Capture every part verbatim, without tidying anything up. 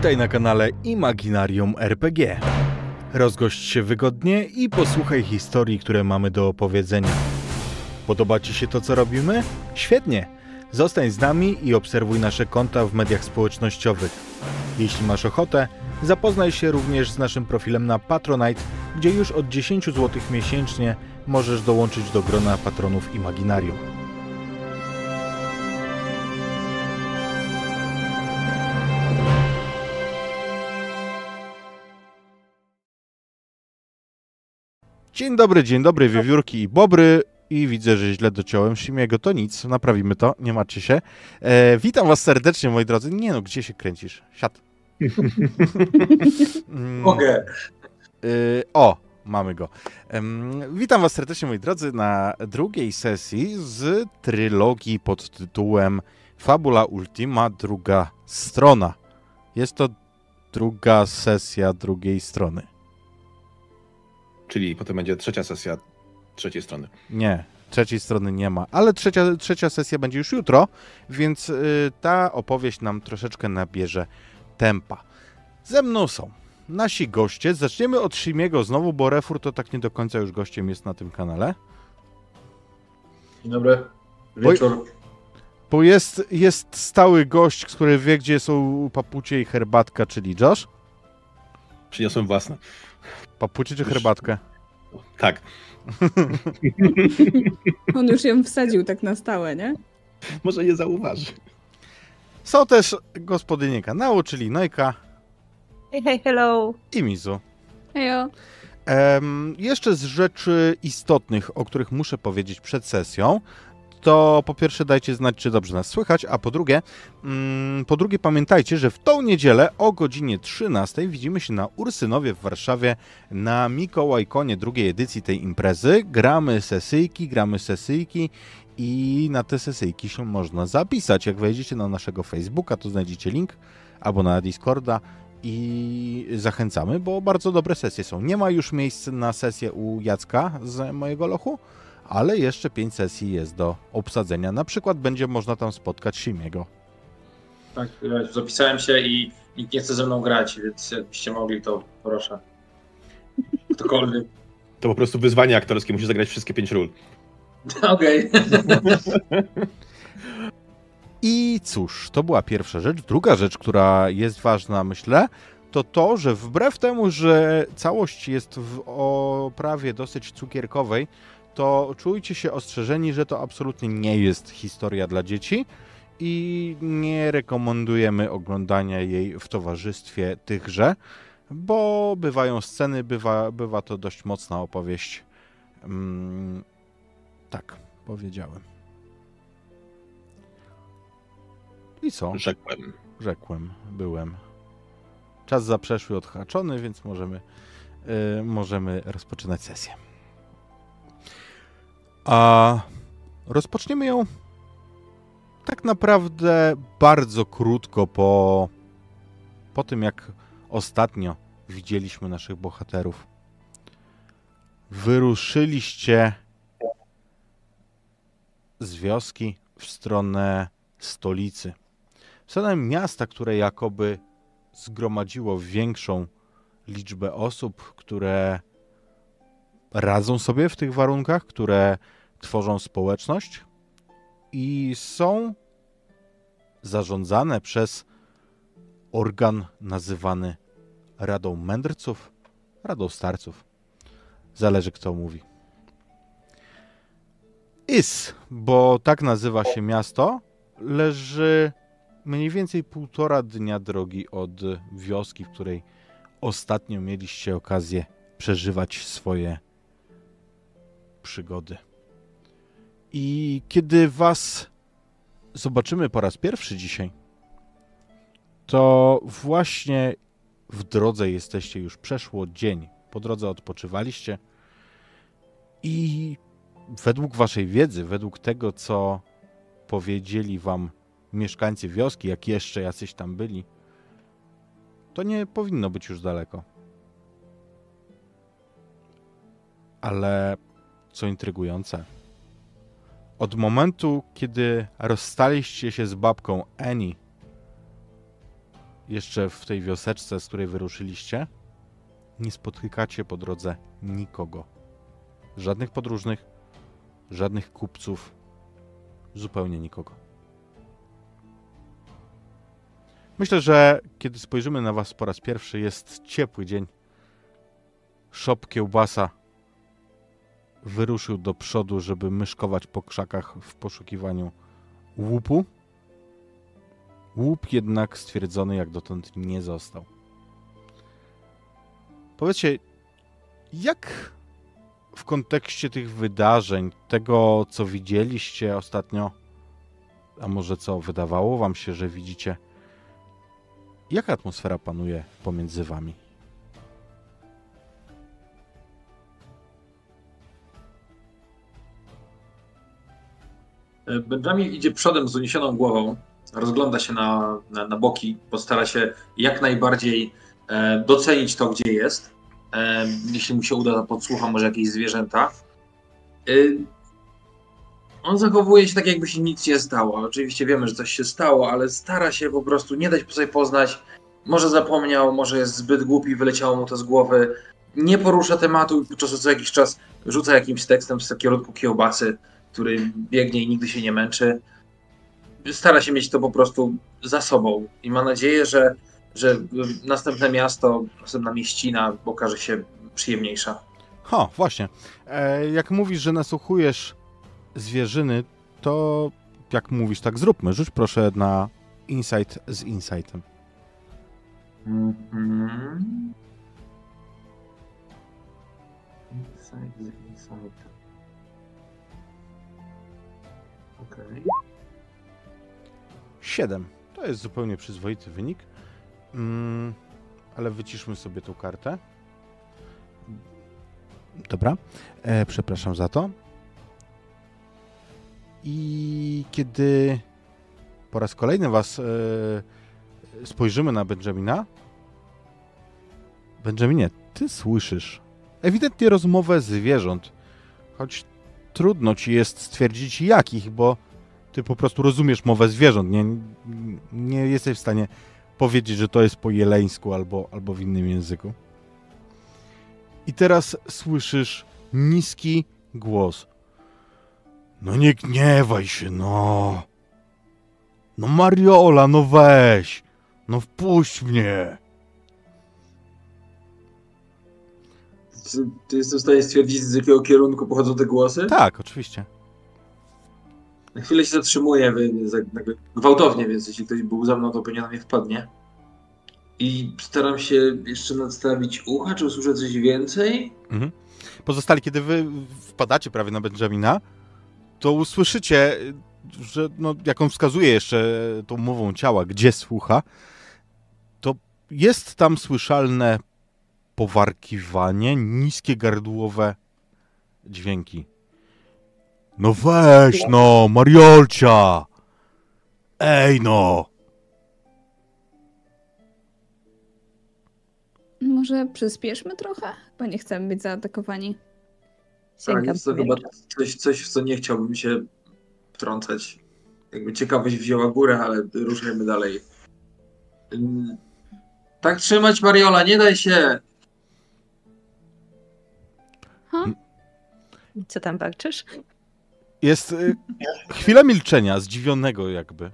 Witaj na kanale Imaginarium R P G. Rozgość się wygodnie i posłuchaj historii, które mamy do opowiedzenia. Podoba Ci się to, co robimy? Świetnie! Zostań z nami i obserwuj nasze konta w mediach społecznościowych. Jeśli masz ochotę, zapoznaj się również z naszym profilem na Patronite, gdzie już od dziesięć złotych miesięcznie możesz dołączyć do grona patronów Imaginarium. Dzień dobry, dzień dobry, wiewiórki i bobry. I widzę, że źle dociąłem Szymiego. To nic, naprawimy to, nie martwcie się. E, witam was serdecznie, moi drodzy. Nie no, gdzie się kręcisz? Siad. Mogę. E, o, mamy go. E, witam was serdecznie, moi drodzy, na drugiej sesji z trylogii pod tytułem Fabula Ultima, druga strona. Jest to druga sesja drugiej strony. Czyli potem będzie trzecia sesja trzeciej strony. Nie, trzeciej strony nie ma, ale trzecia, trzecia sesja będzie już jutro, więc y, ta opowieść nam troszeczkę nabierze tempa. Ze mną są nasi goście. Zaczniemy od Szymiego znowu, bo Refur to tak nie do końca już gościem jest na tym kanale. Dzień dobry. Wieczór. Bo jest, jest stały gość, który wie, gdzie są papucie i herbatka, czyli Josh. Przyniosłem własne. Papucie czy herbatkę? Tak. On już ją wsadził tak na stałe, nie? Może nie zauważy. Są też gospodynie kanału, czyli Nojka. Hej, hej, hello. I Mizu. Hejo. Um, jeszcze z rzeczy istotnych, o których muszę powiedzieć przed sesją, to po pierwsze dajcie znać, czy dobrze nas słychać, a po drugie, um, po drugie pamiętajcie, że w tą niedzielę o godzinie trzynastej widzimy się na Ursynowie w Warszawie na Mikołajkonie drugiej edycji tej imprezy. Gramy sesyjki, gramy sesyjki i na te sesyjki się można zapisać. Jak wejdziecie na naszego Facebooka, to znajdziecie link, albo na Discorda i zachęcamy, bo bardzo dobre sesje są. Nie ma już miejsc na sesję u Jacka z mojego lochu, ale jeszcze pięć sesji jest do obsadzenia. Na przykład będzie można tam spotkać Szymiego. Tak, zapisałem się i nikt nie chce ze mną grać, więc jakbyście mogli, to proszę. Ktokolwiek. To po prostu wyzwanie aktorskie, musisz zagrać wszystkie pięć ról. Okej. I cóż, to była pierwsza rzecz. Druga rzecz, która jest ważna, myślę, to to, że wbrew temu, że całość jest w oprawie dosyć cukierkowej, to czujcie się ostrzeżeni, że to absolutnie nie jest historia dla dzieci i nie rekomendujemy oglądania jej w towarzystwie tychże, bo bywają sceny, bywa, bywa to dość mocna opowieść. Hmm, tak, powiedziałem. I co? Rzekłem. Rzekłem, byłem. Czas zaprzeszły odhaczony, więc możemy, yy, możemy rozpoczynać sesję. A rozpoczniemy ją tak naprawdę bardzo krótko po, po tym, jak ostatnio widzieliśmy naszych bohaterów. Wyruszyliście z wioski w stronę stolicy. W stronę miasta, które jakoby zgromadziło większą liczbę osób, które radzą sobie w tych warunkach, które tworzą społeczność i są zarządzane przez organ nazywany Radą Mędrców, Radą Starców. Zależy, kto mówi. Is, bo tak nazywa się miasto, leży mniej więcej półtora dnia drogi od wioski, w której ostatnio mieliście okazję przeżywać swoje przygody. I kiedy was zobaczymy po raz pierwszy dzisiaj, to właśnie w drodze jesteście, już przeszło dzień. Po drodze odpoczywaliście i według waszej wiedzy, według tego, co powiedzieli wam mieszkańcy wioski, jak jeszcze jacyś tam byli, to nie powinno być już daleko. Ale co intrygujące, od momentu, kiedy rozstaliście się z babką Annie, jeszcze w tej wioseczce, z której wyruszyliście, nie spotykacie po drodze nikogo. Żadnych podróżnych, żadnych kupców, zupełnie nikogo. Myślę, że kiedy spojrzymy na was po raz pierwszy, jest ciepły dzień. Szop Kiełbasa wyruszył do przodu, żeby myszkować po krzakach w poszukiwaniu łupu. Łup jednak stwierdzony jak dotąd nie został. Powiedzcie, jak w kontekście tych wydarzeń, tego co widzieliście ostatnio, a może co wydawało wam się, że widzicie, jaka atmosfera panuje pomiędzy wami? Benjamin idzie przodem z uniesioną głową, rozgląda się na, na, na boki, postara się jak najbardziej e, docenić to, gdzie jest. E, jeśli mu się uda, to podsłucha może jakieś zwierzęta. E, on zachowuje się tak, jakby się nic nie stało. Oczywiście wiemy, że coś się stało, ale stara się po prostu nie dać sobie poznać. Może zapomniał, może jest zbyt głupi, wyleciało mu to z głowy. Nie porusza tematu i co jakiś czas rzuca jakimś tekstem w kierunku Kiełbasy, który biegnie i nigdy się nie męczy. Stara się mieć to po prostu za sobą i ma nadzieję, że, że następne miasto, następna mieścina okaże się przyjemniejsza. Ha, właśnie. E, jak mówisz, że nasłuchujesz zwierzyny, to jak mówisz, tak zróbmy. Rzuć proszę na insight z insightem. Mm-hmm. Insight z insightem. Okej. siedem. To jest zupełnie przyzwoity wynik. Mm, ale wyciszmy sobie tą kartę. Dobra. E, przepraszam za to. I kiedy po raz kolejny was e, spojrzymy na Benjamina, Benjaminie, ty słyszysz ewidentnie rozmowę zwierząt, choć trudno ci jest stwierdzić jakich, bo ty po prostu rozumiesz mowę zwierząt. Nie, nie jesteś w stanie powiedzieć, że to jest po jeleńsku albo, albo w innym języku. I teraz słyszysz niski głos. No nie gniewaj się, no. No Mariola, no weź. No wpuść mnie. Czy ty jesteś w stanie stwierdzić, z jakiego kierunku pochodzą te głosy? Tak, oczywiście. Na chwilę się zatrzymuję, więc jakby gwałtownie, więc jeśli ktoś był za mną, to pewnie na mnie wpadnie. I staram się jeszcze nadstawić ucha, czy usłyszę coś więcej? Mhm. Pozostali, kiedy wy wpadacie prawie na Benjamina, to usłyszycie, że no, jak on wskazuje jeszcze tą mową ciała, gdzie słucha, to jest tam słyszalne powarkiwanie, niskie gardłowe dźwięki. No weź no, Mariolcia! Ej no! Może przyspieszmy trochę? Bo nie chcemy być zaatakowani. Tak, Sięgam jest to po chyba miecz. coś, coś, w co nie chciałbym się wtrącać. Jakby ciekawość wzięła górę, ale ruszajmy dalej. Ym, Tak trzymać, Mariola, nie daj się! Ha? Co tam walczysz? Jest y, chwila milczenia, zdziwionego jakby.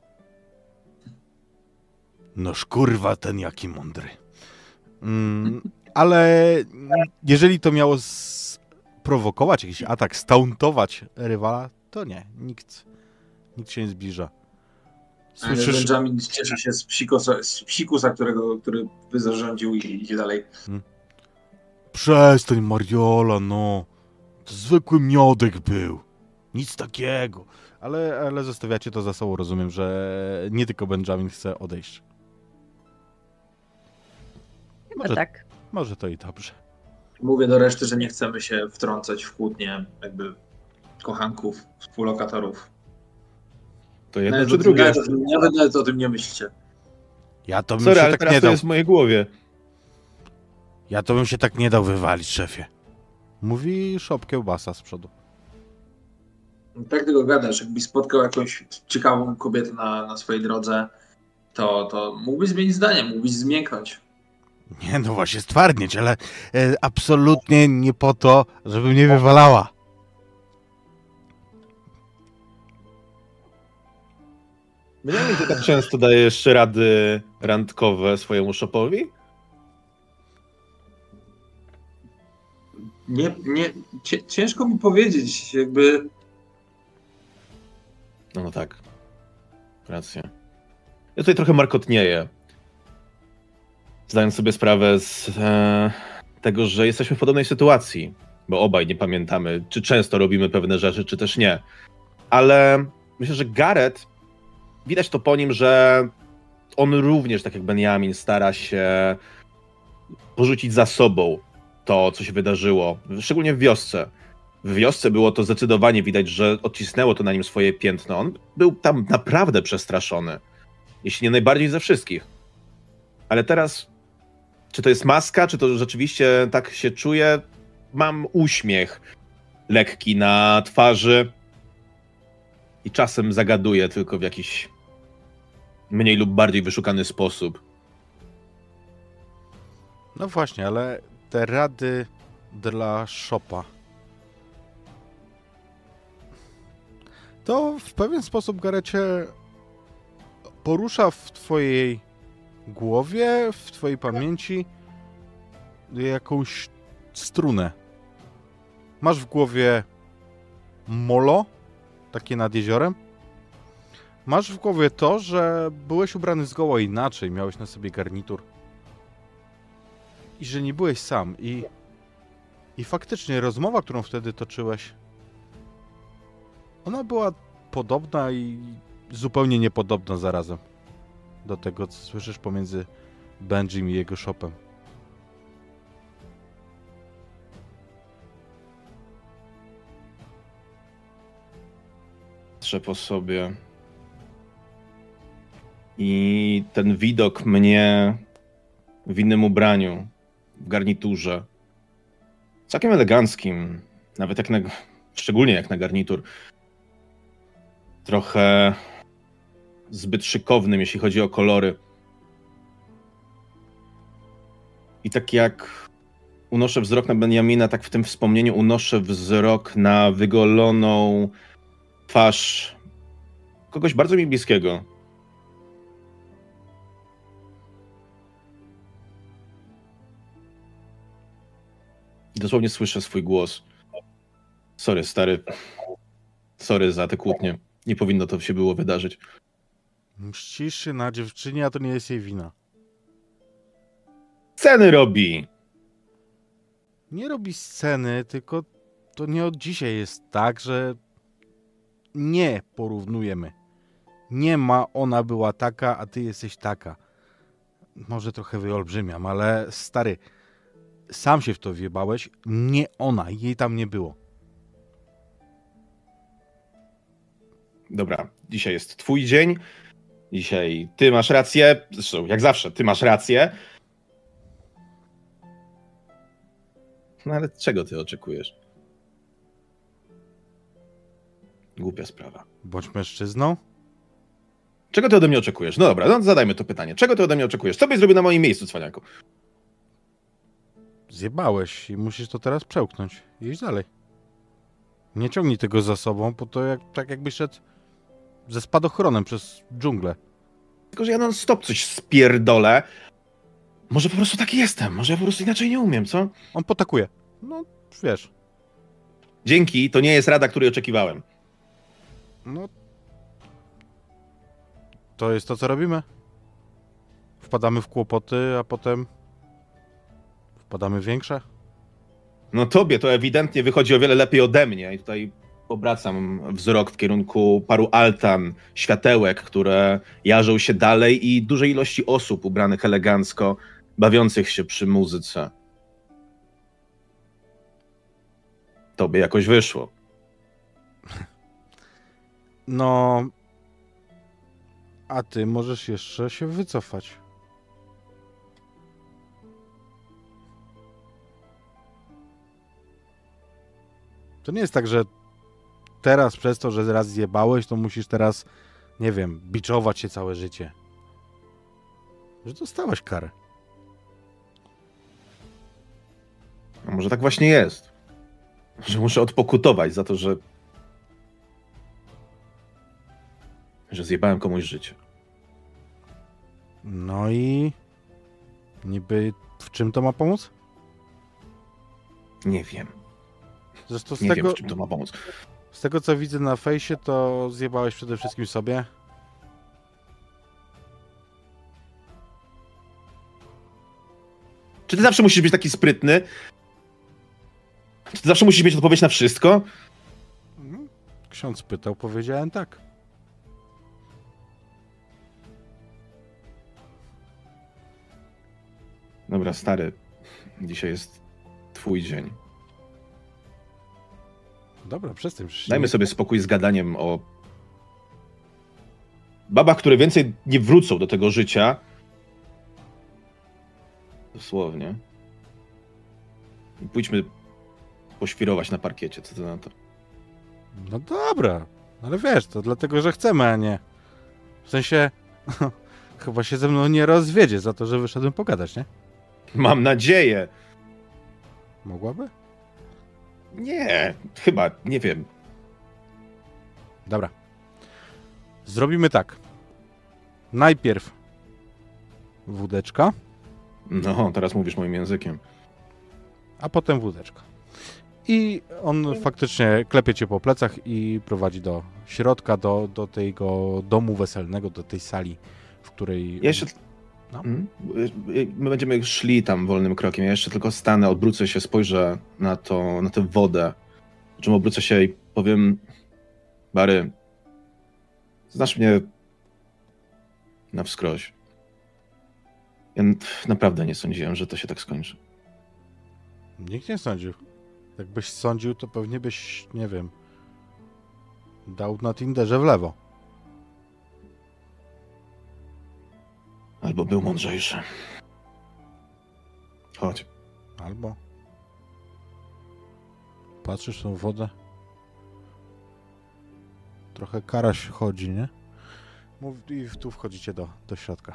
Noż kurwa, ten jaki mądry. Mm, ale jeżeli to miało sprowokować jakiś atak, stauntować rywala, to nie, nikt, nikt się nie zbliża. Słyszysz? Słyszysz? Benjamin cieszy się z psikusa, z psikusa którego, który by zarządził i idzie dalej. Przestań, Mariola, no. To zwykły miodek był. Nic takiego. Ale, ale zostawiacie to za sobą, rozumiem, że nie tylko Benjamin chce odejść. Chyba Może- tak. Może to i dobrze. Mówię do reszty, że nie chcemy się wtrącać w kłótnie jakby kochanków, współlokatorów. To jedno Nawet, czy o tym, drugie. nawet, o tym, nawet, nawet o tym nie myślcie. Ja to bym Sorry, się ale tak teraz nie to dał. jest w mojej głowie. Ja to bym się tak nie dał wywalić, szefie. Mówi szop kiełbasa z przodu. Tak tylko gadasz, jakbyś spotkał jakąś ciekawą kobietę na, na swojej drodze to, to mógłbyś zmienić zdanie, mógłbyś zmięknąć. Nie, no właśnie stwardnieć, ale e, absolutnie nie po to, żeby mnie wywalała. Beniamin, ty tak często dajesz rady randkowe swojemu szopowi? Nie, nie, cie, ciężko mi powiedzieć, jakby... No, no tak. Racja. Ja tutaj trochę markotnieję. Zdając sobie sprawę z e, tego, że jesteśmy w podobnej sytuacji. Bo obaj nie pamiętamy, czy często robimy pewne rzeczy, czy też nie. Ale myślę, że Gareth, widać to po nim, że on również, tak jak Benjamin, stara się porzucić za sobą to, co się wydarzyło, szczególnie w wiosce. W wiosce było to zdecydowanie widać, że odcisnęło to na nim swoje piętno. On był tam naprawdę przestraszony, jeśli nie najbardziej ze wszystkich. Ale teraz, czy to jest maska, czy to rzeczywiście tak się czuje, mam uśmiech lekki na twarzy i czasem zagaduję tylko w jakiś mniej lub bardziej wyszukany sposób. No właśnie, ale te rady dla szopa. To w pewien sposób, Garecie, porusza w twojej głowie, w twojej pamięci jakąś strunę. Masz w głowie molo, takie nad jeziorem. Masz w głowie to, że byłeś ubrany zgoła inaczej, miałeś na sobie garnitur. I że nie byłeś sam. I, i faktycznie rozmowa, którą wtedy toczyłeś, ona była podobna i zupełnie niepodobna zarazem do tego, co słyszysz pomiędzy Benjim i jego shopem. Patrzę po sobie i ten widok mnie w innym ubraniu, w garniturze, całkiem eleganckim, nawet jak na, szczególnie jak na garnitur, trochę zbyt szykownym, jeśli chodzi o kolory. I tak jak unoszę wzrok na Benjamina, tak w tym wspomnieniu unoszę wzrok na wygoloną twarz kogoś bardzo mi bliskiego. I dosłownie słyszę swój głos. Sorry, stary. Sorry za te kłótnie. Nie powinno to się było wydarzyć. Mścisz się na dziewczynie, a to nie jest jej wina. Ceny robi! Nie robi sceny, tylko to nie od dzisiaj jest tak, że nie porównujemy. Nie ma ona była taka, a ty jesteś taka. Może trochę wyolbrzymiam, ale stary, sam się w to wjebałeś, nie ona, jej tam nie było. Dobra, dzisiaj jest twój dzień. Dzisiaj ty masz rację. Zresztą, jak zawsze, ty masz rację. No ale czego ty oczekujesz? Głupia sprawa. Bądź mężczyzną. Czego ty ode mnie oczekujesz? No dobra, no zadajmy to pytanie. Czego ty ode mnie oczekujesz? Co byś zrobił na moim miejscu, cwaniaku? Zjebałeś i musisz to teraz przełknąć. Idź dalej. Nie ciągnij tego za sobą, bo to jak, tak jakbyś szedł ze spadochronem przez dżunglę. Tylko, że ja non stop coś spierdolę. Może po prostu taki jestem. Może ja po prostu inaczej nie umiem, co? On potakuje. No, wiesz. Dzięki, to nie jest rada, której oczekiwałem. No. To jest to, co robimy. Wpadamy w kłopoty, a potem wpadamy w większe. No tobie to ewidentnie wychodzi o wiele lepiej ode mnie. I tutaj obracam wzrok w kierunku paru altan, światełek, które jarzą się dalej i dużej ilości osób ubranych elegancko, bawiących się przy muzyce. Tobie jakoś wyszło. No. A ty możesz jeszcze się wycofać. To nie jest tak, że teraz przez to, że raz zjebałeś, to musisz teraz, nie wiem, biczować się całe życie. Że dostałaś karę. A może tak właśnie jest? Że muszę odpokutować za to, że... że zjebałem komuś życie. No i... niby w czym to ma pomóc? Nie wiem. Zresztą z Nie tego, wiem, w czym to ma pomóc. z tego co widzę na fejsie, to zjebałeś przede wszystkim sobie. Czy ty zawsze musisz być taki sprytny? Czy ty zawsze musisz mieć odpowiedź na wszystko? Ksiądz pytał, powiedziałem tak. Dobra, stary. Dzisiaj jest twój dzień. Dobra, przestań. przecież Dajmy nie- sobie spokój z gadaniem o babach, które więcej nie wrócą do tego życia. Dosłownie. I pójdźmy poświrować na parkiecie, co ty na to? No dobra, ale wiesz, to dlatego, że chcemy, a nie... W sensie... chyba się ze mną nie rozwiedzie za to, że wyszedłem pogadać, nie? Mam nadzieję. Mogłaby? Nie, chyba, nie wiem. Dobra. Zrobimy tak. Najpierw wódeczka, No, teraz mówisz moim językiem. a potem wódeczka. I on faktycznie klepie cię po plecach i prowadzi do środka, do, do tego domu weselnego, do tej sali, w której... Ja jeszcze... No. Mm? My będziemy szli tam wolnym krokiem. Ja jeszcze tylko stanę, odwrócę się, spojrzę na to, na tę wodę. Po czym obrócę się i powiem: Bary, znasz mnie na wskroś. Ja naprawdę nie sądziłem, że to się tak skończy. Nikt nie sądził. Jakbyś sądził, to pewnie byś, nie wiem, dał na Tinderze w lewo. Albo był mądrzejszy. Chodź. Albo patrzysz w tą wodę. Trochę karaś chodzi, nie? Mów- I tu wchodzicie do, do środka.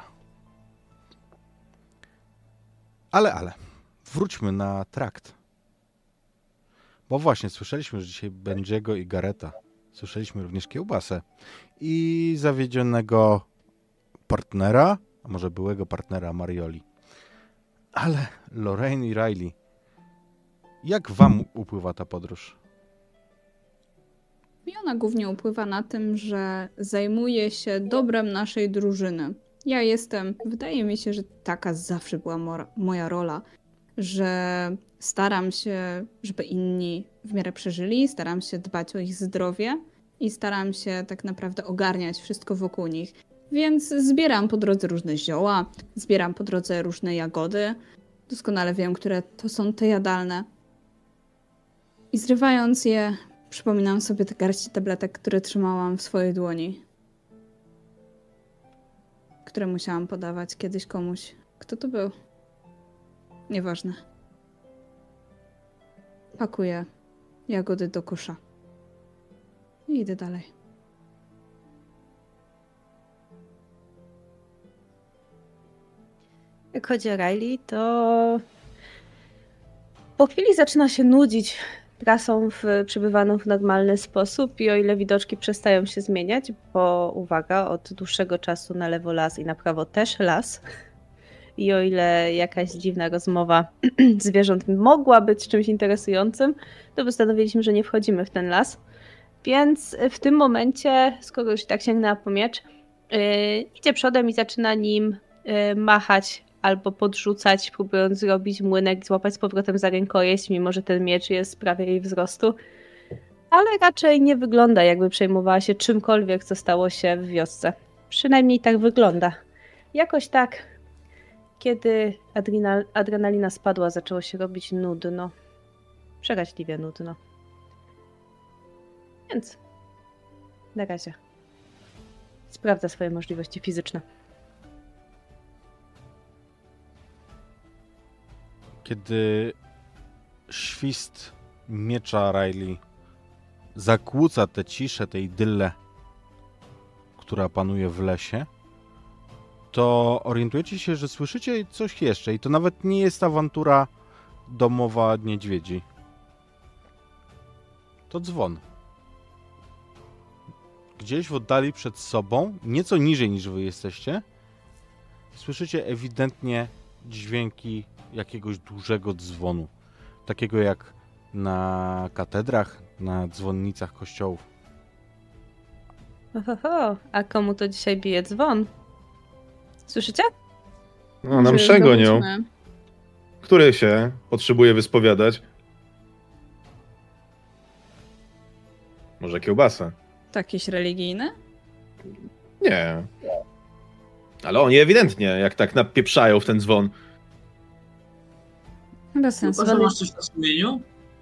Ale, ale. Wróćmy na trakt. Bo właśnie, słyszeliśmy, że dzisiaj Benjiego i Gareta. Słyszeliśmy również kiełbasę. I zawiedzionego partnera, a może byłego partnera Marioli. Ale Lorraine i Riley, jak wam upływa ta podróż? I ona głównie upływa na tym, że zajmuje się dobrem naszej drużyny. Ja jestem, wydaje mi się, że taka zawsze była mora, moja rola, że staram się, żeby inni w miarę przeżyli, staram się dbać o ich zdrowie i staram się tak naprawdę ogarniać wszystko wokół nich. Więc zbieram po drodze różne zioła, zbieram po drodze różne jagody. Doskonale wiem, które to są te jadalne. I zrywając je, przypominam sobie te garści tabletek, które trzymałam w swojej dłoni. Które musiałam podawać kiedyś komuś. Kto to był? Nieważne. Pakuję jagody do kosza. I idę dalej. Jak chodzi o Riley, to po chwili zaczyna się nudzić trasą w, przybywaną w normalny sposób i o ile widoczki przestają się zmieniać, bo uwaga, od dłuższego czasu na lewo las i na prawo też las, i o ile jakaś dziwna rozmowa zwierząt mogła być czymś interesującym, to postanowiliśmy, że nie wchodzimy w ten las. Więc w tym momencie, skoro już tak sięgnęła po miecz, yy, idzie przodem i zaczyna nim yy, machać albo podrzucać, próbując zrobić młynek, złapać z powrotem za rękojeść, mimo że ten miecz jest prawie jej wzrostu. Ale raczej nie wygląda, jakby przejmowała się czymkolwiek, co stało się w wiosce. Przynajmniej tak wygląda. Jakoś tak, kiedy adrenal- adrenalina spadła, zaczęło się robić nudno. Przeraźliwie nudno. Więc na razie sprawdza swoje możliwości fizyczne. Kiedy świst miecza Riley zakłóca tę ciszę, tę idyllę, która panuje w lesie, to orientujecie się, że słyszycie coś jeszcze i to nawet nie jest awantura domowa niedźwiedzi. To dzwon. Gdzieś w oddali przed sobą, nieco niżej niż wy jesteście, słyszycie ewidentnie dźwięki jakiegoś dużego dzwonu. Takiego jak na katedrach, na dzwonnicach kościołów. Ohoho, a komu to dzisiaj bije dzwon? Słyszycie? No, nam Że przegonią. zdobądźmy. Który się potrzebuje wyspowiadać? Może kiełbasa? To jakieś religijne? Nie. Ale oni ewidentnie, jak tak napieprzają w ten dzwon. Bez sensu. Chyba, że masz coś na sumieniu?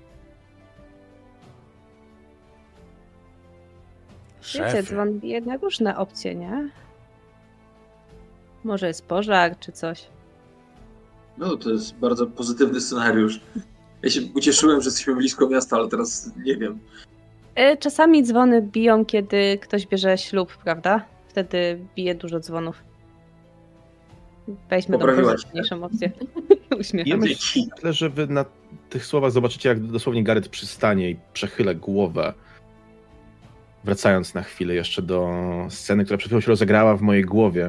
Wiecie, dzwon bije na różne opcje, nie? Może jest pożar czy coś. No, to jest bardzo pozytywny scenariusz. Ja się ucieszyłem, że jesteśmy blisko miasta, ale teraz nie wiem. E, Czasami dzwony biją, kiedy ktoś bierze ślub, prawda? Wtedy bije dużo dzwonów. Weźmy tą Poprawiłaś się. pozytywniejszą opcję. Ja Uśmiecham się. myślę, że wy na tych słowach zobaczycie, jak dosłownie Gareth przystanie i przechyla głowę. Wracając na chwilę jeszcze do sceny, która przed chwilą się rozegrała w mojej głowie.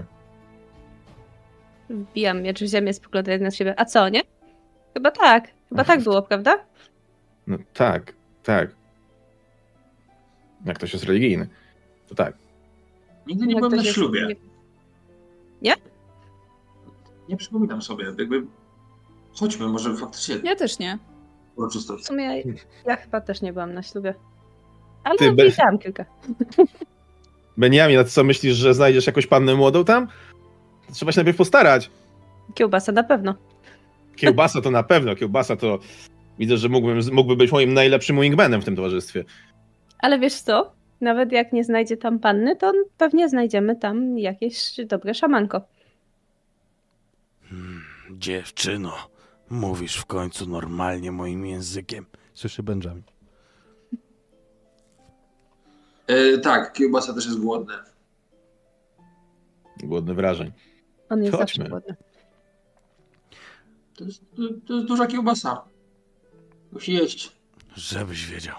Wbijam miecz w ziemię, spoglądając na siebie. A co, nie? Chyba tak. Chyba tak było, prawda? No tak, tak. Jak ktoś jest religijny, to tak. Nigdy nie Jak byłem na ktoś jest- ślubie. Nie? Nie przypominam sobie. Jakby... Chodźmy, może faktycznie Ja też nie. W uroczystość. sumie ja chyba też nie byłam na ślubie. Ale Ty, be- widziałam kilka. Benjamin, a ty co myślisz, że znajdziesz jakąś pannę młodą tam? Trzeba się najpierw postarać. Kiełbasa na pewno. Kiełbasa to na pewno, kiełbasa to... Widzę, że mógłbym, mógłby być moim najlepszym wingmanem w tym towarzystwie. Ale wiesz co? Nawet jak nie znajdzie tam panny, to pewnie znajdziemy tam jakieś dobre szamanko. Hmm, dziewczyno, mówisz w końcu normalnie moim językiem. Słyszy Benjamin. E, tak, kiełbasa też jest głodny. Głodny wrażeń. On jest Chodźmy. zawsze głodny. To jest, to, to jest duża kiełbasa. Musi jeść. Żebyś wiedział.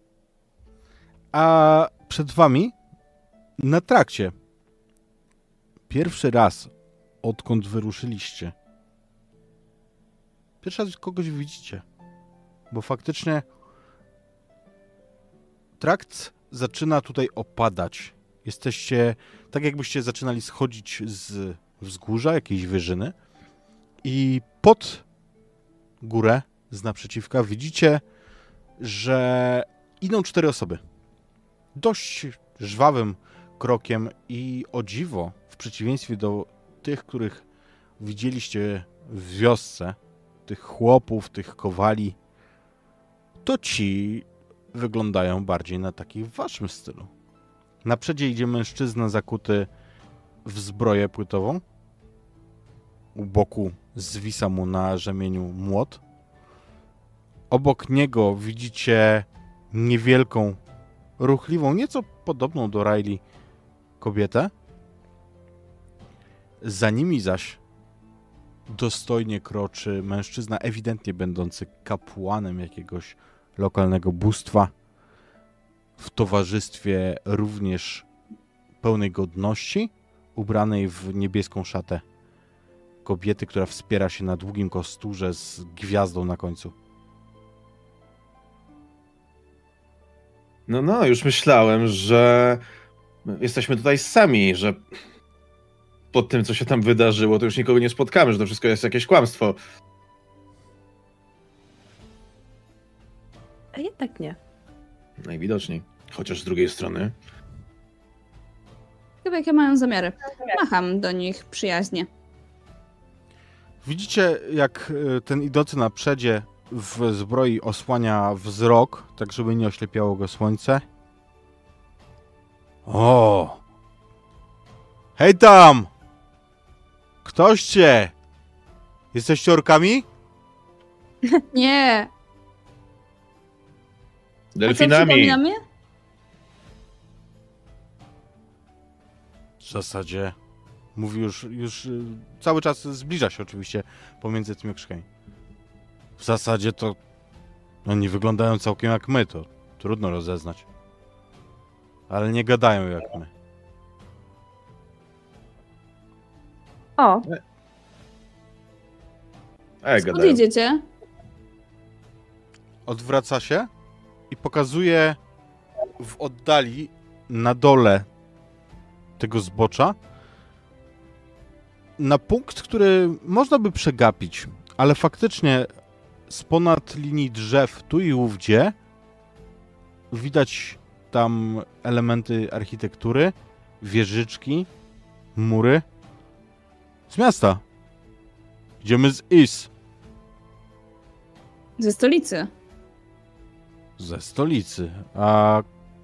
A przed wami na trakcie pierwszy raz, odkąd wyruszyliście, pierwszy raz kogoś widzicie, bo faktycznie trakt zaczyna tutaj opadać. Jesteście tak, jakbyście zaczynali schodzić z wzgórza, jakiejś wyżyny i pod górę z naprzeciwka widzicie, że idą cztery osoby. Dość żwawym krokiem i o dziwo, w przeciwieństwie do tych, których widzieliście w wiosce, tych chłopów, tych kowali, to ci wyglądają bardziej na takich w waszym stylu. Na przedzie idzie mężczyzna zakuty w zbroję płytową. U boku zwisa mu na rzemieniu młot. Obok niego widzicie niewielką, ruchliwą, nieco podobną do Riley kobietę. Za nimi zaś dostojnie kroczy mężczyzna, ewidentnie będący kapłanem jakiegoś lokalnego bóstwa, w towarzystwie również pełnej godności, ubranej w niebieską szatę kobiety, która wspiera się na długim kosturze z gwiazdą na końcu. No, no, już myślałem, że jesteśmy tutaj sami, że po tym, co się tam wydarzyło, to już nikogo nie spotkamy, że to wszystko jest jakieś kłamstwo. A jednak nie. Najwidoczniej. Chociaż z drugiej strony. Chyba jakie mają zamiary. Macham do nich przyjaźnie. Widzicie, jak y, ten idący na przedzie w zbroi osłania wzrok, tak żeby nie oślepiało go słońce. O! Hej tam! Ktoście! Jesteście orkami? Nie! A co, Delfinami. przypomina mnie? W zasadzie Mówi już, już y, cały czas zbliża się oczywiście pomiędzy tymi okrzykami. W zasadzie to oni wyglądają całkiem jak my, to trudno rozeznać. Ale nie gadają jak my. O, Ej, Skąd gadają. idziecie? Odwraca się i pokazuje w oddali, na dole tego zbocza, na punkt, który można by przegapić, ale faktycznie z ponad linii drzew tu i ówdzie widać tam elementy architektury, wieżyczki, mury. Z miasta. Idziemy z Is. Ze stolicy. Ze stolicy. A...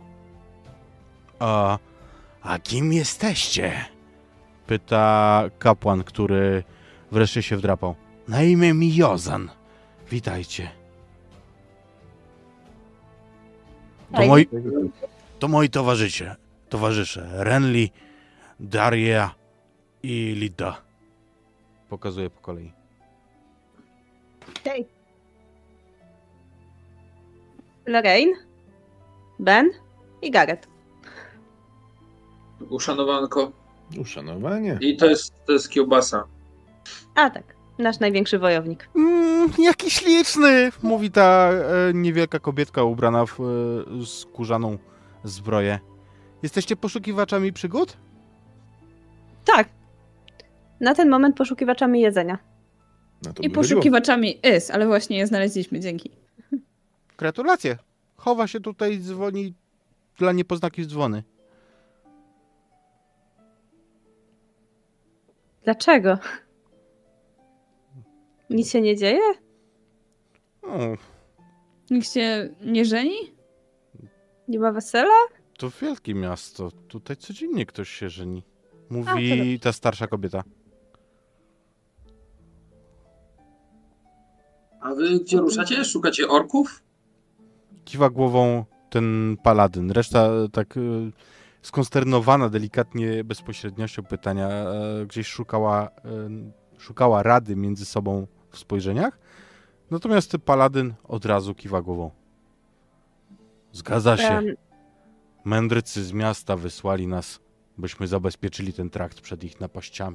A... A kim jesteście? Pyta kapłan, który wreszcie się wdrapał. Na imię mi Jozan. Witajcie. To Hej. moi, to moi towarzysze. Towarzysze. Renly, Daria i Lida. Pokazuję po kolei. hej. Lorraine, Ben i Gareth. Uszanowanko. Uszanowanie. I to jest, to jest kiełbasa. A tak, nasz największy wojownik. Mm, jaki śliczny! Mówi ta e, niewielka kobietka ubrana w e, skórzaną zbroję. Jesteście poszukiwaczami przygód? Tak. Na ten moment poszukiwaczami jedzenia. No to I by chodziło. poszukiwaczami Is, ale właśnie je znaleźliśmy, dzięki. Gratulacje. Chowa się tutaj, dzwoni dla niepoznaki z dzwony. Dlaczego? Nic się nie dzieje? O, Nikt się nie żeni? Nie ma wesela? to wielkie miasto. Tutaj codziennie ktoś się żeni. A, to Mówi dobrze. ta starsza kobieta. A wy gdzie ruszacie? Szukacie orków? Kiwa głową ten paladyn. Reszta tak y, skonsternowana delikatnie bezpośredniością pytania y, gdzieś szukała, y, szukała rady między sobą w spojrzeniach. Natomiast paladyn od razu kiwa głową. Zgadza się. Em, Mędrcy z miasta wysłali nas, byśmy zabezpieczyli ten trakt przed ich napaściami.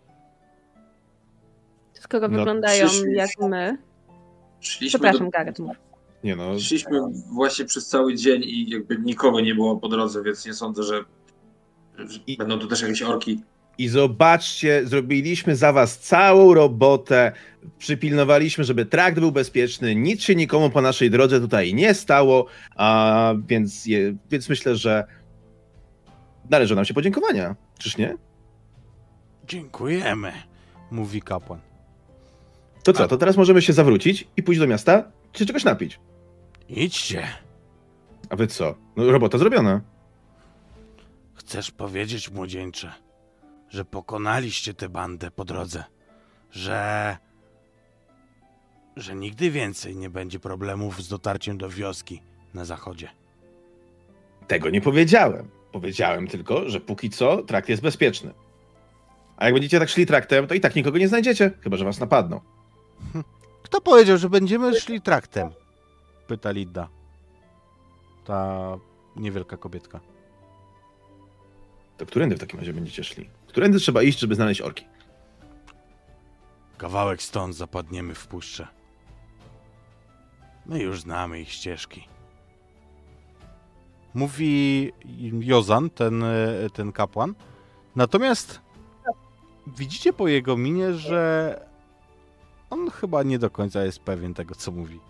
skoro No, wyglądają przyszli- jak my. Szliśmy, Przepraszam, do, Gareth, mów. Nie no, szliśmy właśnie przez cały dzień i jakby nikogo nie było po drodze, więc nie sądzę, że, że I- będą tu też jakieś orki. i zobaczcie, zrobiliśmy za was całą robotę, przypilnowaliśmy, żeby trakt był bezpieczny, nic się nikomu po naszej drodze tutaj nie stało, a więc, je, więc myślę, że należą nam się podziękowania, czyż nie? Dziękujemy, mówi kapłan. To co, to teraz możemy się zawrócić i pójść do miasta, czy czegoś napić? Idźcie. A wy co? No, robota zrobiona. Chcesz powiedzieć, młodzieńcze, że pokonaliście tę bandę po drodze, że... że nigdy więcej nie będzie problemów z dotarciem do wioski na zachodzie. Tego nie powiedziałem. Powiedziałem tylko, że póki co trakt jest bezpieczny. A jak będziecie tak szli traktem, to i tak nikogo nie znajdziecie, chyba że was napadną. Kto powiedział, że będziemy szli traktem? Pyta Lidda. Ta niewielka kobietka. To którędy w takim razie będziecie szli? Którędy trzeba iść, żeby znaleźć orki? Kawałek stąd zapadniemy w puszczę. My już znamy ich ścieżki. Mówi Jozan, ten, ten kapłan. Natomiast widzicie po jego minie, że on chyba nie do końca jest pewien tego, co mówi.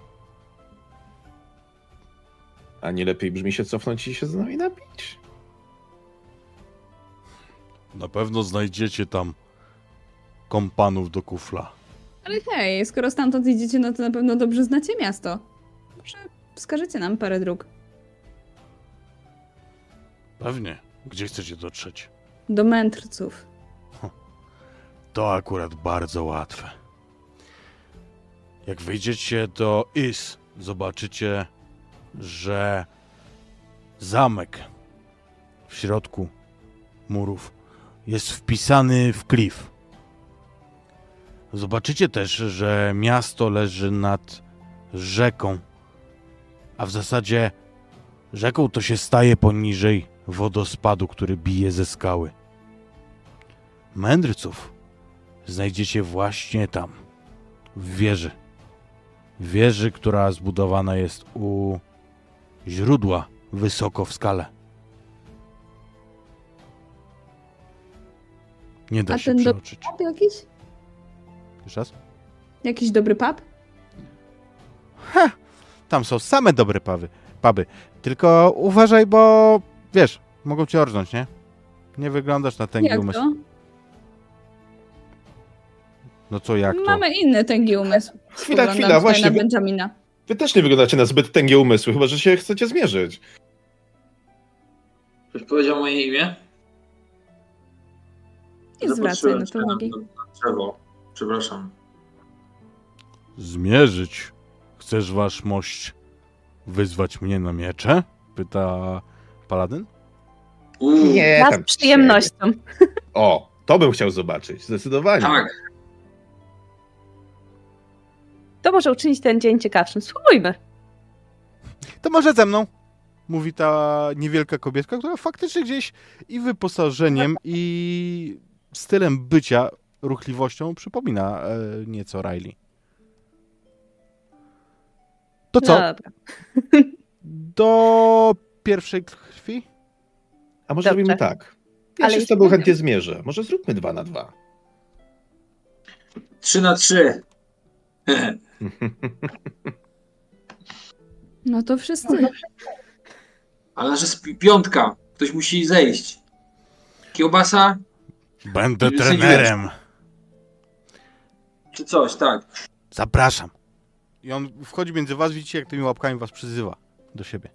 A nie lepiej brzmi się cofnąć i się z nami napić? Na pewno znajdziecie tam kompanów do kufla. Ale hej, skoro stamtąd idziecie, no to na pewno dobrze znacie miasto. Może wskażecie nam parę dróg. Pewnie. Gdzie chcecie dotrzeć? Do mędrców. To akurat bardzo łatwe. Jak wyjdziecie do Is, zobaczycie, że zamek w środku murów jest wpisany w klif. Zobaczycie też, że miasto leży nad rzeką, a w zasadzie rzeką to się staje poniżej wodospadu, który bije ze skały. Mędrców znajdziecie właśnie tam, w wieży. Wieży, która zbudowana jest u źródła wysoko w skale. Nie da A się ten do- przeoczyć. Pub jakiś? Jeszcze raz? Jakiś dobry pub? Tam są same dobre puby. puby. Tylko uważaj, bo wiesz, mogą cię orznąć, nie? Nie wyglądasz na tęgi Jak umysł. to? No co, jak to? Mamy inny tęgi umysł. Chwila, Spoglądam chwila, tutaj właśnie. na Wy, Benjamina. wy też nie wyglądacie na zbyt tęgie umysły, chyba że się chcecie zmierzyć. Ktoś powiedział moje imię? Nie zwracaj na to Zapatrzyłem uwagi. się na drzewo. Przepraszam. Zmierzyć? Chcesz, wasz mość, wyzwać mnie na miecze? Pyta Paladyn. Uuu, Nie, Ja tam z przyjemnością. O, to bym chciał zobaczyć, zdecydowanie. tak. To może uczynić ten dzień ciekawszym. Spróbujmy. To może ze mną, mówi ta niewielka kobietka, która faktycznie gdzieś i wyposażeniem, i stylem bycia, ruchliwością przypomina e, nieco Riley. To co? No dobra. Do pierwszej krwi? A może Dobrze. robimy tak? Ja Ale się z jeśli tobą mogę- chętnie zmierzę. Może zróbmy dwa na dwa. Trzy na trzy. No to wszyscy. Ale że jest pi- piątka. Ktoś musi zejść. Kiełbasa Będę Już trenerem. czy coś, tak. Zapraszam. I on wchodzi między was, widzicie, jak tymi łapkami was przyzywa do siebie.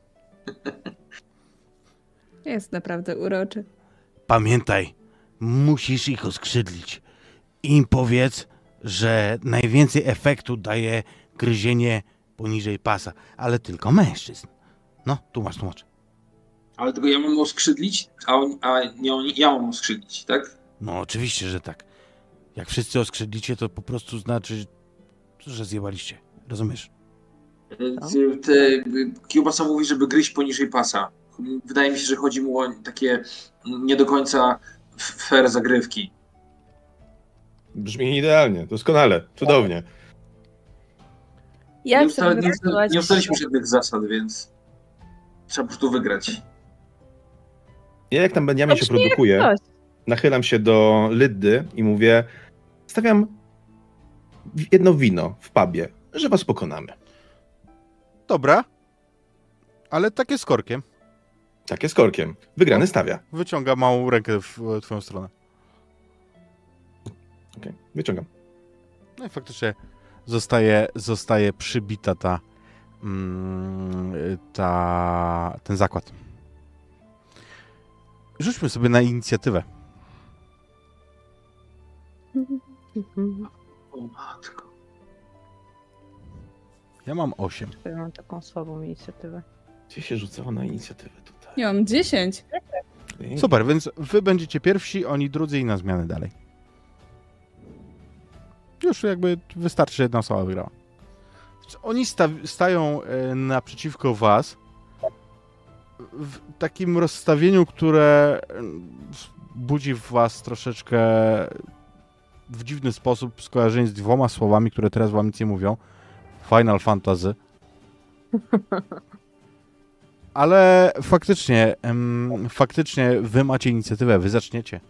Jest naprawdę uroczy. Pamiętaj, musisz ich oskrzydlić. Im powiedz, że najwięcej efektu daje gryzienie poniżej pasa, ale tylko mężczyzn. No, tłumacz, tłumacz. Ale tego ja mam oskrzydlić, a, on, a nie oni, ja mam oskrzydlić, tak? No, oczywiście, że tak. Jak wszyscy oskrzydlicie, to po prostu znaczy, że zjebaliście. Rozumiesz? Te, te, Kiełbasa mówi, żeby gryźć poniżej pasa. Wydaje mi się, że chodzi mu o takie nie do końca fair zagrywki. Brzmi idealnie, doskonale, cudownie. Ja nie, chcę ustali, nie, wypracować- nie ustaliliśmy żadnych zasad, więc trzeba po prostu wygrać. Ja jak tam Benjamin się brzmi jak produkuje, coś. nachylam się do Lyddy i mówię, stawiam jedno wino w pubie, że was pokonamy. Dobra, ale takie z korkiem. Takie z korkiem. Wygrany stawia. Wyciąga małą rękę w e, twoją stronę. Okej, wyciągam. No i faktycznie zostaje, zostaje przybita ta, mm, ta, ten zakład. Rzućmy sobie na inicjatywę. O matko. Ja mam osiem. Ja mam taką słabą inicjatywę. Gdzie się rzucało na inicjatywę tutaj? Ja mam dziesięć. Ej, Super, więc wy będziecie pierwsi, oni drudzy i na zmianę dalej. Już jakby wystarczy, że jedna osoba wygrała. Oni sta stają e, naprzeciwko was w takim rozstawieniu, które e, budzi w was troszeczkę w dziwny sposób skojarzenie z dwoma słowami, które teraz wam nic nie mówią. Final Fantasy. Ale faktycznie, em, faktycznie wy macie inicjatywę, wy zaczniecie.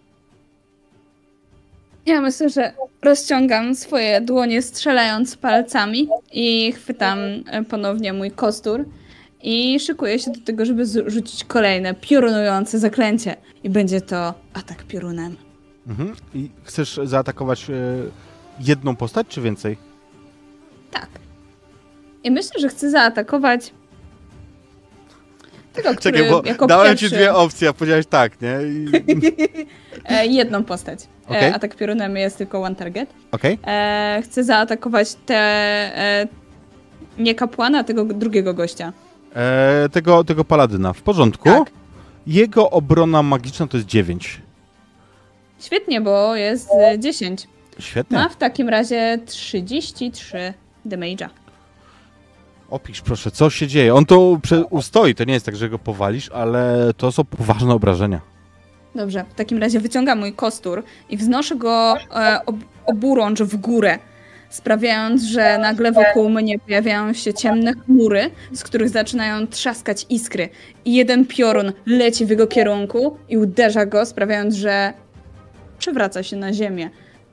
Ja myślę, że rozciągam swoje dłonie, strzelając palcami i chwytam e, ponownie mój kostur i szykuję się do tego, żeby z- rzucić kolejne piorunujące zaklęcie. I będzie to atak piorunem. Mhm. I chcesz zaatakować e, jedną postać, czy więcej? Tak. I myślę, że chcę zaatakować tego, który Czekaj, bo jako dałem pierwszy... ci dwie opcje, a powiedziałeś tak, nie? I... e, jedną postać. Okej. E, atak piorunem jest tylko one target. Okej. E, chcę zaatakować te... E, nie kapłana, tego drugiego gościa. E, tego, tego paladyna. W porządku. Tak. Jego obrona magiczna to jest dziewięć. Świetnie, bo jest y, dziesięć. Świetnie. Ma w takim razie trzydzieści trzy damage'a. Opisz proszę, co się dzieje. On to prze- ustoi, to nie jest tak, że go powalisz, ale to są poważne obrażenia. Dobrze, w takim razie wyciągam mój kostur i wznoszę go e, ob, oburącz w górę, sprawiając, że nagle wokół mnie pojawiają się ciemne chmury, z których zaczynają trzaskać iskry. I jeden piorun leci w jego kierunku i uderza go, sprawiając, że przewraca się na ziemię.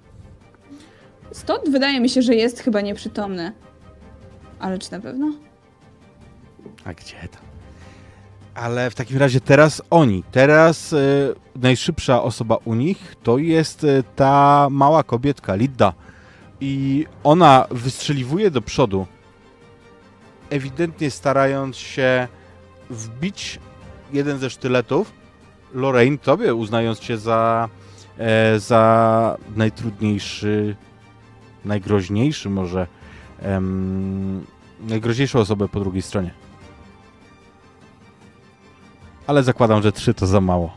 Stąd wydaje mi się, że jest chyba nieprzytomny. Ale czy na pewno? A gdzie tam? Ale w takim razie teraz oni. Teraz y, najszybsza osoba u nich to jest y, ta mała kobietka, Lidda. I ona wystrzeliwuje do przodu, ewidentnie starając się wbić jeden ze sztyletów. Lorraine, tobie uznając cię za, e, za najtrudniejszy, najgroźniejszy może, em, najgroźniejszą osobę po drugiej stronie. Ale zakładam, że trzy to za mało.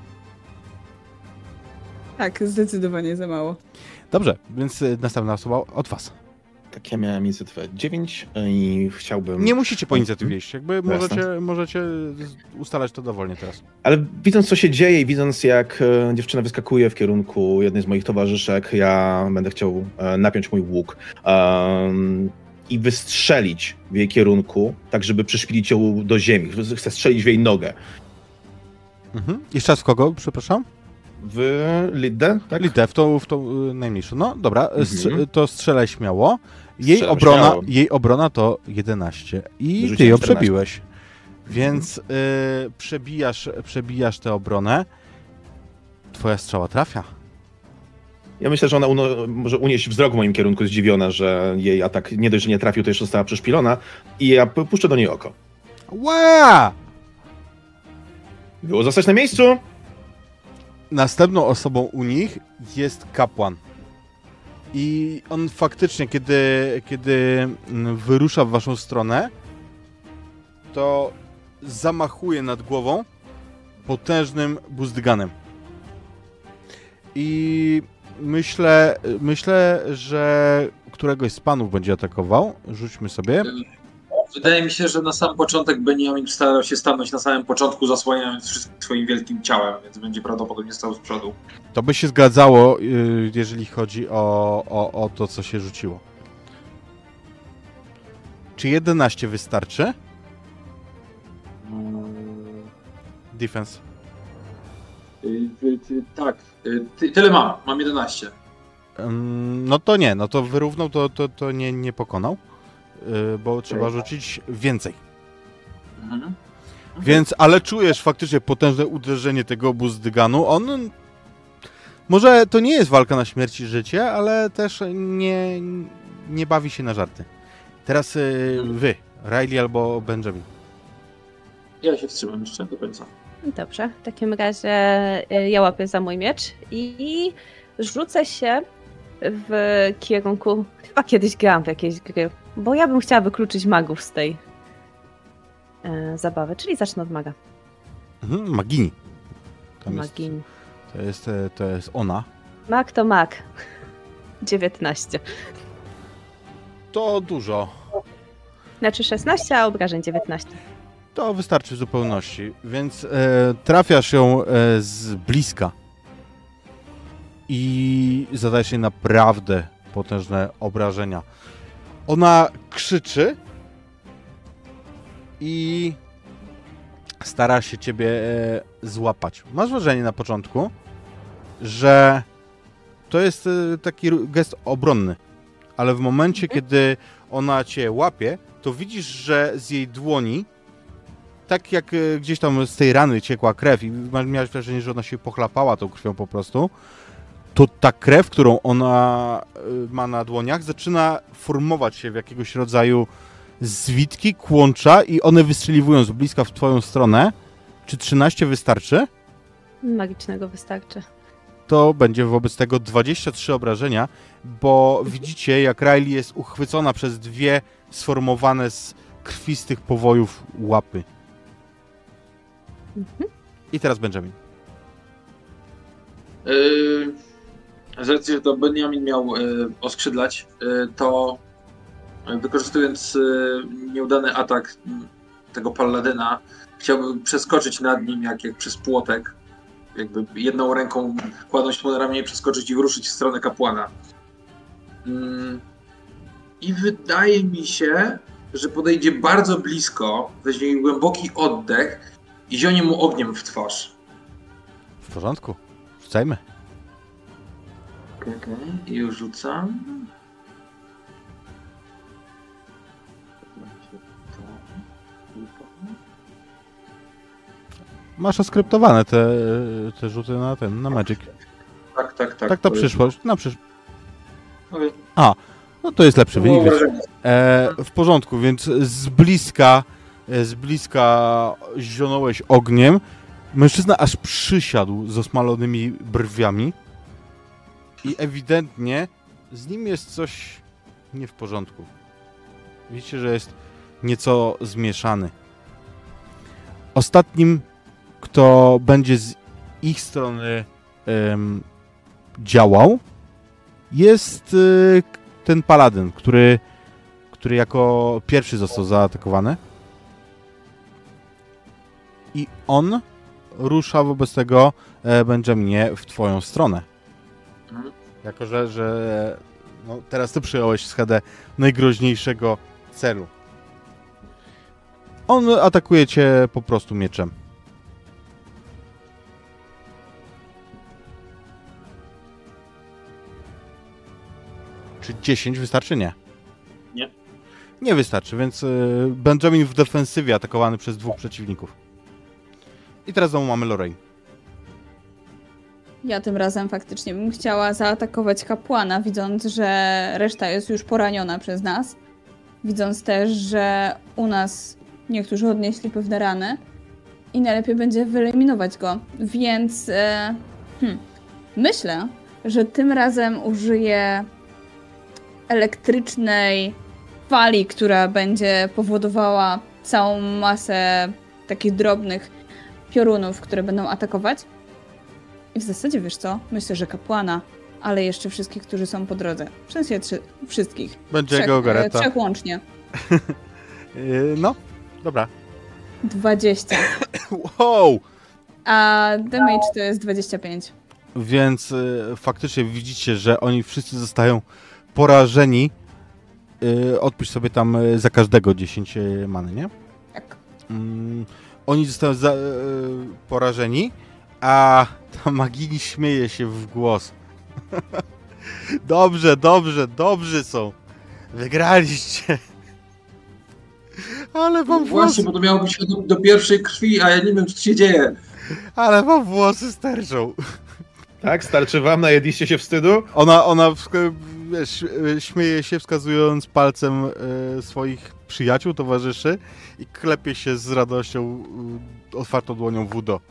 Tak, zdecydowanie za mało. Dobrze, więc y, następna osoba od was. Tak, ja miałem inicjatywę dziewięć i chciałbym... Nie musicie po inicjatywie iść, jakby Jasne. możecie, możecie ustalać to dowolnie teraz. Ale widząc, co się dzieje i widząc, jak e, dziewczyna wyskakuje w kierunku jednej z moich towarzyszek, ja będę chciał e, napiąć mój łuk um, i wystrzelić w jej kierunku, tak żeby przyszpilić ją do ziemi. Chcę strzelić w jej nogę. Mhm. Jeszcze raz w kogo, przepraszam? W Liddę, tak? Lidę, w tą, w tą y, najmniejszą. No dobra, Mhm. strze- to strzelaj śmiało. Jej Strzelam obrona, śmiało. jej obrona to jedenaście. I ty Wyrzuciłem ją czternaście. przebiłeś. Więc y, przebijasz, przebijasz tę obronę. Twoja strzała trafia. Ja myślę, że ona uno- może unieść wzrok w moim kierunku, zdziwiona, że jej atak nie dość, że nie trafił, to jeszcze została przeszpilona i ja p- puszczę do niej oko. Ła! Było zostać na miejscu! Następną osobą u nich jest kapłan. I on faktycznie, kiedy, kiedy mm, wyrusza w waszą stronę, to zamachuje nad głową potężnym buzdyganem. I myślę, myślę, że któregoś z panów będzie atakował. Rzućmy sobie. Wydaje mi się, że na sam początek Benjamin starał się stanąć na samym początku, zasłaniając wszystkim swoim wielkim ciałem, więc będzie prawdopodobnie stał z przodu. To by się zgadzało, y, jeżeli chodzi o, o, o to, co się rzuciło. Czy jedenaście wystarczy? Defense. Y, y, y, tak, y, ty, tyle mam, mam jedenaście. Ym, No to nie, no to wyrównał, to, to, to nie, nie pokonał, y, bo trzeba rzucić więcej. Mhm. Więc, ale czujesz faktycznie potężne uderzenie tego buzdyganu. On, może to nie jest walka na śmierć i życie, ale też nie, nie bawi się na żarty. Teraz y, wy, Riley albo Benjamin. Ja się wstrzymam jeszcze do końca. Dobrze, w takim razie y, ja łapię za mój miecz i rzucę się w kierunku... Chyba kiedyś grałam w jakieś gry, bo ja bym chciała wykluczyć magów z tej y, zabawy, czyli zacznę od maga. Mhm, Magini. Tam jest, Magini. to, jest, e, to jest ona. Mag to mag. dziewiętnaście. To dużo. Znaczy szesnaście, a obrażeń dziewiętnaście. To wystarczy w zupełności. Więc e, trafiasz ją e, z bliska. I zadajesz jej naprawdę potężne obrażenia. Ona krzyczy i stara się ciebie e, złapać. Masz wrażenie na początku, że to jest e, taki ru- gest obronny, ale w momencie, kiedy ona cię łapie, to widzisz, że z jej dłoni, tak jak e, gdzieś tam z tej rany ciekła krew i ma- miałeś wrażenie, że ona się pochlapała tą krwią po prostu, to ta krew, którą ona e, ma na dłoniach, zaczyna formować się w jakiegoś rodzaju zwitki, kłącza i one wystrzeliwują z bliska w twoją stronę. Czy trzynaście wystarczy? Magicznego wystarczy. To będzie wobec tego dwadzieścia trzy obrażenia, bo widzicie, jak Riley jest uchwycona przez dwie sformowane z krwistych powojów łapy. Mhm. I teraz Benjamin. Yy, Z racji, że to Benjamin miał y, oskrzydlać, y, to wykorzystując y, nieudany atak y, tego Palladyna, chciałbym przeskoczyć nad nim jak, jak przez płotek. Jakby jedną ręką kładąc mu na ramię, przeskoczyć i ruszyć w stronę kapłana. Y, I wydaje mi się, że podejdzie bardzo blisko, weźmie głęboki oddech i zionie mu ogniem w twarz. W porządku. Rzucajmy. Okej, okay, i już rzucam. Masz oskryptowane te, te rzuty na ten, na Magic. Tak, tak, tak. Tak to przyszło. Na przysz... Okay. A, no to jest lepszy wynik. E, w porządku, więc z bliska, z bliska zionąłeś ogniem. Mężczyzna aż przysiadł z osmalonymi brwiami i ewidentnie z nim jest coś nie w porządku. Widzicie, że jest nieco zmieszany. Ostatnim, kto będzie z ich strony um, działał, jest y, ten paladyn, który, który jako pierwszy został zaatakowany. I on rusza wobec tego, e, Benjaminie, w twoją stronę. Mhm. Jako, że, że no, teraz ty przyjąłeś schedę najgroźniejszego celu. On atakuje cię po prostu mieczem. Czy dziesięć wystarczy? Nie. Nie. Nie wystarczy, więc y, Benjamin w defensywie atakowany przez dwóch przeciwników. I teraz znowu mamy Lorraine. Ja tym razem faktycznie bym chciała zaatakować kapłana, widząc, że reszta jest już poraniona przez nas. Widząc też, że u nas niektórzy odnieśli pewne rany i najlepiej będzie wyeliminować go. Więc e, hmm, myślę, że tym razem użyję elektrycznej fali, która będzie powodowała całą masę takich drobnych piorunów, które będą atakować. I w zasadzie, wiesz co? Myślę, że kapłana, ale jeszcze wszystkich, którzy są po drodze. W sensie trzy, wszystkich. Będzie Trzech, jego Gareta. trzech łącznie. yy, no, dobra. dwadzieścia. Wow! A damage to jest dwadzieścia pięć. Więc y, faktycznie widzicie, że oni wszyscy zostają porażeni. Y, odpisz sobie tam y, za każdego dziesięć many, nie? Tak. Mm, oni zostają za, y, porażeni, a ta magini śmieje się w głos. Dobrze, dobrze, dobrzy są. Wygraliście. Ale wam włosy, Właśnie, bo to miało być do, do pierwszej krwi, a ja nie wiem, co się dzieje. ale wam włosy sterczą. Tak? Starczy wam? Najedliście się wstydu? Ona, ona wiesz, śmieje się, wskazując palcem e, swoich przyjaciół, towarzyszy i klepie się z radością e, otwartą dłonią w udo.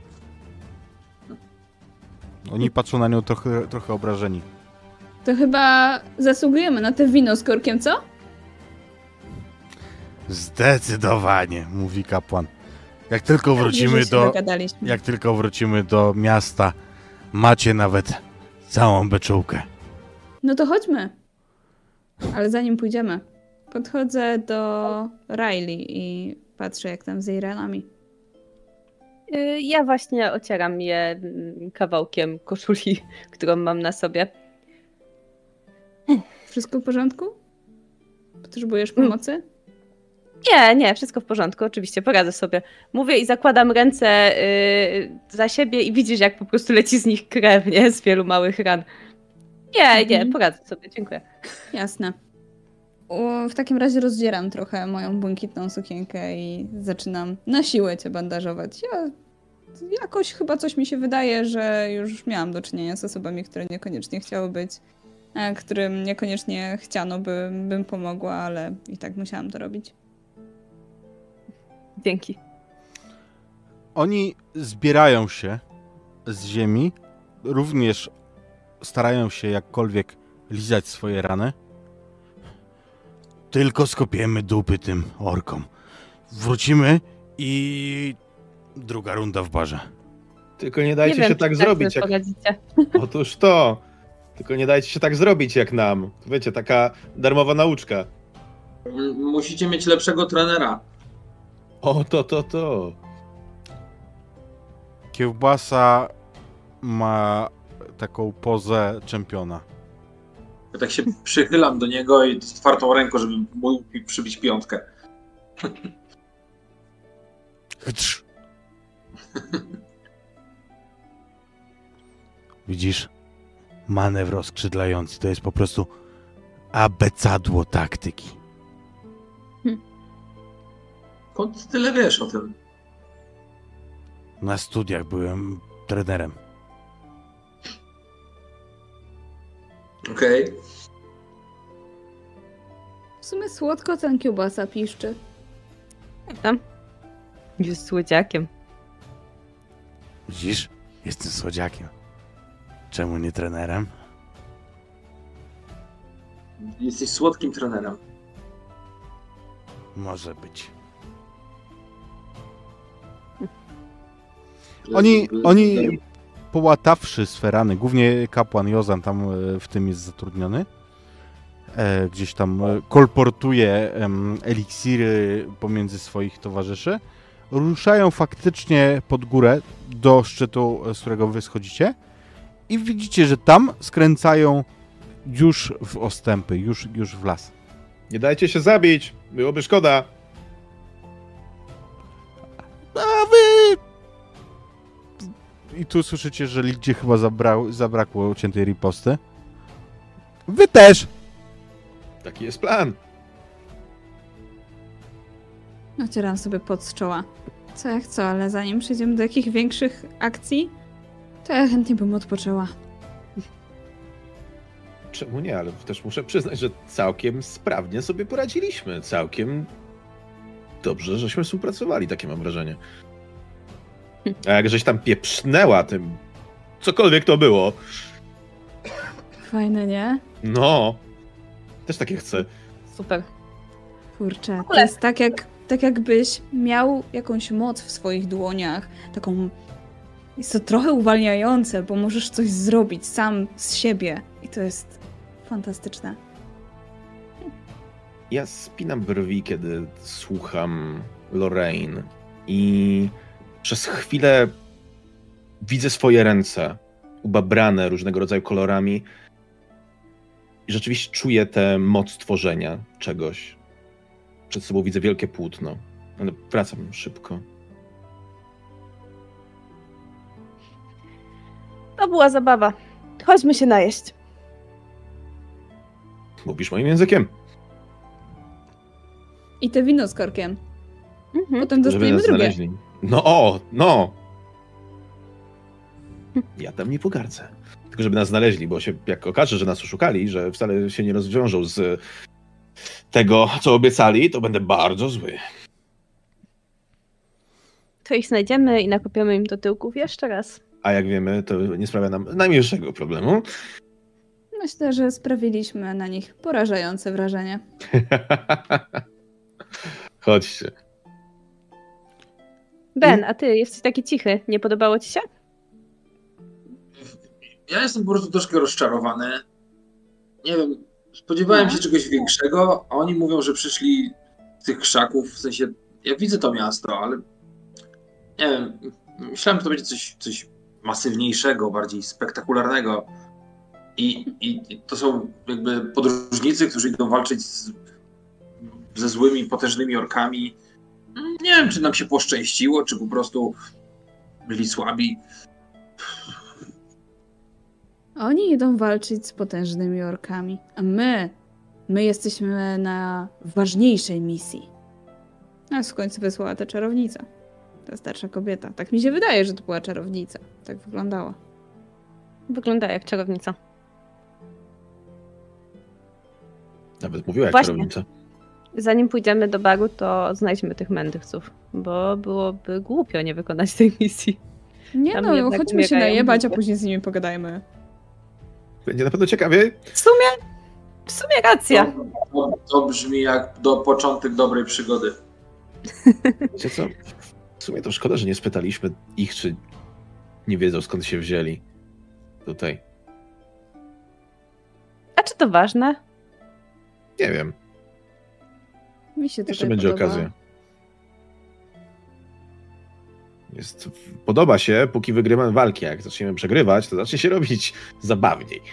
Oni patrzą na nią trochę, trochę obrażeni. To chyba zasługujemy na te wino z korkiem, co? Zdecydowanie, mówi kapłan. Jak tylko Dobrze, wrócimy że się do, dogadaliśmy. jak tylko wrócimy do miasta, macie nawet całą beczułkę. No to chodźmy. Ale zanim pójdziemy, podchodzę do Riley i patrzę, jak tam z jej ranami. Y, Ja właśnie ocieram je mm, kawałkiem koszuli, którą mam na sobie. Wszystko w porządku? Potrzebujesz pomocy? Nie, nie, wszystko w porządku, oczywiście, poradzę sobie. Mówię i zakładam ręce y, za siebie i widzisz, jak po prostu leci z nich krew, nie? Z wielu małych ran. Nie, nie, Mhm. poradzę sobie, dziękuję. Jasne. O, w takim razie rozdzieram trochę moją błękitną sukienkę i zaczynam na siłę cię bandażować. Ja jakoś chyba coś mi się wydaje, że już miałam do czynienia z osobami, które niekoniecznie chciały być, a którym niekoniecznie chciano, by, bym pomogła, ale i tak musiałam to robić. Dzięki. Oni zbierają się z ziemi, również starają się jakkolwiek lizać swoje rany. Tylko skopiemy dupy tym orkom. Wrócimy i druga runda w barze. Tylko nie dajcie nie wiem, się czy tak tak zrobić. sobie Jak... poradzicie. Otóż to. Tylko nie dajcie się tak zrobić jak nam. Wiecie, taka darmowa nauczka. M- Musicie mieć lepszego trenera. O, to, to, to. Kiełbasa ma taką pozę czempiona. Ja tak się przychylam do niego i z otwartą ręką, żeby mógł mi przybić piątkę. Hytrz. Widzisz? Manewr oskrzydlający to jest po prostu abecadło taktyki. Skąd tyle wiesz o tym? Na studiach byłem trenerem. Okej. W sumie słodko ten kiełbasa piszczy. Tam. Jest słodziakiem. Widzisz? Jestem słodziakiem. Czemu nie trenerem? Jesteś słodkim trenerem. Może być. Oni, oni połatawszy sferany, głównie kapłan Jozan tam e, w tym jest zatrudniony, e, gdzieś tam e, kolportuje em, eliksiry pomiędzy swoich towarzyszy, ruszają faktycznie pod górę do szczytu, z którego wy schodzicie i widzicie, że tam skręcają już w ostępy, już, już w las. Nie dajcie się zabić. Byłoby szkoda. A wy... I tu słyszycie, że Lidzie chyba zabra... zabrakło ciętej riposty. Wy też! Taki jest plan. Ocieram sobie pot z czoła. Co jak co, ale zanim przejdziemy do jakichś większych akcji, to ja chętnie bym odpoczęła. Czemu nie, ale też muszę przyznać, że całkiem sprawnie sobie poradziliśmy. Całkiem dobrze, żeśmy współpracowali, takie mam wrażenie. A jak żeś tam pieprznęła tym, cokolwiek to było, Fajne, nie? no, też takie chcę. Super. Kurczę, to ogóle- jest tak, jak, tak jakbyś miał jakąś moc w swoich dłoniach, taką... Jest to trochę uwalniające, bo możesz coś zrobić sam z siebie i to jest fantastyczne. Ja spinam brwi, kiedy słucham Lorraine i przez chwilę widzę swoje ręce ubabrane różnego rodzaju kolorami i rzeczywiście czuję tę moc tworzenia czegoś. Przed sobą widzę wielkie płótno, ale wracam szybko. To była zabawa. Chodźmy się najeść. Mówisz moim językiem. I te wino z korkiem. Mhm. Potem Żeby dostaniemy nas drugie. znaleźli. No o, no! Ja tam nie pogardzę. Tylko żeby nas znaleźli, bo się jak okaże, że nas oszukali, że wcale się nie rozwiążą z tego, co obiecali, to będę bardzo zły. To ich znajdziemy i nakopiemy im do tyłków jeszcze raz. A jak wiemy, to nie sprawia nam najmniejszego problemu. Myślę, że sprawiliśmy na nich porażające wrażenie. Chodźcie. Ben, a ty jesteś taki cichy. Nie podobało ci się? Ja jestem po prostu troszkę rozczarowany. Nie wiem, spodziewałem się czegoś większego, a oni mówią, że przyszli z tych krzaków, w sensie, ja widzę to miasto, ale nie wiem, myślałem, że to będzie coś, coś masywniejszego, bardziej spektakularnego. I, i, I to są jakby podróżnicy, którzy idą walczyć z, ze złymi, potężnymi orkami. Nie wiem, czy nam się poszczęściło, czy po prostu byli słabi. Oni idą walczyć z potężnymi orkami, a my, my jesteśmy na ważniejszej misji. A w końcu wysłała ta czarownica. Ta starsza kobieta. Tak mi się wydaje, że to była czarownica. Tak wyglądała. Wygląda jak czarownica. Nawet mówiła jak Właśnie. czarownica. Zanim pójdziemy do baru, to znajdźmy tych mędrców, bo byłoby głupio nie wykonać tej misji. Nie Tam no, jednak chodźmy się umierają najebać, a ludzie. później z nimi pogadajmy. Będzie na pewno ciekawie. W sumie, w sumie racja. To, to, to brzmi jak do początek dobrej przygody. Wiecie co? W sumie to szkoda, że nie spytaliśmy ich, czy nie wiedzą, skąd się wzięli tutaj. A czy to ważne? Nie wiem. Mi się Jeszcze tutaj będzie podoba. okazja. Jest, podoba się, póki wygrywamy walki. Jak zaczniemy przegrywać, to zacznie się robić zabawniej.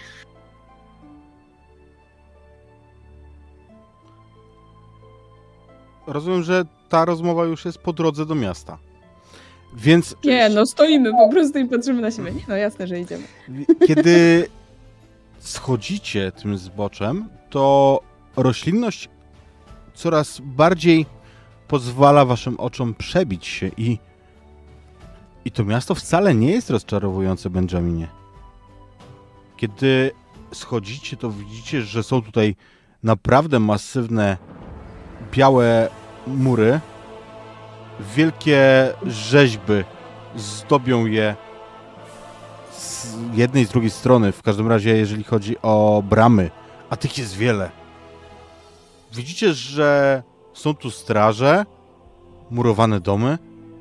Rozumiem, że ta rozmowa już jest po drodze do miasta. Więc Nie, no stoimy po prostu i patrzymy na siebie. Nie, no jasne, że idziemy. kiedy schodzicie tym zboczem, to roślinność coraz bardziej pozwala waszym oczom przebić się i i to miasto wcale nie jest rozczarowujące, Benjaminie. Kiedy schodzicie, to widzicie, że są tutaj naprawdę masywne białe mury. Wielkie rzeźby zdobią je z jednej i z drugiej strony. W każdym razie, jeżeli chodzi o bramy, a tych jest wiele. Widzicie, że są tu straże, murowane domy,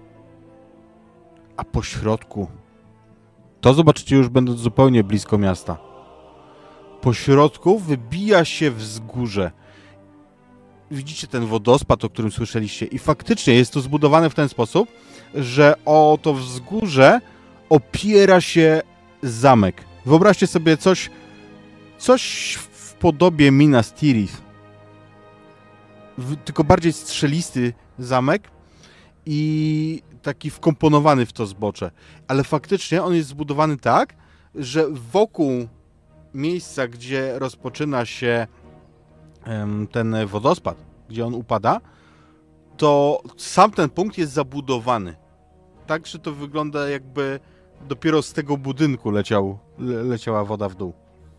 a po środku, to zobaczycie już będąc zupełnie blisko miasta. Po środku wybija się wzgórze. Widzicie ten wodospad, o którym słyszeliście, i faktycznie jest to zbudowane w ten sposób, że o to wzgórze opiera się zamek. Wyobraźcie sobie coś, coś w podobie Minas Tirith. W, tylko bardziej strzelisty zamek i taki wkomponowany w to zbocze. Ale faktycznie on jest zbudowany tak, że wokół miejsca, gdzie rozpoczyna się em, ten wodospad, gdzie on upada, to sam ten punkt jest zabudowany. Tak, że to wygląda, jakby dopiero z tego budynku leciał, le, leciała woda w dół.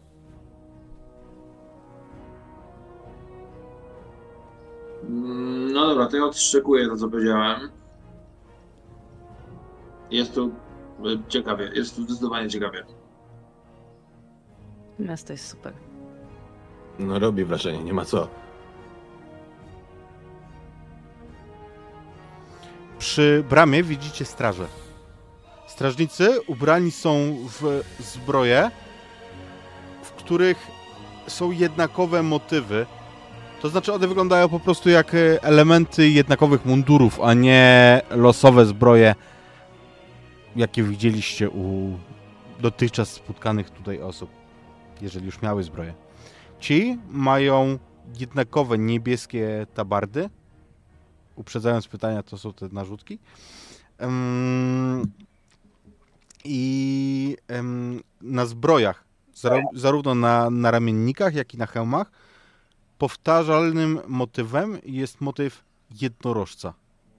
No dobra, to ja odszczekuję to, co powiedziałem. Jest tu e, ciekawie, jest tu zdecydowanie ciekawie. Miasto jest super. No robi wrażenie, nie ma co. Przy bramie widzicie straże. Strażnicy ubrani są w zbroje, w których są jednakowe motywy. To znaczy one wyglądają po prostu jak elementy jednakowych mundurów, a nie losowe zbroje, jakie widzieliście u dotychczas spotkanych tutaj osób, jeżeli już miały zbroję. Ci mają jednakowe niebieskie tabardy. Uprzedzając pytania, to są te narzutki. Um, I um, na zbrojach, zar- zarówno na, na ramiennikach, jak i na hełmach, powtarzalnym motywem jest motyw jednorożca.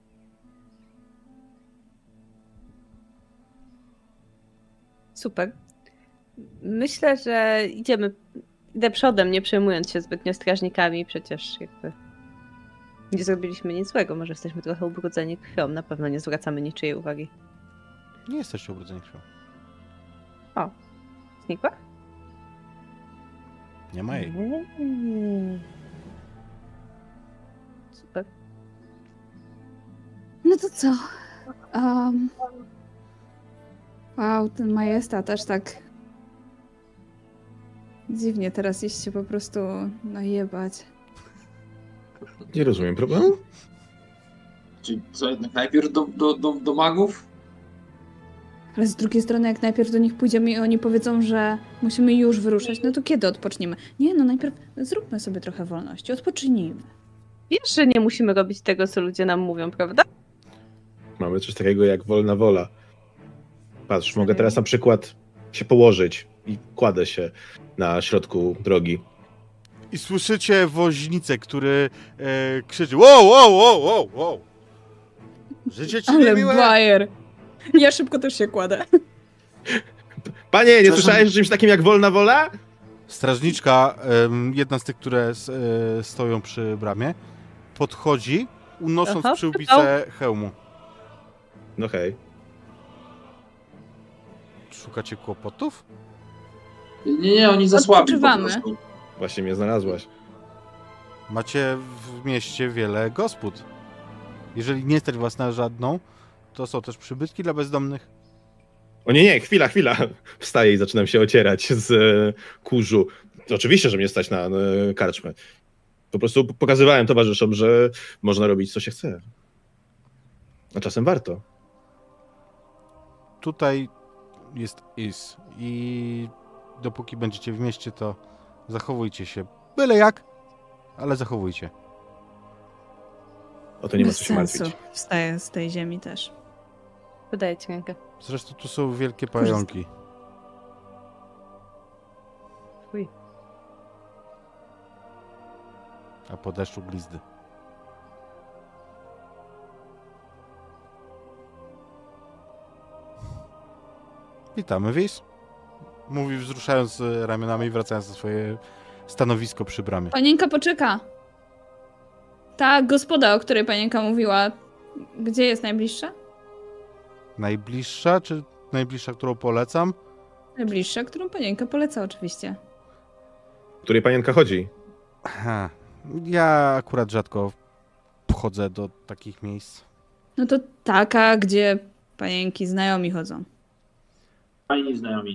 Super. Myślę, że idziemy, idę przodem, nie przejmując się zbytnio strażnikami, przecież jakby nie zrobiliśmy nic złego, może jesteśmy trochę ubrudzeni krwią, na pewno nie zwracamy niczyjej uwagi. Nie jesteście ubrudzeni krwią. O, znikła? Nie ma jej. Mm. Super. No to co? Um... Wow, ten majestat aż tak dziwnie teraz iść się po prostu najebać. Nie rozumiem problemu. Czyli co, jednak najpierw do, do, do, do magów? Ale z drugiej strony, jak najpierw do nich pójdziemy i oni powiedzą, że musimy już wyruszać, no to kiedy odpoczniemy? Nie, no najpierw zróbmy sobie trochę wolności, odpocznijmy. Wiesz, że nie musimy robić tego, co ludzie nam mówią, prawda? Mamy coś takiego jak wolna wola. Patrz, mogę teraz na przykład się położyć i kładę się na środku drogi. I słyszycie woźnicę, który e, krzyczy: wow, wow, wow, wow, wow. Życie ci Ale niemiłe? bajer! Ja szybko też się kładę. Panie, nie Przepraszam. słyszałeś o czymś takim jak wolna wola? Strażniczka, em, jedna z tych, które s- e, stoją przy bramie, podchodzi, unosząc Aha, przyłbicę hełmu. No hej. Szukacie kłopotów? Nie, nie, oni zasłabi po Odpoczywamy. prostu. Właśnie mnie znalazłaś. Macie w mieście wiele gospod. Jeżeli nie stać was na żadną, to są też przybytki dla bezdomnych. O nie, nie, chwila, chwila. Wstaję i zaczynam się ocierać z e, kurzu. oczywiście, że mnie stać na, na karczmę. Po prostu pokazywałem towarzyszom, że można robić co się chce. A czasem warto. Tutaj jest Is i dopóki będziecie w mieście, to zachowujcie się byle jak, ale zachowujcie. O to nie ma Bez co się sensu. martwić. Wstaję z tej ziemi też. Podaję ci rękę. Zresztą tu są wielkie pająki. Uj. A po deszczu glizdy. Witamy, Wis. Mówi wzruszając e, ramionami i wracając na swoje stanowisko przy bramie. Panienka poczeka. Ta gospoda, o której panienka mówiła, gdzie jest najbliższa? Najbliższa, czy najbliższa, którą polecam? Najbliższa, którą panienka poleca oczywiście. W której panienka chodzi? Aha. Ja akurat rzadko chodzę do takich miejsc. No to taka, gdzie panienki znajomi chodzą. Fajni znajomi.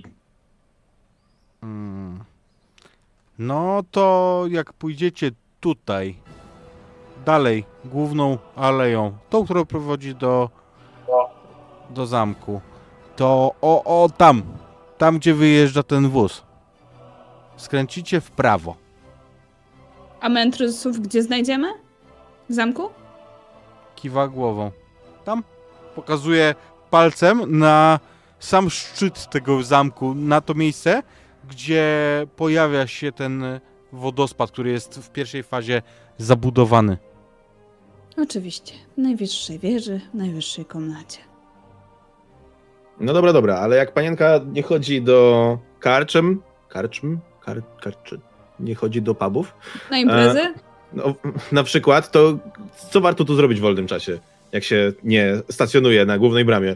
Hmm. No to jak pójdziecie tutaj, dalej, główną aleją, tą, która prowadzi do, do zamku, to o, o tam, tam gdzie wyjeżdża ten wóz, skręcicie w prawo. A mędrców gdzie znajdziemy? W zamku? Kiwa głową. Tam pokazuje palcem na sam szczyt tego zamku, na to miejsce, gdzie pojawia się ten wodospad, który jest w pierwszej fazie zabudowany. Oczywiście. W najwyższej wieży, w najwyższej komnacie. No dobra, dobra, ale jak panienka nie chodzi do karczem, karczm, kar, karczy, nie chodzi do pubów, Na imprezy? E, no, na przykład, to co warto tu zrobić w wolnym czasie, jak się nie stacjonuje na głównej bramie?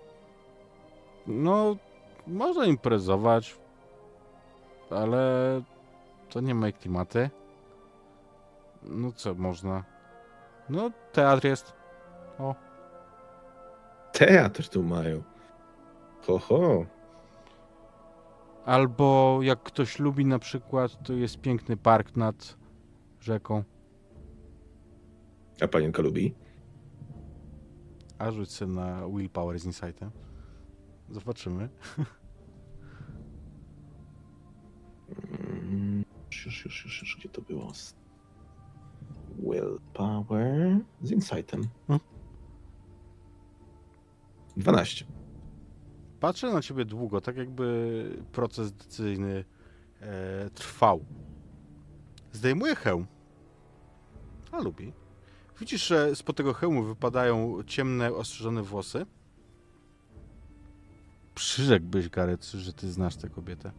No, można imprezować, ale to nie moje klimaty. No co można? No, teatr jest. O. Teatr tu mają. Ho, ho. Albo jak ktoś lubi na przykład, to jest piękny park nad rzeką. A panienka lubi? A rzuć sobie na willpower z insightem. Zobaczymy. Mm, Już, już, już, już, gdzie to było? Willpower z insightem. Hmm. dwanaście. Patrzę na ciebie długo, tak jakby proces decyzyjny e, trwał. Zdejmuję hełm. A lubi. Widzisz, że spod tego hełmu wypadają ciemne, ostrzyżone włosy. Przyrzekłbyś, Gareth, że ty znasz tę kobietę.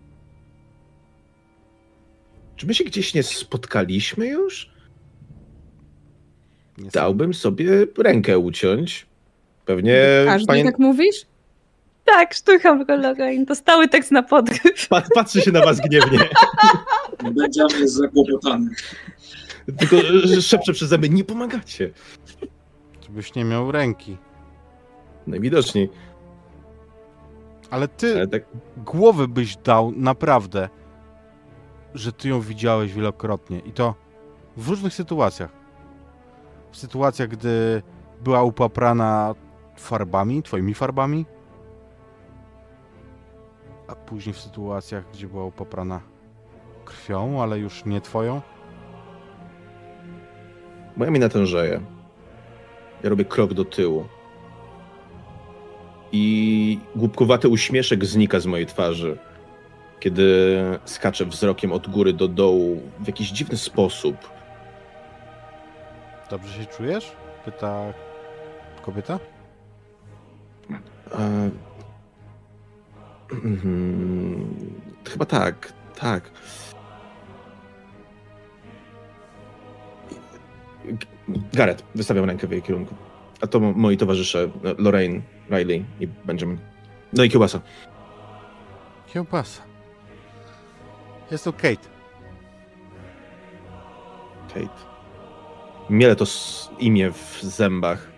Czy my się gdzieś nie spotkaliśmy już? Nie Dałbym sobie rękę uciąć. Pewnie Każdy panien... tak mówisz? Tak, sztucham go, Lorraine. To stały tekst na podryw. Pat, patrzy się na was gniewnie. Benjamin jest zakłopotany. Tylko że szepcze przez zęby, nie pomagacie. Żebyś nie miał ręki. Najwidoczniej. Ale ty Ale tak... głowy byś dał naprawdę, że ty ją widziałeś wielokrotnie. I to w różnych sytuacjach. W sytuacjach, gdy była upaprana farbami, twoimi farbami. A później w sytuacjach, gdzie była upaprana krwią, ale już nie twoją. Moja mina tężeje. Ja robię krok do tyłu. I głupkowaty uśmieszek znika z mojej twarzy, kiedy skaczę wzrokiem od góry do dołu w jakiś dziwny sposób. Dobrze się czujesz? Pyta kobieta. E... mhm. Chyba tak, tak. G- Gareth, wystawiam rękę w jej kierunku. A to mo- moi towarzysze, Lorraine, Riley i Benjamin. No i kiełbasa. Kiełbasa. Jest to Kate. Kate. Miele to s- imię w zębach.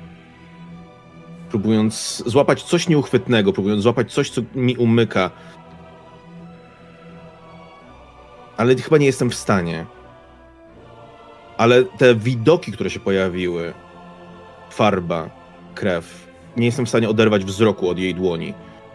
Próbując złapać coś nieuchwytnego, próbując złapać coś, co mi umyka. ale chyba nie jestem w stanie. Ale te widoki, które się pojawiły, farba, krew, nie jestem w stanie oderwać wzroku od jej dłoni.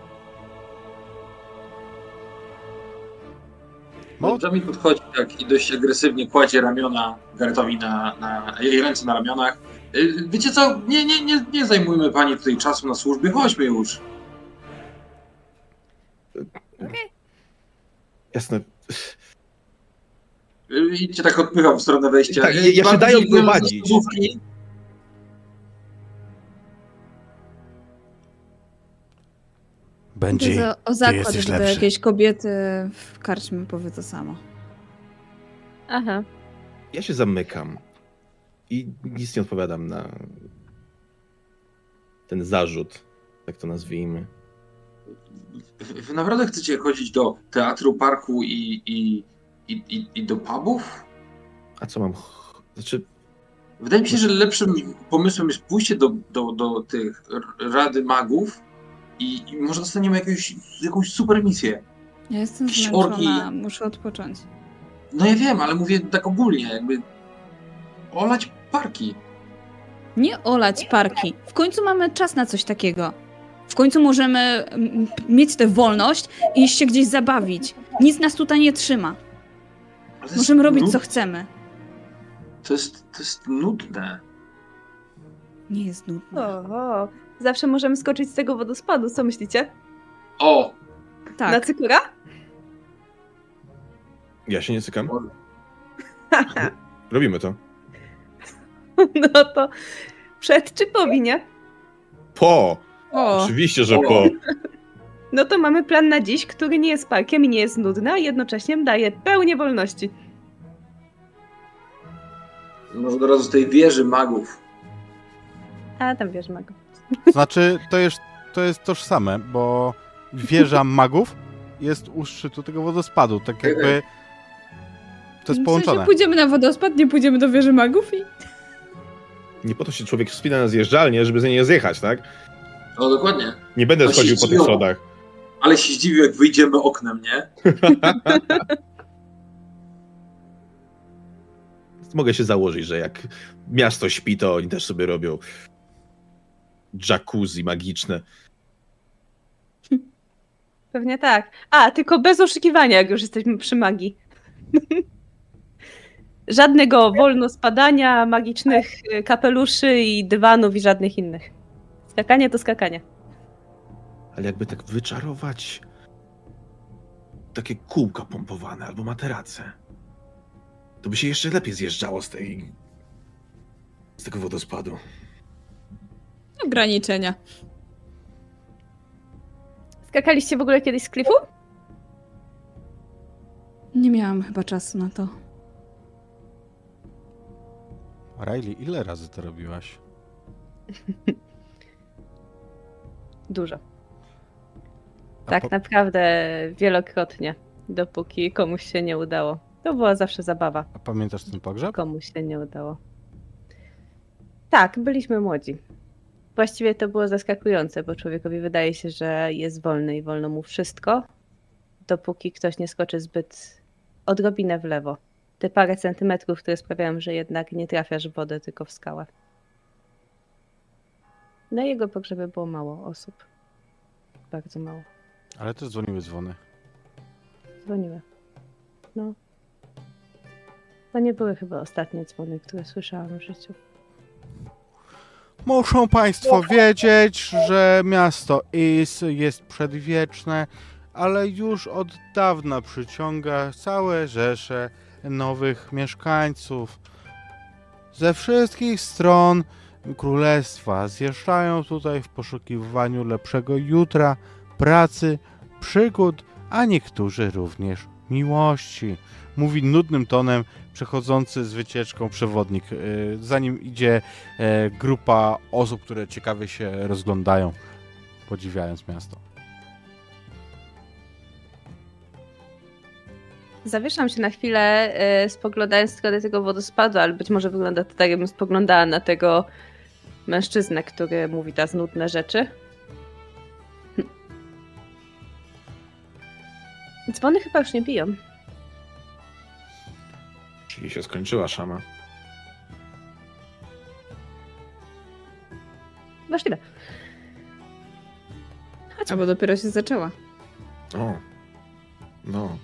Mo- Jamie podchodzi tak i dość agresywnie kładzie ramiona Garrettowi na, na jej ręce na ramionach. Y, Wiecie co? Nie, nie, nie, nie zajmujmy pani tutaj czasu na służbie, chodźmy już. Jasne. Y, I cię tak odpycham w stronę wejścia. Tak, Y, ja się bardzo daję dziękuję za odprowadzić. wskazówki. Benji, Idę o ty zakład, jesteś żeby lepszy. jakieś kobiety w karczmie powie to samo. Aha. Ja się zamykam i nic nie odpowiadam na ten zarzut, tak to nazwijmy. Wy wy naprawdę chcecie chodzić do teatru, parku i, i, i, i, i do pubów? A co mam... ch- Znaczy, Wydaje mi się, że lepszym pomysłem jest pójście do, do, do tych r- Rady Magów i, i może dostaniemy jakąś, jakąś super misję. Ja jestem Jakieś zmęczona, orgi. muszę odpocząć. No ja wiem, ale mówię tak ogólnie, jakby olać parki. Nie olać parki. W końcu mamy czas na coś takiego. W końcu możemy mm, mieć tę wolność i iść się gdzieś zabawić. Nic nas tutaj nie trzyma. Ale to jest Możemy robić nud- co chcemy. To jest, to jest nudne. Nie jest nudno. Oho. Zawsze możemy skoczyć z tego wodospadu, co myślicie? O! Na Tak. cykora? ja się nie cykam. Robimy to. No to przed czy po winie? Po! O, Oczywiście, że O. po. No to mamy plan na dziś, który nie jest parkiem i nie jest nudny, a jednocześnie daje pełnię wolności. Może od razu z tej wieży magów. A tam wiesz, Mago. Znaczy, to jest, to jest tożsame, bo wieża magów jest u szczytu tego wodospadu, tak jakby to jest w połączone. sensie pójdziemy na wodospad, nie pójdziemy do wieży magów i... Nie po to się człowiek wspina na zjeżdżalnię, żeby z niej nie zjechać, tak? No dokładnie. Nie będę To się schodził po tych zdziwiło. schodach. Ale się zdziwił, jak wyjdziemy oknem, nie? Mogę się założyć, że jak miasto śpi, to oni też sobie robią jacuzzi magiczne. Pewnie tak. A, tylko bez oszukiwania, jak już jesteśmy przy magii. Żadnego wolno spadania, magicznych y, kapeluszy i dywanów i żadnych innych. Skakanie to skakanie. Ale jakby tak wyczarować takie kółka pompowane albo materace, to by się jeszcze lepiej zjeżdżało z tej z tego wodospadu. Ograniczenia. Skakaliście w ogóle kiedyś z klifu? Nie miałam chyba czasu na to. Riley, ile razy to robiłaś? Dużo. A Tak po- naprawdę wielokrotnie, dopóki komuś się nie udało. To była zawsze zabawa. A pamiętasz ten pogrzeb? Komuś się nie udało. Tak, byliśmy młodzi. Właściwie to było zaskakujące, bo człowiekowi wydaje się, że jest wolny i wolno mu wszystko, dopóki ktoś nie skoczy zbyt odrobinę w lewo. Te parę centymetrów, które sprawiają, że jednak nie trafiasz w wodę, tylko w skałę. Na jego pogrzebie było mało osób. Bardzo mało. Ale też dzwoniły dzwony. Dzwoniły. No. To nie były chyba ostatnie dzwony, które słyszałam w życiu. Muszą Państwo wiedzieć, że miasto Is jest przedwieczne, ale już od dawna przyciąga całe rzesze nowych mieszkańców. Ze wszystkich stron królestwa zjeżdżają tutaj w poszukiwaniu lepszego jutra, pracy, przygód, a niektórzy również miłości. Mówi nudnym tonem przechodzący z wycieczką przewodnik. Yy, Za nim idzie e, grupa osób, które ciekawie się rozglądają, podziwiając miasto. Zawieszam się na chwilę, e, spoglądając w stronę tego wodospadu, ale być może wygląda to tak, jakbym spoglądała na tego mężczyznę, który mówi teraz nudne rzeczy. Hm. Dzwony chyba już nie biją. Czyli się skończyła szama. Możliwe. Albo dopiero się zaczęła. O, no.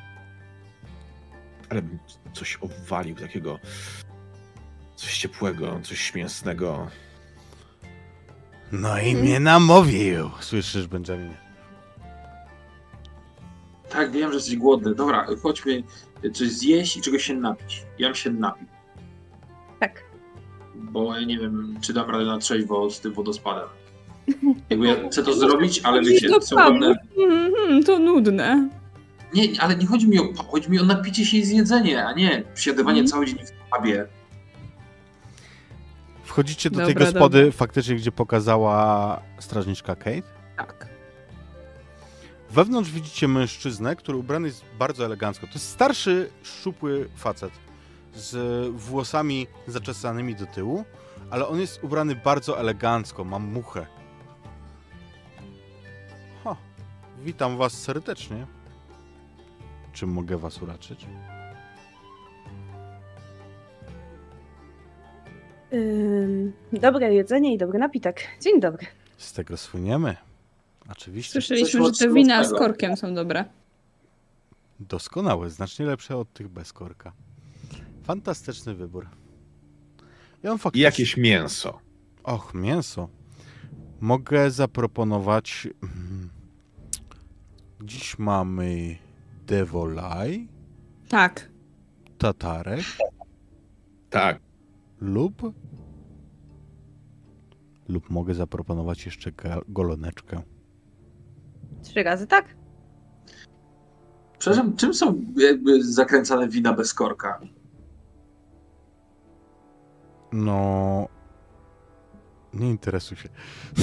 Ale bym coś obwalił takiego, coś ciepłego, coś mięsnego. No i mnie namówił. Słyszysz, Benjaminie? Tak, wiem, że jesteś głodny. Dobra, chodźmy coś zjeść i czegoś się napić. Ja bym się napił, Tak. bo ja nie wiem, czy dam radę na trzeźwo z tym wodospadem. Jakby ja chcę to zrobić, ale wiecie, Do są pubu. pewne... Mhm, to nudne. Nie, ale nie chodzi mi o pub, chodzi mi o napicie się i zjedzenie, a nie przesiadywanie Mhm. cały dzień w pubie. Wchodzicie do Dobra, tej gospody, dobra. faktycznie, gdzie pokazała strażniczka Kate. Tak. Wewnątrz widzicie mężczyznę, który ubrany jest bardzo elegancko. To jest starszy, szczupły facet z włosami zaczesanymi do tyłu, ale on jest ubrany bardzo elegancko, ma muchę. Ha, witam was serdecznie. Czym mogę was uraczyć? Ym, dobre jedzenie i dobry napitek. Dzień dobry. Z tego słyniemy. Oczywiście. Słyszeliśmy, Coś że te wina z mocnego. korkiem są dobre. Doskonałe, znacznie lepsze od tych bez korka. Fantastyczny wybór. Ja on I faktycznie... jakieś mięso. Och, mięso. Mogę zaproponować... mm, Dziś mamy devolaj, Tak. tatarek Tak. lub... Lub mogę zaproponować jeszcze ga- goloneczkę. Trzy razy tak? Przepraszam, czym są jakby zakręcane wina bez korka? No... Nie interesuj się.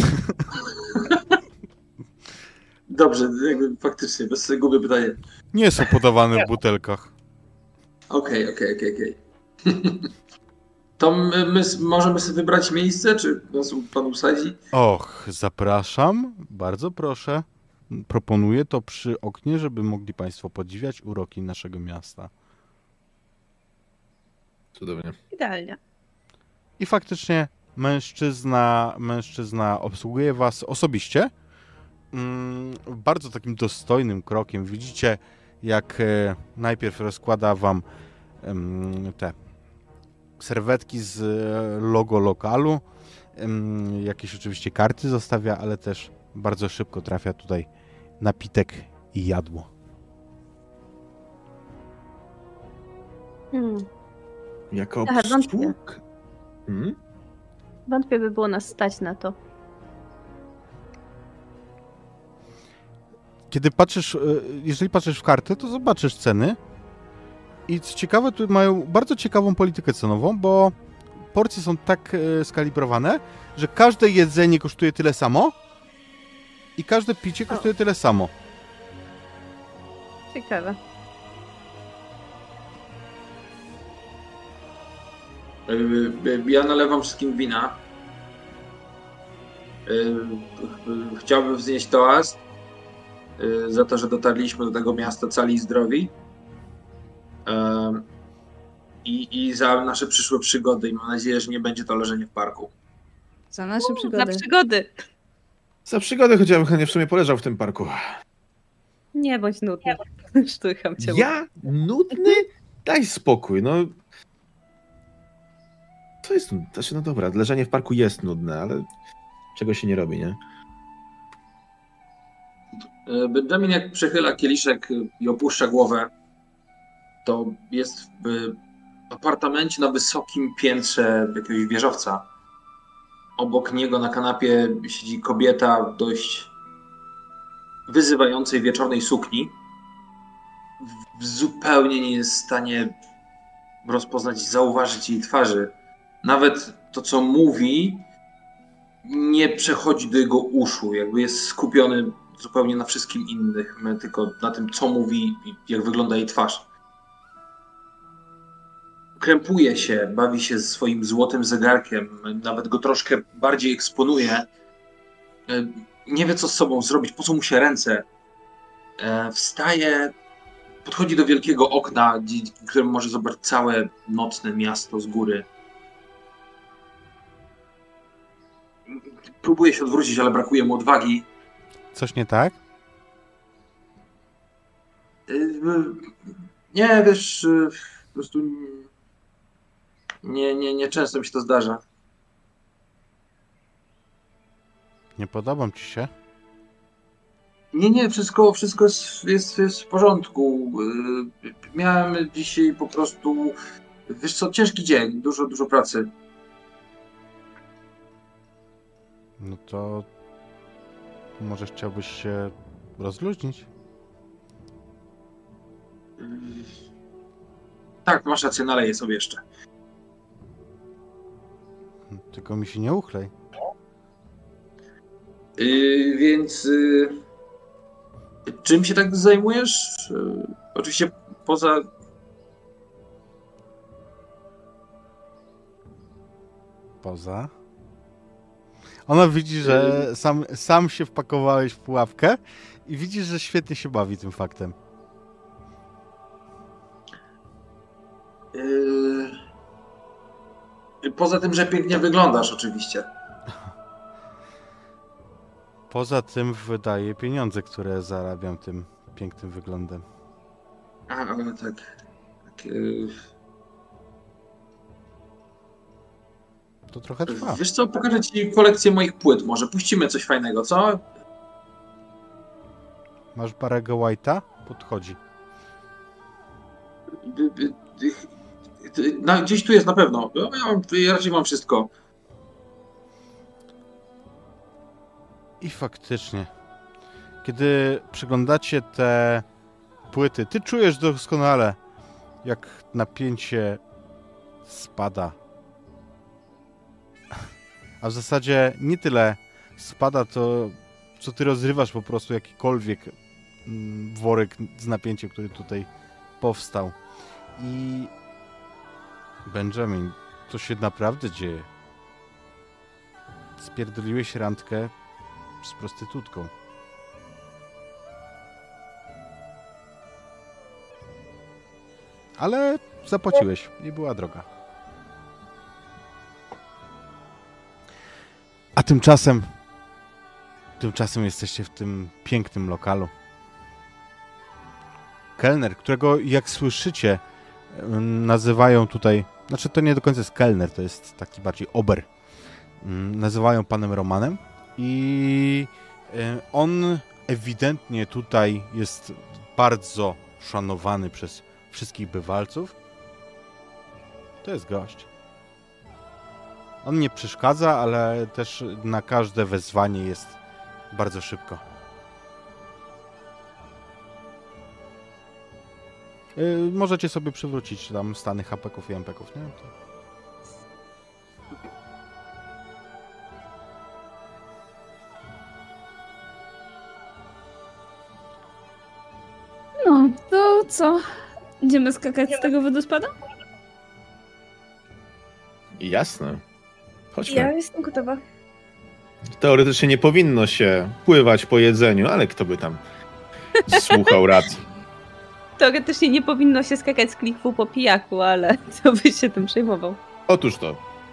Dobrze, jakby faktycznie, bez gubię pytanie. Nie są podawane w butelkach. Okej, okej, okej, okej. To my, my s- możemy sobie wybrać miejsce, czy nas u- pan usadzi? Och, zapraszam. Bardzo proszę. Proponuję to przy oknie, żeby mogli państwo podziwiać uroki naszego miasta. Cudownie. Idealnie. I faktycznie mężczyzna, mężczyzna obsługuje was osobiście. Mm, bardzo takim dostojnym krokiem. Widzicie, jak e, najpierw rozkłada wam em, te serwetki z e, logo lokalu. Em, jakieś oczywiście karty zostawia, ale też bardzo szybko trafia tutaj napitek i jadło. Hmm. Jako Aha, wątpię. obsług... Hmm? Wątpię, by było nas stać na to. Kiedy patrzysz, e, jeżeli patrzysz w kartę, to zobaczysz ceny. I co ciekawe, tu mają bardzo ciekawą politykę cenową, bo porcje są tak e, skalibrowane, że każde jedzenie kosztuje tyle samo i każde picie kosztuje tyle samo. Ciekawe. Y, y, Ja nalewam wszystkim wina. Y, y, Chciałbym wznieść toast y, za to, że dotarliśmy do tego miasta cali i zdrowi. Ym, I, I za nasze przyszłe przygody. I mam nadzieję, że nie będzie to leżenie w parku. Za nasze Na przygody. przygody. Za przygodę chociażbym chętnie w sumie poleżał w tym parku. Nie bądź nudny. Szturcham cię. Ja? Nudny? Daj spokój, no. To jest, znaczy no dobra, leżenie w parku jest nudne, ale czego się nie robi, nie? Y, Benjamin jak przechyla kieliszek y, i opuszcza głowę, to jest w y, apartamencie na wysokim piętrze jakiegoś wieżowca. Obok niego na kanapie siedzi kobieta w dość wyzywającej wieczornej sukni. W- Zupełnie nie jest w stanie rozpoznać, zauważyć jej twarzy. Nawet to, co mówi, nie przechodzi do jego uszu. Jakby jest skupiony zupełnie na wszystkim innych, tylko na tym, co mówi i jak wygląda jej twarz. Krępuje się, bawi się ze swoim złotym zegarkiem, nawet go troszkę bardziej eksponuje. E, Nie wie, co z sobą zrobić, po co mu się ręce. E, Wstaje, podchodzi do wielkiego okna, dzięki któremu może zobaczyć całe nocne miasto z góry. Próbuje się odwrócić, ale brakuje mu odwagi. Coś nie tak? Nie, wiesz, po prostu nie, nie, nie często mi się to zdarza. Nie podobam ci się? Nie, nie, wszystko, wszystko jest, jest, jest w porządku. Miałem dzisiaj po prostu, wiesz co, ciężki dzień, dużo, dużo pracy. No to może chciałbyś się rozluźnić? Tak, masz rację, naleję sobie jeszcze. Tylko mi się nie uchlej. Yy, więc yy, czym się tak zajmujesz? Yy, oczywiście poza... Poza? Ona widzi, że sam, sam się wpakowałeś w pułapkę i widzisz, że świetnie się bawi tym faktem. Yy, poza tym, że pięknie wyglądasz oczywiście. Poza tym wydaje pieniądze, które zarabiam tym pięknym wyglądem. A, ale tak... tak yy... To trochę trwa. Wiesz co, pokażę ci kolekcję moich płyt może. Puścimy coś fajnego, co? Masz Barry'ego White'a? Podchodzi. By- by- y- Na, gdzieś tu jest na pewno. Ja, mam, ja raczej mam wszystko. I faktycznie, kiedy przyglądacie te płyty, ty czujesz doskonale, jak napięcie spada. A w zasadzie nie tyle spada to, co ty rozrywasz po prostu jakikolwiek mm, worek z napięciem, który tutaj powstał. I Benjamin, to się naprawdę dzieje. Spierdoliłeś randkę z prostytutką. Ale zapłaciłeś i była droga. A tymczasem, tymczasem jesteście w tym pięknym lokalu. Kelner, którego jak słyszycie nazywają tutaj, znaczy to nie do końca jest kelner, to jest taki bardziej ober. Nazywają panem Romanem i on ewidentnie tutaj jest bardzo szanowany przez wszystkich bywalców. To jest gość. On nie przeszkadza, ale też na każde wezwanie jest bardzo szybko. Yy, możecie sobie przywrócić tam stany hapeków i empeków, nie? To... No, to co? Idziemy skakać z tego wodospadu? Jasne. Chodźmy. Ja jestem gotowa. Teoretycznie nie powinno się pływać po jedzeniu, ale kto by tam słuchał rad. Teoretycznie nie powinno się skakać z klifu po pijaku, ale co byś się tym przejmował? Otóż to.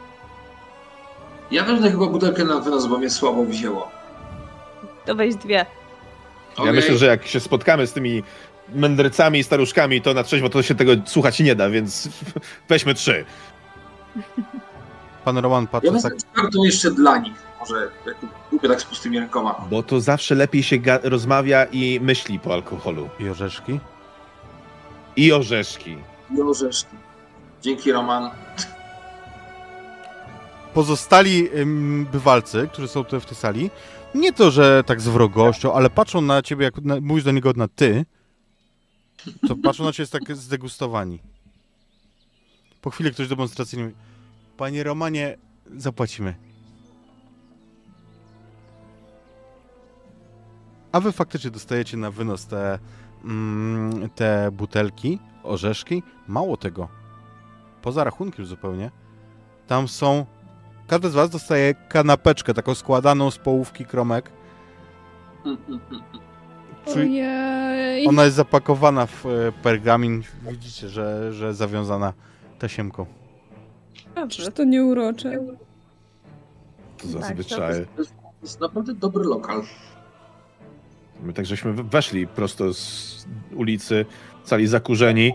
Ja wezmę chyba butelkę na wynos, bo mnie słabo wzięło. To weź dwie. Ja Okej. myślę, że jak się spotkamy z tymi mędrcami i staruszkami, to na trzeźwo to się tego słuchać nie da, więc weźmy trzy. Pan Roman patrzy Ja tak... wezmę czwartą jeszcze dla nich. Może jak lubię tak z pustymi rękoma. Bo to zawsze lepiej się ga- rozmawia i myśli po alkoholu. I orzeszki. I orzeszki. I orzeszki. Dzięki, Roman. Pozostali ym, bywalcy, którzy są tutaj w tej sali, nie to, że tak z wrogością, ale patrzą na ciebie, jak na, mówisz do niego na ty, to patrzą na ciebie tak zdegustowani. Po chwili ktoś demonstracyjnie mówi: panie Romanie, zapłacimy. A wy faktycznie dostajecie na wynos te, mm, te butelki, orzeszki. Mało tego. Poza rachunkiem zupełnie. Tam są... Każdy z was dostaje kanapeczkę, taką składaną z połówki kromek. Czuj... Ojej. Ona jest zapakowana w e, pergamin. Widzicie, że, że zawiązana tasiemką. Dobrze, to nie urocze. To za Tak, zwyczaje. To jest, to jest naprawdę dobry lokal. My tak żeśmy weszli prosto z ulicy, cali zakurzeni.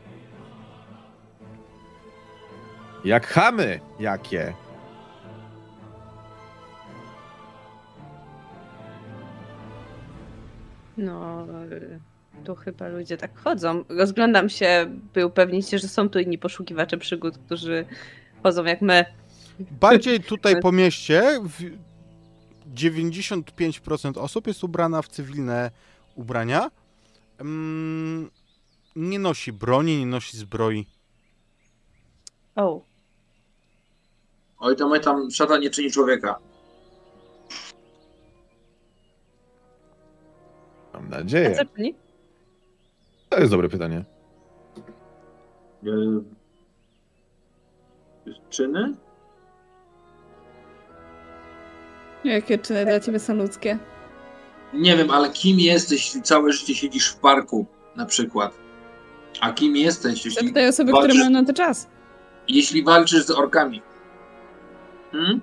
Jak chamy jakie. No, y, tu chyba ludzie tak chodzą. Rozglądam się, by upewnić się, że są tu inni poszukiwacze przygód, którzy chodzą jak my. Bardziej tutaj po mieście w- dziewięćdziesiąt pięć procent osób jest ubrana w cywilne ubrania. Mm, nie nosi broni, nie nosi zbroi. O, Oj, tam, oj, tam szata nie czyni człowieka. Mam a nadzieję. co czyni? To jest dobre pytanie. Yy, czyny? Jakie czyny dla ciebie są ludzkie? Nie wiem, ale kim jesteś, jeśli całe życie siedzisz w parku, na przykład? A kim jesteś, jeśli, Zapytaj osoby, walczysz, które mają na to czas. jeśli walczysz z orkami? Hmm?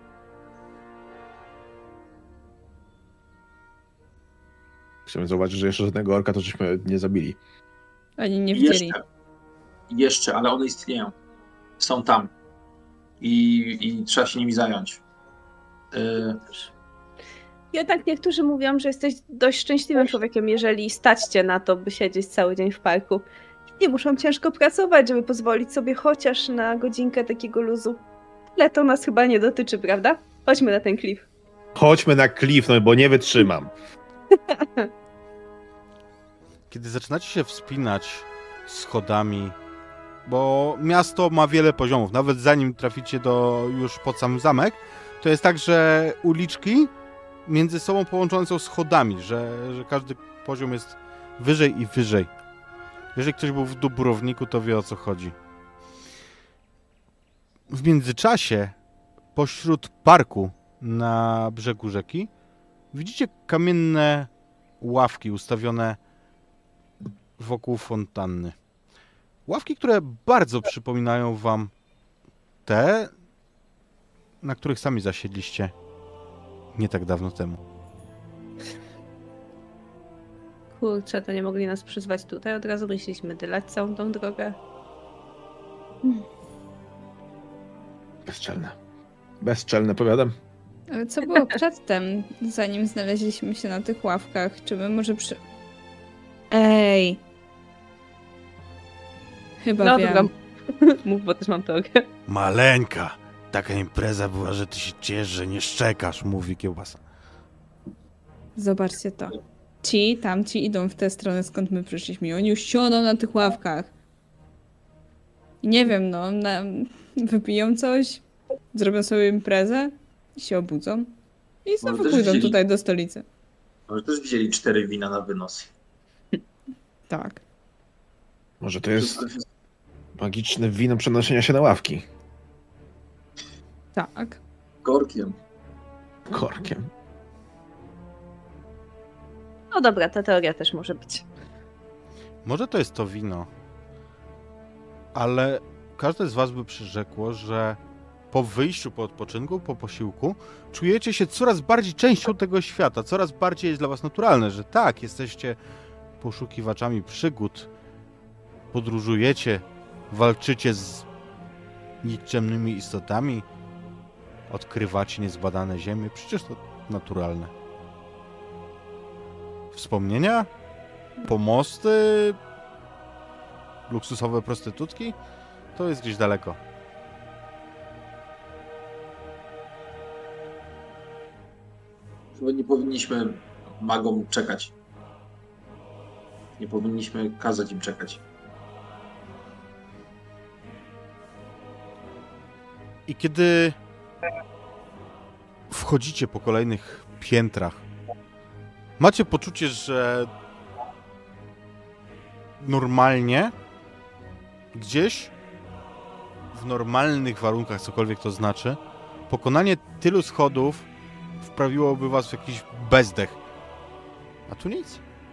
Chciałem zauważyć, że jeszcze żadnego orka to żeśmy nie zabili. Ani nie widzieli. Jeszcze. Jeszcze, ale one istnieją. Są tam. I, i trzeba się nimi zająć. Yy, Jednak niektórzy mówią, że jesteś dość szczęśliwym człowiekiem, jeżeli stać cię na to, by siedzieć cały dzień w parku. Nie muszą ciężko pracować, żeby pozwolić sobie chociaż na godzinkę takiego luzu. Ale to nas chyba nie dotyczy, prawda? Chodźmy na ten klif. Chodźmy na klif, no bo nie wytrzymam. Kiedy zaczynacie się wspinać schodami, bo miasto ma wiele poziomów, nawet zanim traficie do już pod sam zamek, to jest tak, że uliczki między sobą połączone są schodami, że, że każdy poziom jest wyżej i wyżej. Jeżeli ktoś był w Dubrowniku, to wie, o co chodzi. W międzyczasie pośród parku na brzegu rzeki widzicie kamienne ławki ustawione wokół fontanny. Ławki, które bardzo przypominają wam te, na których sami zasiedliście nie tak dawno temu. Kurczę, to nie mogli nas przyzwać tutaj. Od razu musieliśmy dylać całą tą drogę. Bezczelne. Bezczelne, powiadam. Ale co było przedtem, zanim znaleźliśmy się na tych ławkach? Czy my może przy... Ej! Chyba No wiem. dobra, mów, bo też mam teorię. Maleńka! Taka impreza była, że ty się ciesz, że nie szczekasz, mówi kiełbasa. Zobaczcie to. Ci, tamci idą w tę stronę, skąd my przyszliśmy. I oni już siądą na tych ławkach. I nie wiem, no, na... wypiją coś, zrobią sobie imprezę i się obudzą. I znowu też pójdą wzięli- tutaj do stolicy. może też wzięli cztery wina na wynos. Tak. Może to jest magiczne wino przenoszenia się na ławki. Tak. Korkiem. Korkiem. No dobra, ta teoria też może być. Może to jest to wino, ale każde z was by przyrzekło, że po wyjściu, po odpoczynku, po posiłku czujecie się coraz bardziej częścią tego świata, coraz bardziej jest dla was naturalne, że tak, jesteście poszukiwaczami przygód, podróżujecie, walczycie z nikczemnymi istotami, odkrywacie niezbadane ziemie, przecież to naturalne. Wspomnienia? Pomosty? Luksusowe prostytutki? To jest gdzieś daleko. Chyba nie powinniśmy magom czekać. Nie powinniśmy kazać im czekać. I kiedy wchodzicie po kolejnych piętrach, macie poczucie, że normalnie gdzieś w normalnych warunkach, cokolwiek to znaczy, pokonanie tylu schodów wprawiłoby was w jakiś bezdech. A tu nic.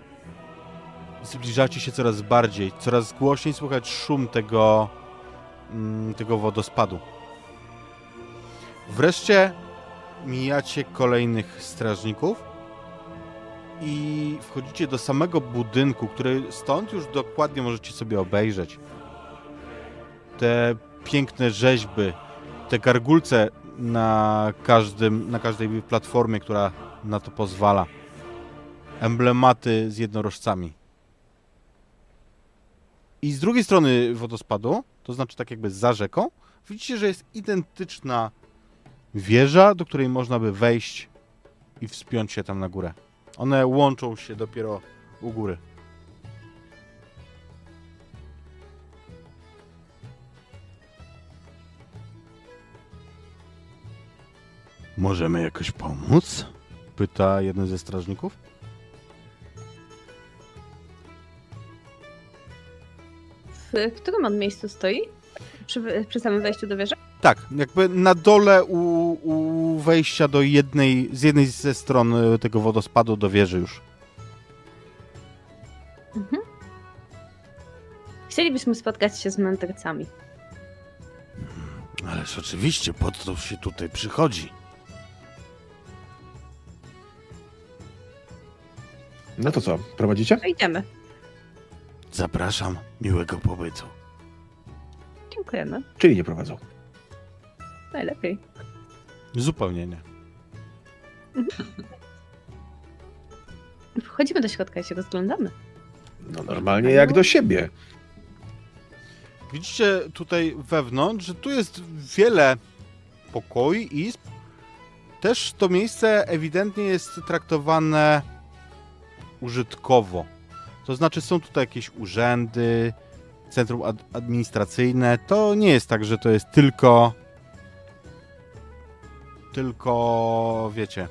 Zbliżacie się coraz bardziej, coraz głośniej słychać szum tego, mm, tego wodospadu. Wreszcie mijacie kolejnych strażników i wchodzicie do samego budynku, który stąd już dokładnie możecie sobie obejrzeć. Te piękne rzeźby, te gargulce na każdym, na każdej platformie, która na to pozwala. Emblematy z jednorożcami. I z drugiej strony wodospadu, to znaczy tak jakby za rzeką, widzicie, że jest identyczna wieża, do której można by wejść i wspiąć się tam na górę. One łączą się dopiero u góry. Możemy jakoś pomóc? Pyta jeden ze strażników. W którym on miejscu stoi? Przy, przy samym wejściu do wieży? Tak, jakby na dole u, u wejścia do jednej, z jednej ze stron tego wodospadu do wieży już. Mhm. Chcielibyśmy spotkać się z mędrcami. Ależ oczywiście, po co się tutaj przychodzi? No to co, prowadzicie? No idziemy. Zapraszam, miłego pobytu. Dziękujemy. Czyli nie prowadzą. Najlepiej. Zupełnie nie. Wchodzimy do środka i się rozglądamy. No normalnie jak do siebie. Widzicie tutaj wewnątrz, że tu jest wiele pokoi, izb. Też to miejsce ewidentnie jest traktowane użytkowo. To znaczy są tutaj jakieś urzędy, centrum ad- administracyjne. To nie jest tak, że to jest tylko tylko, wiecie,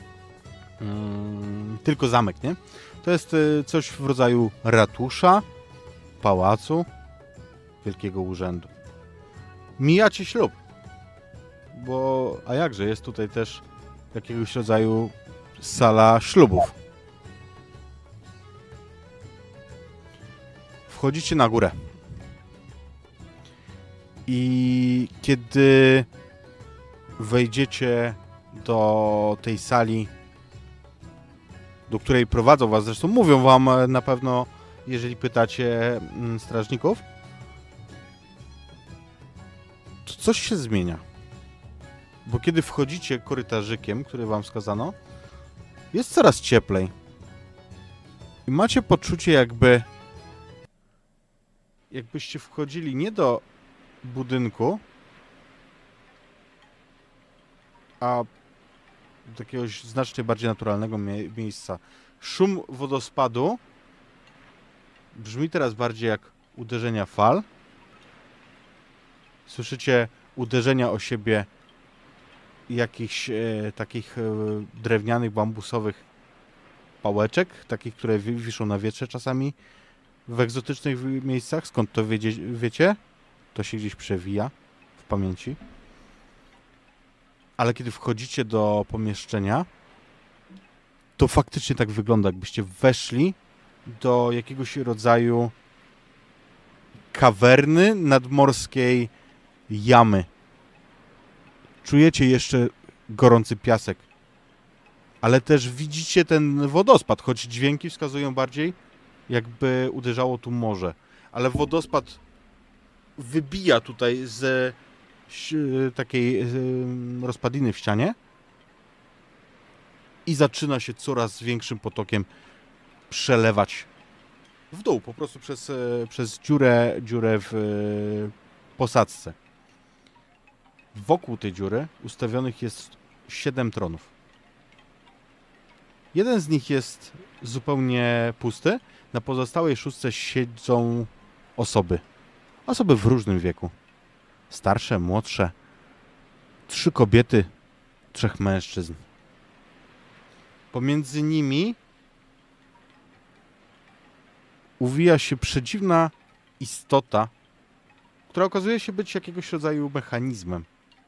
mm, tylko zamek, nie? To jest y, coś w rodzaju ratusza, pałacu, wielkiego urzędu. Mijacie ślub, bo, a jakże, jest tutaj też jakiegoś rodzaju sala ślubów. Wchodzicie na górę. I kiedy wejdziecie do tej sali, do której prowadzą was, zresztą mówią wam na pewno, jeżeli pytacie mm, strażników, to coś się zmienia. Bo kiedy wchodzicie korytarzykiem, który wam wskazano, jest coraz cieplej. I macie poczucie, jakby jakbyście wchodzili nie do budynku, a do jakiegoś znacznie bardziej naturalnego mie- miejsca. Szum wodospadu brzmi teraz bardziej jak uderzenia fal. Słyszycie uderzenia o siebie jakichś e, takich e, drewnianych, bambusowych pałeczek, takich, które wi- wiszą na wietrze czasami w egzotycznych wi- miejscach. Skąd to wiedzie, wiecie? To się gdzieś przewija w pamięci. Ale kiedy wchodzicie do pomieszczenia, to faktycznie tak wygląda, jakbyście weszli do jakiegoś rodzaju kawerny nadmorskiej jamy. Czujecie jeszcze gorący piasek, ale też widzicie ten wodospad, choć dźwięki wskazują bardziej, jakby uderzało tu morze. Ale wodospad wybija tutaj z takiej rozpadliny w ścianie i zaczyna się coraz większym potokiem przelewać w dół, po prostu przez, przez dziurę, dziurę w posadzce. Wokół tej dziury ustawionych jest siedem tronów. Jeden z nich jest zupełnie pusty, na pozostałej szóstce siedzą osoby. Osoby w różnym wieku. Starsze, młodsze. Trzy kobiety, trzech mężczyzn. Pomiędzy nimi uwija się przedziwna istota, która okazuje się być jakiegoś rodzaju mechanizmem.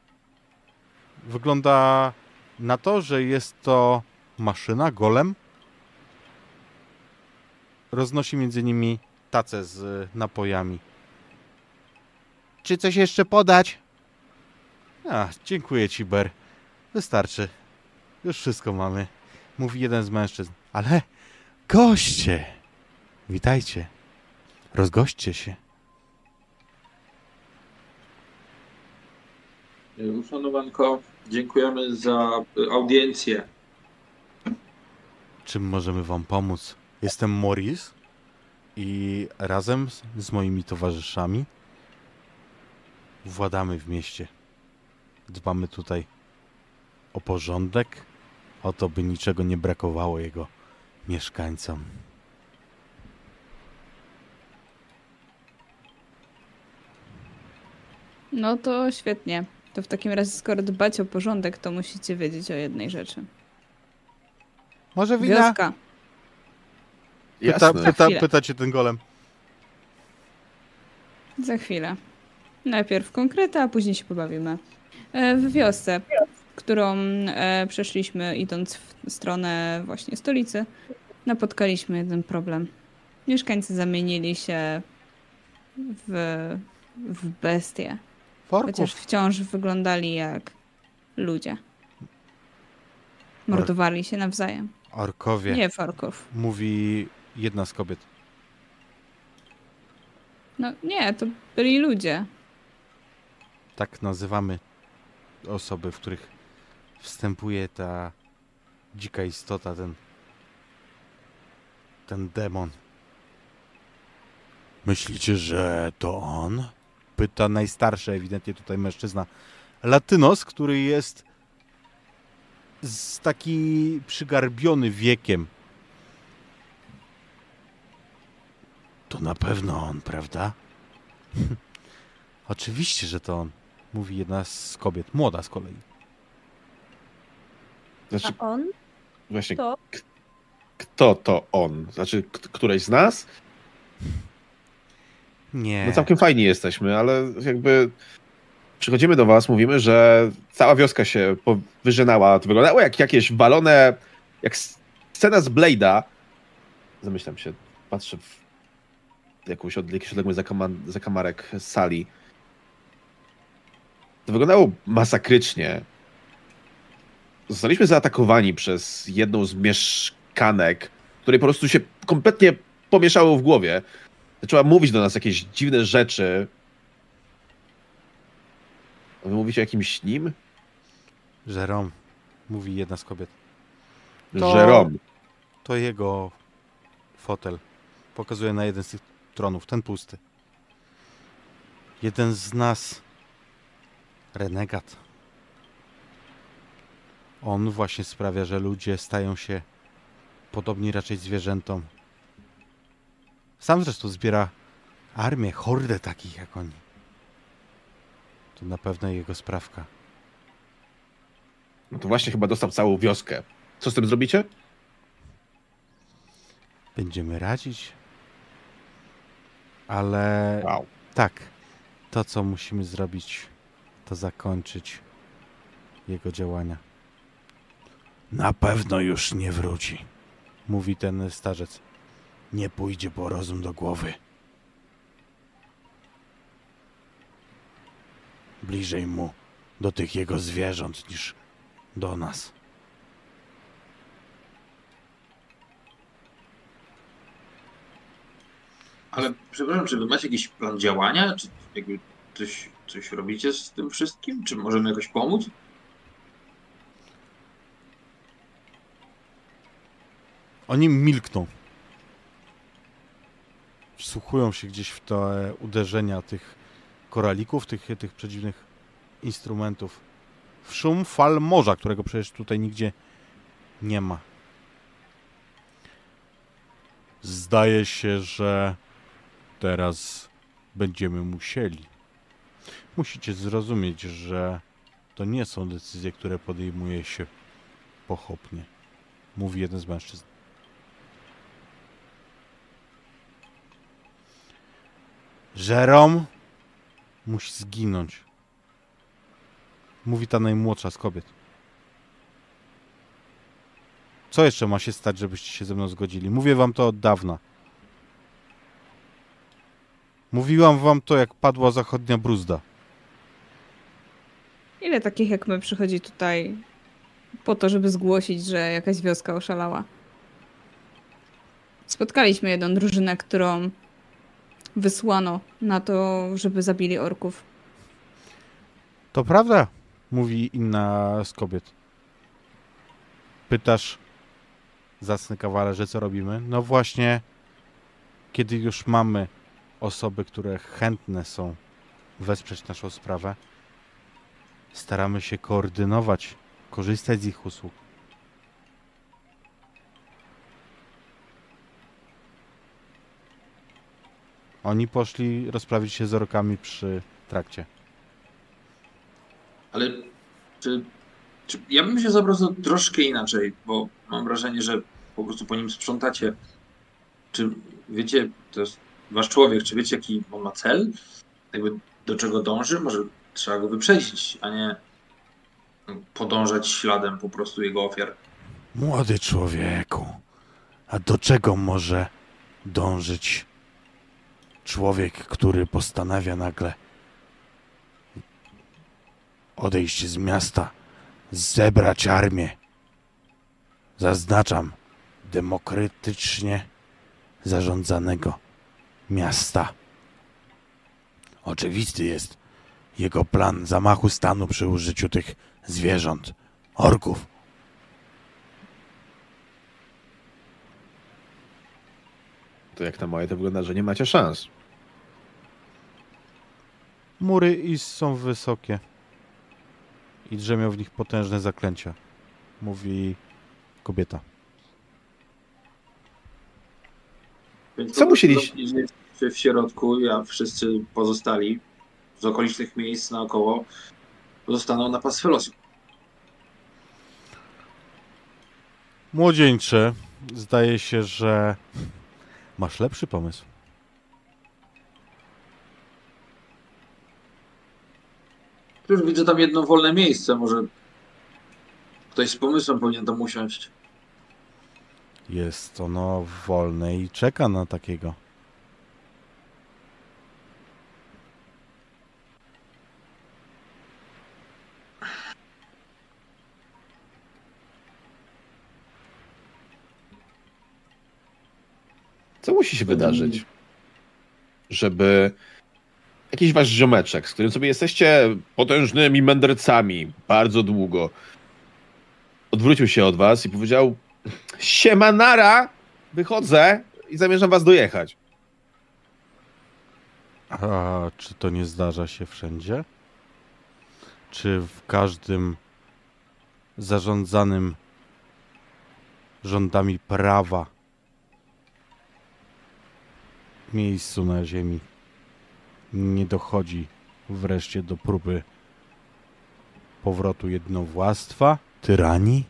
Wygląda na to, że jest to maszyna, golem, roznosi między nimi tacę z napojami. Czy coś jeszcze podać? A, dziękuję ci, Ber. Wystarczy. Już wszystko mamy. Mówi jeden z mężczyzn. Ale goście! Witajcie. Rozgośćcie się. Uszanowanko, dziękujemy za audiencję. Czym możemy wam pomóc? Jestem Maurice i razem z, z moimi towarzyszami władamy w mieście. Dbamy tutaj o porządek, o to, by niczego nie brakowało jego mieszkańcom. No to świetnie. To w takim razie, skoro dbać o porządek, to musicie wiedzieć o jednej rzeczy. Może wina? Wioska. Pyta, Jasne. pyta, chwilę. pyta cię ten golem. Za chwilę. Najpierw konkrety, a później się pobawimy. E, W wiosce, którą e, przeszliśmy idąc w stronę właśnie stolicy, napotkaliśmy jeden problem. Mieszkańcy zamienili się w, w bestie. Chociaż Porków. wciąż wyglądali jak ludzie. Mordowali się nawzajem. Orkowie. Nie orków. Mówi jedna z kobiet. No nie, to byli ludzie. Tak nazywamy osoby, w których wstępuje ta dzika istota, ten ten demon. Myślicie, że to on? Pyta najstarszy ewidentnie tutaj mężczyzna. Latynos, który jest z taki przygarbiony wiekiem. To na pewno on, prawda? Oczywiście, że to on. Mówi jedna z kobiet, młoda z kolei. Znaczy, A on? właśnie, To? kto to on? Znaczy, k- któreś z nas? Nie. No całkiem fajni jesteśmy, ale jakby przychodzimy do was, mówimy, że cała wioska się wyżynała. To wyglądało jak jakieś walone, jak scena z Blade'a. Zamyślam się, patrzę w jakąś od, jakiś odległy zakama- zakamarek z sali. To wyglądało masakrycznie. Zostaliśmy zaatakowani przez jedną z mieszkanek, której po prostu się kompletnie pomieszało w głowie. Zaczęła mówić do nas jakieś dziwne rzeczy. A wy mówicie o jakimś nim? Jerome, mówi jedna z kobiet. To- Jerome. To jego fotel. Pokazuje na jeden z tych tronów, ten pusty. Jeden z nas, renegat. On właśnie sprawia, że ludzie stają się podobni raczej zwierzętom. Sam zresztą zbiera armię, hordę takich jak oni. To na pewno jego sprawka. No to właśnie chyba dostał całą wioskę. Co z tym zrobicie? Będziemy radzić. Ale Wow. tak, to co musimy zrobić, to zakończyć jego działania. Na pewno już nie wróci, mówi ten starzec. Nie pójdzie po rozum do głowy. Bliżej mu do tych jego zwierząt niż do nas. Ale przepraszam, czy wy macie jakiś plan działania? Czy jakby coś, coś robicie z tym wszystkim? Czy możemy jakoś pomóc? Oni milkną. Wsłuchują się gdzieś w te uderzenia tych koralików, tych, tych przedziwnych instrumentów. W szum fal morza, którego przecież tutaj nigdzie nie ma. Zdaje się, że teraz będziemy musieli. Musicie zrozumieć, że to nie są decyzje, które podejmuje się pochopnie. Mówi jeden z mężczyzn. Jerome musi zginąć. Mówi ta najmłodsza z kobiet. Co jeszcze ma się stać, żebyście się ze mną zgodzili? Mówię wam to od dawna. Mówiłam wam to, jak padła zachodnia bruzda. Ile takich jak my przychodzi tutaj po to, żeby zgłosić, że jakaś wioska oszalała? Spotkaliśmy jedną drużynę, którą wysłano na to, żeby zabili orków. To prawda, mówi inna z kobiet. Pytasz, zacny kawalerze, co robimy? No właśnie, kiedy już mamy osoby, które chętne są wesprzeć naszą sprawę, staramy się koordynować, korzystać z ich usług. Oni poszli rozprawić się z orkami przy trakcie. Ale czy, czy ja bym się zabrał za troszkę inaczej, bo mam wrażenie, że po prostu po nim sprzątacie. Czy wiecie, to jest wasz człowiek, czy wiecie, jaki on ma cel? Jakby do czego dąży? Może trzeba go wyprzedzić, a nie podążać śladem po prostu jego ofiar. Młody człowieku, a do czego może dążyć człowiek, który postanawia nagle odejść z miasta, zebrać armię? Zaznaczam, demokratycznie zarządzanego miasta. Oczywisty jest jego plan zamachu stanu przy użyciu tych zwierząt, orków. To jak na moje to wygląda, że nie macie szans. Mury Is są wysokie i drzemią w nich potężne zaklęcia, mówi kobieta. Więc Co musieliś- w, w środku, a wszyscy pozostali z okolicznych miejsc naokoło zostaną na pastwę losu. Młodzieńcze, zdaje się, że masz lepszy pomysł. Już widzę tam jedno wolne miejsce, może ktoś z pomysłem powinien tam usiąść. Jest ono wolne i czeka na takiego. Co musi się wydarzyć, żeby jakiś wasz ziomeczek, z którym sobie jesteście potężnymi mędrcami bardzo długo, odwrócił się od was i powiedział: siemanara, wychodzę i zamierzam was dojechać. A czy to nie zdarza się wszędzie? Czy w każdym zarządzanym rządami prawa miejscu na ziemi nie dochodzi wreszcie do próby powrotu jednowładztwa, tyranii?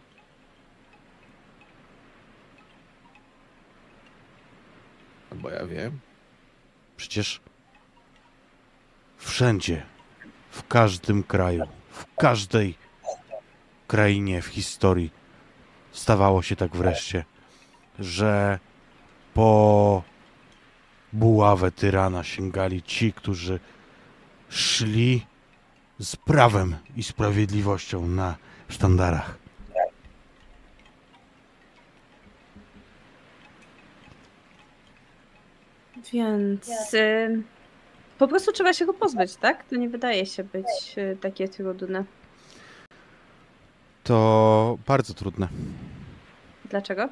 Bo ja wiem. Przecież wszędzie, w każdym kraju, w każdej krainie w historii stawało się tak wreszcie, że po buławę tyrana sięgali ci, którzy szli z prawem i sprawiedliwością na sztandarach. Więc y, po prostu trzeba się go pozbyć, tak? To nie wydaje się być y, takie trudne. To bardzo trudne, Dlaczego?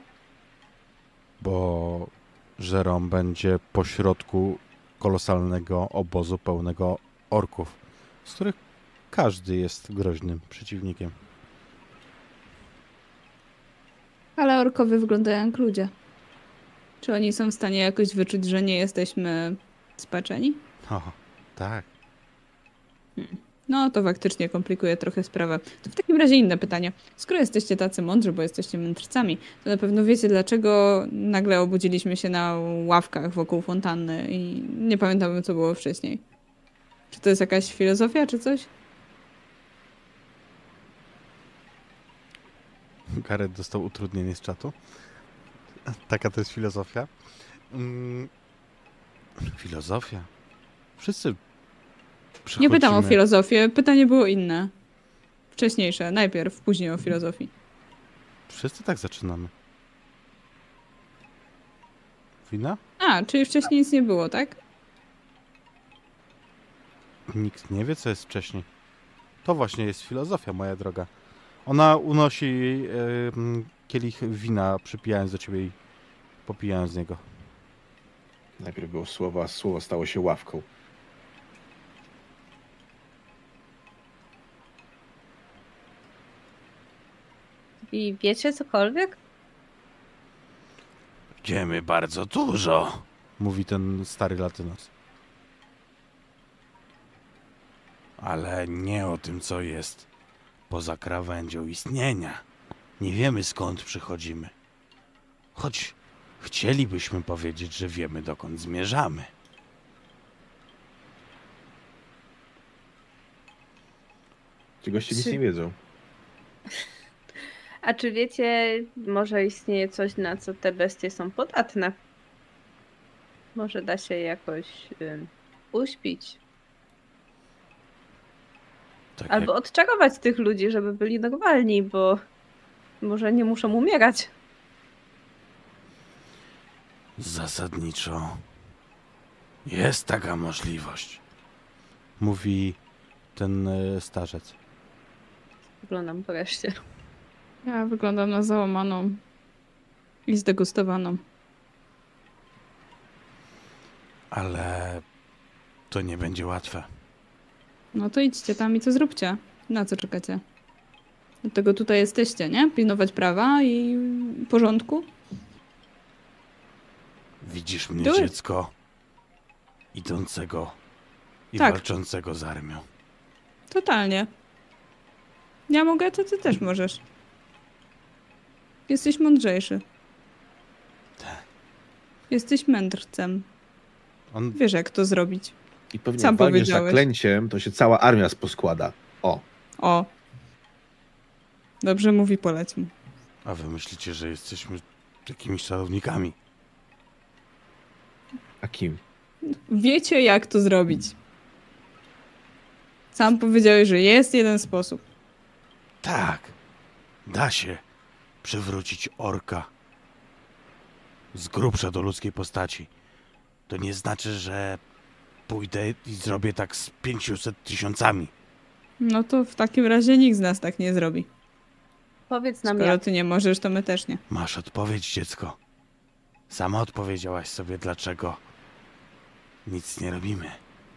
bo Żerom będzie pośrodku kolosalnego obozu pełnego orków, z których każdy jest groźnym przeciwnikiem. Ale orkowie wyglądają jak ludzie. Czy oni są w stanie jakoś wyczuć, że nie jesteśmy spaczeni? O, tak. No, to faktycznie komplikuje trochę sprawę. To w takim razie inne pytanie. Skoro jesteście tacy mądrzy, bo jesteście mędrcami, to na pewno wiecie, dlaczego nagle obudziliśmy się na ławkach wokół fontanny i nie pamiętamy, co było wcześniej. Czy to jest jakaś filozofia, czy coś? Gareth dostał utrudnienie z czatu. Taka to jest filozofia. Mm, Filozofia. Wszyscy Nie przechodzimy... pytam o filozofię, pytanie było inne. Wcześniejsze, najpierw, później o filozofii. Wszyscy tak zaczynamy. Wina? A, czyli wcześniej nic nie było, tak? Nikt nie wie, co jest wcześniej. To właśnie jest filozofia, moja droga. Ona unosi yy, kielich wina, przypijając do ciebie i popijając z niego. Najpierw było słowo, a słowo stało się ławką. I wiecie cokolwiek? Wiemy bardzo dużo, mówi ten stary latynos. Ale nie o tym, co jest poza krawędzią istnienia. Nie wiemy, skąd przychodzimy. Choć chcielibyśmy powiedzieć, że wiemy, dokąd zmierzamy. Ci goście nic Czy- nie wiedzą. A czy wiecie, może istnieje coś, na co te bestie są podatne? Może da się je jakoś ym, uśpić? Tak Albo odczarować tych ludzi, żeby byli normalni, bo może nie muszą umierać. Zasadniczo jest taka możliwość, mówi ten e, starzec. Wyglądam wreszcie. Ja wyglądam na załamaną i zdegustowaną. Ale to nie będzie łatwe. No to idźcie tam i co zróbcie. Na co czekacie? Dlatego tutaj jesteście, nie? Pilnować prawa i porządku? Widzisz mnie, Do it. dziecko, idącego i Tak. walczącego z armią. Totalnie. Ja mogę, to ty też możesz. Jesteś mądrzejszy. Tak. Jesteś mędrcem. On Wiesz, jak to zrobić. I pewnie Sam jak walniesz powiedziałeś. zaklęciem, to się cała armia poskłada. O, O. Dobrze mówi, poleć mu. A wy myślicie, że jesteśmy jakimiś czarownikami? a kim? Wiecie, jak to zrobić. Sam powiedziałeś, że jest jeden sposób. Tak, da się przywrócić orka z grubsza do ludzkiej postaci. To nie znaczy, że pójdę i zrobię tak z pięciuset tysiącami. No to w takim razie nikt z nas tak nie zrobi. Powiedz nam Skoro jak. ty nie możesz, to my też nie. Masz odpowiedź, dziecko. Sama odpowiedziałaś sobie, dlaczego nic nie robimy.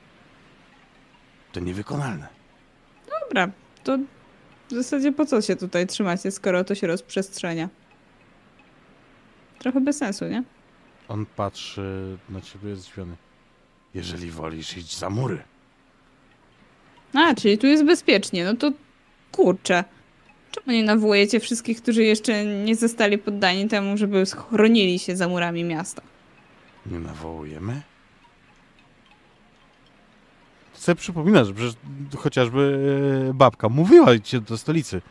To niewykonalne. Dobra, to w zasadzie po co się tutaj trzymacie, skoro to się rozprzestrzenia? Trochę bez sensu, nie? On patrzy na ciebie zdziwiony. Jeżeli wolisz, idź za mury. A, czyli tu jest bezpiecznie, no to kurczę. Czemu nie nawołujecie wszystkich, którzy jeszcze nie zostali poddani temu, żeby schronili się za murami miasta? Nie nawołujemy? Chcę przypominać, że przecież chociażby e, babka mówiła idźcie do stolicy.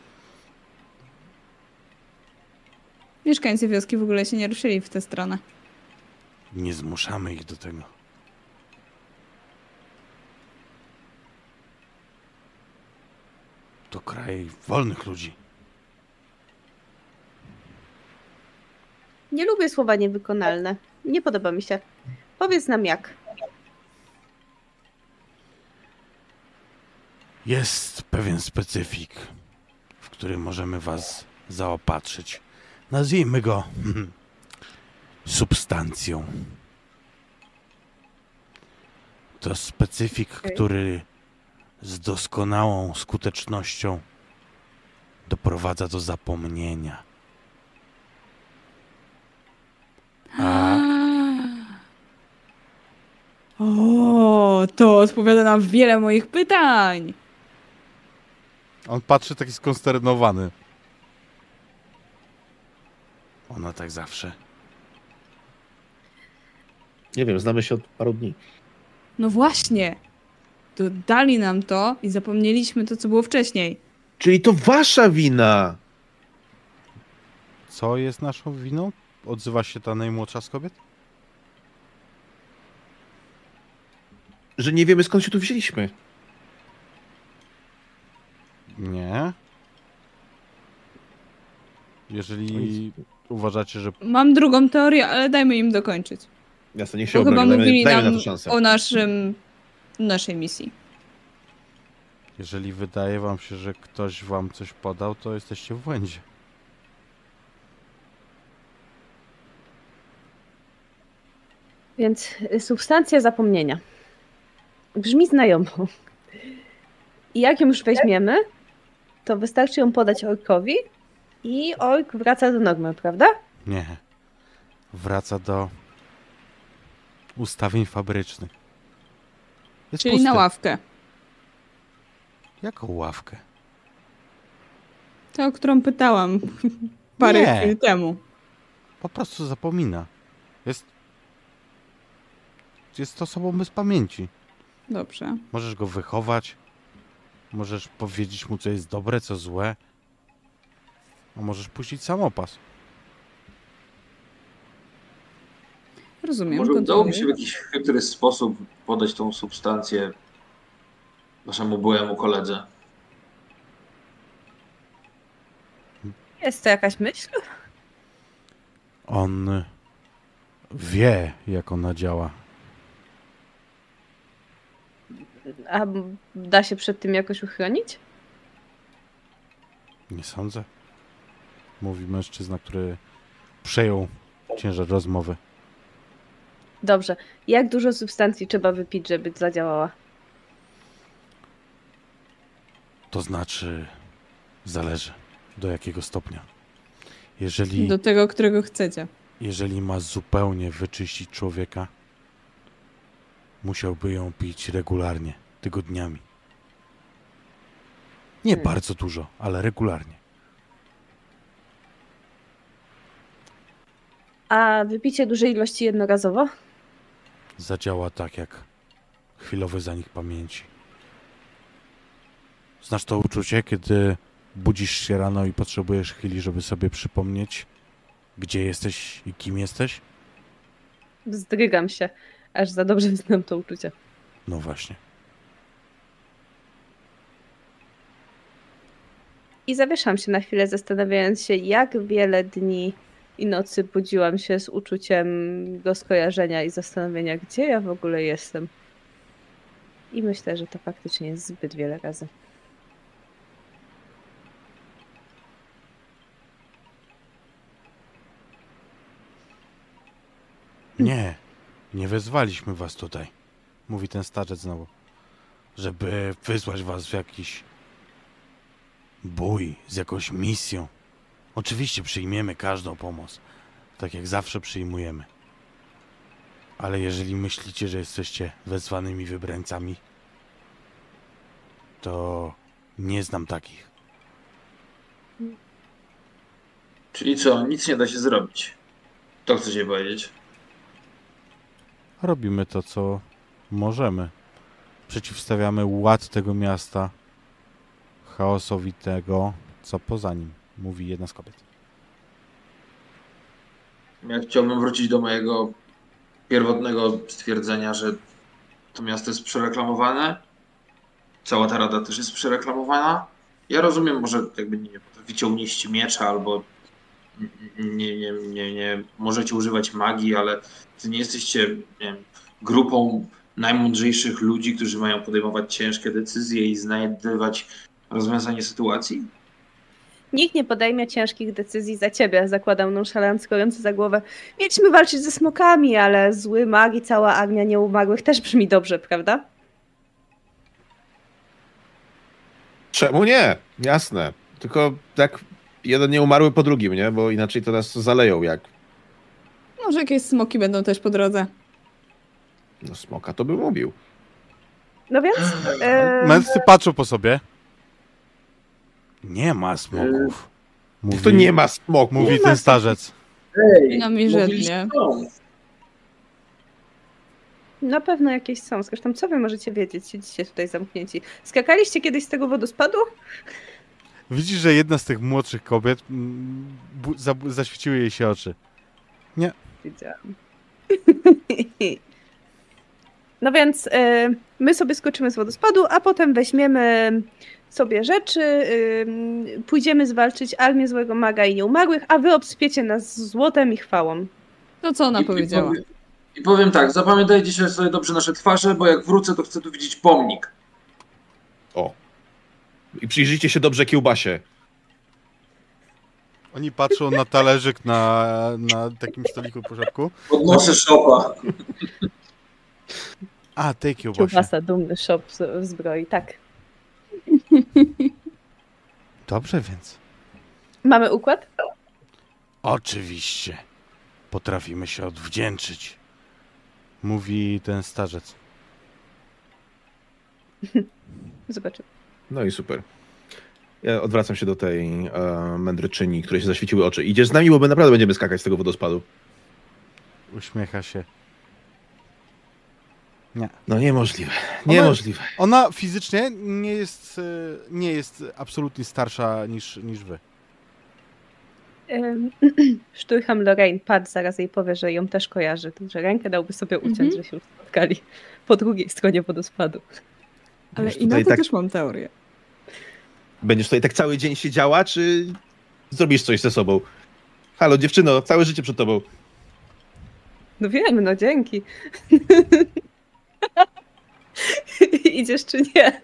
Mieszkańcy wioski w ogóle się nie ruszyli w tę stronę. Nie zmuszamy ich do tego. To kraj wolnych ludzi. Nie lubię słowa niewykonalne. Nie podoba mi się. Powiedz nam jak. Jest pewien specyfik, w którym możemy was zaopatrzyć. Nazwijmy go hmm, substancją. To specyfik, Okej. który z doskonałą skutecznością doprowadza do zapomnienia. A O, to odpowiada na wiele moich pytań. on patrzy taki skonsternowany. Ona tak zawsze. Nie wiem, znamy się od paru dni. No właśnie. To dali nam to i zapomnieliśmy to, co było wcześniej. Czyli to wasza wina! Co jest naszą winą? Odzywa się ta najmłodsza z kobiet? że nie wiemy, skąd się tu wzięliśmy. Nie. Jeżeli uważacie, że Mam drugą teorię, ale dajmy im dokończyć. Jasne, niech się Bo chyba obroni. mówili Dajmy, dajmy nam na to szansę. o naszym, naszej misji. jeżeli wydaje wam się, że ktoś wam coś podał, to jesteście w błędzie. Więc y, substancja zapomnienia. Brzmi znajomo. I jak ją już weźmiemy, to wystarczy ją podać orkowi i ork wraca do normy, prawda? Nie. Wraca do ustawień fabrycznych. Jest Czyli pusty. na ławkę. Jaką ławkę? Ta, o którą pytałam parę Nie. chwil temu. Po prostu zapomina. Jest... Jest osobą bez pamięci. Dobrze. Możesz go wychować. Możesz powiedzieć mu, co jest dobre, co złe. A możesz puścić samopas. Rozumiem. Może udało mi się w kontynuuję. jakiś chytry sposób podać tą substancję naszemu byłemu koledze. Jest to jakaś myśl? On wie, jak ona działa. A da się przed tym jakoś uchronić? Nie sądzę. Mówi mężczyzna, który przejął ciężar rozmowy. Dobrze. Jak dużo substancji trzeba wypić, żeby zadziałała? To znaczy, zależy do jakiego stopnia. Jeżeli, Do tego, którego chcecie. jeżeli ma zupełnie wyczyścić człowieka, musiałby ją pić regularnie, tygodniami. Nie Hmm. bardzo dużo, ale regularnie. A wypicie dużej ilości jednorazowo? Zadziała tak jak chwilowy zanik pamięci. Znasz to uczucie, kiedy budzisz się rano i potrzebujesz chwili, żeby sobie przypomnieć, gdzie jesteś i kim jesteś? Wzdrygam się, aż za dobrze znam to uczucie. No właśnie. I zawieszam się na chwilę, zastanawiając się, jak wiele dni i nocy budziłam się z uczuciem do skojarzenia i zastanowienia, gdzie ja w ogóle jestem. I myślę, że to faktycznie jest zbyt wiele razy. Nie, nie wezwaliśmy was tutaj, mówi ten starzec znowu, żeby wysłać was w jakiś bój z jakąś misją. Oczywiście przyjmiemy każdą pomoc, tak jak zawsze przyjmujemy. Ale jeżeli myślicie, że jesteście wezwanymi wybrańcami, to nie znam takich. Czyli co, nic nie da się zrobić. To chcecie powiedzieć. Robimy to, co możemy. Przeciwstawiamy ład tego miasta chaosowi tego, co poza nim, mówi jedna z kobiet. Ja chciałbym wrócić do mojego pierwotnego stwierdzenia, że to miasto jest przereklamowane. Cała ta rada też jest przereklamowana. Ja rozumiem, może jakby nie potraficie unieść miecza albo nie, nie, nie, nie możecie używać magii, ale wy nie jesteście nie wiem, grupą najmądrzejszych ludzi, którzy mają podejmować ciężkie decyzje i znajdywać rozwiązanie sytuacji? Nikt nie podejmie ciężkich decyzji za ciebie, zakładam nonszalancko ręce za głowę. Mieliśmy walczyć ze smokami, ale zły mag i cała armia nieumarłych też brzmi dobrze, prawda? Czemu nie? Jasne. Tylko tak jeden nie umarły po drugim, nie? Bo inaczej to nas zaleją jak... Może jakieś smoki będą też po drodze. No smoka to by mówił. No więc... E, Mędrcy patrzą po sobie. Nie ma smoków. Mówi, To nie ma smoku. mówi Nie ten ma starzec. Ej, Na mierzednie. mówiliście to. na pewno jakieś są. Zresztą co wy możecie wiedzieć? Siedzicie tutaj zamknięci. Skakaliście kiedyś z tego wodospadu? Widzisz, że jedna z tych młodszych kobiet, mm, bu- za- zaświeciły jej się oczy. Widziałam. No więc y, my sobie skoczymy z wodospadu, a potem weźmiemy sobie rzeczy, y, pójdziemy zwalczyć armię złego maga i nieumarłych, a wy obspiecie nas złotem i chwałą. To co ona I, powiedziała? I powiem, I powiem tak, zapamiętajcie się sobie dobrze nasze twarze, bo jak wrócę, to chcę tu widzieć pomnik. O. I przyjrzyjcie się dobrze kiełbasie. Oni patrzą na talerzyk na, na takim stoliku po środku. Podnoszę szopa. A, tej kiełbasie. Kiełbasa, dumny shop w zbroi, tak. Dobrze więc. Mamy układ? Oczywiście. Potrafimy się odwdzięczyć. Mówi ten starzec. Zobaczymy. No i super. Ja odwracam się do tej e, mędrczyni, której się zaświeciły oczy. Idziesz z nami, bo my naprawdę będziemy skakać z tego wodospadu. Uśmiecha się. Nie. No niemożliwe. Ona- Niemożliwe. Ona fizycznie nie jest, e, nie jest absolutnie starsza niż, niż wy. Ym, Szturcham Lorraine, Pat zaraz jej powie, że ją też kojarzy, że rękę dałby sobie uciąć, Mhm. że się już spotkali po drugiej stronie wodospadu. Ale Będziesz i na tutaj to tak, też mam teorię. będziesz tutaj tak cały dzień siedziała, czy zrobisz coś ze sobą? Halo, dziewczyno, całe życie przed tobą. No wiem, no dzięki. Idziesz czy nie?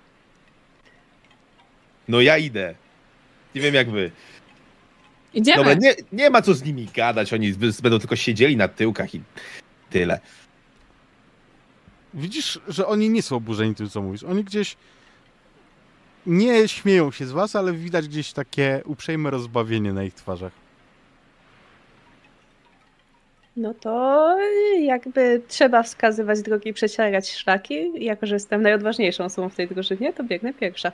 No ja idę. Nie wiem jak wy. Idziemy! Dobra, nie, nie ma co z nimi gadać, oni z- będą tylko siedzieli na tyłkach i tyle. Widzisz, że oni nie są oburzeni tym, co mówisz. Oni gdzieś nie śmieją się z was, ale widać gdzieś takie uprzejme rozbawienie na ich twarzach. No to jakby trzeba wskazywać drogi i przecierać szlaki. Jako, że jestem najodważniejszą osobą w tej drużynie, to biegnę pierwsza.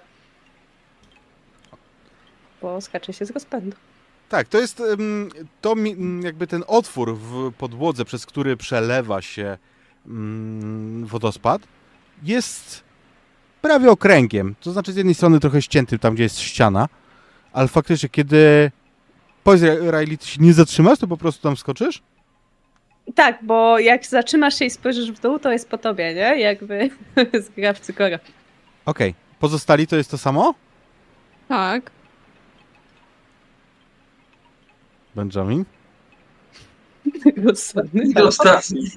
Bo skaczę się z rozpędu. Tak, to jest em, to mi- m, jakby ten otwór w podłodze, przez który przelewa się mm, wodospad, jest prawie okręgiem. To znaczy z jednej strony trochę ścięty tam, gdzie jest ściana, ale faktycznie, kiedy powiedz, Riley, ty się nie zatrzymasz, to po prostu tam skoczysz? Tak, bo jak zatrzymasz się i spojrzysz w dół, to jest po tobie, nie? Jakby z gra w cykora. Okej. Pozostali to jest to samo? Tak. Benjamin? Rozsądny. I ostatni.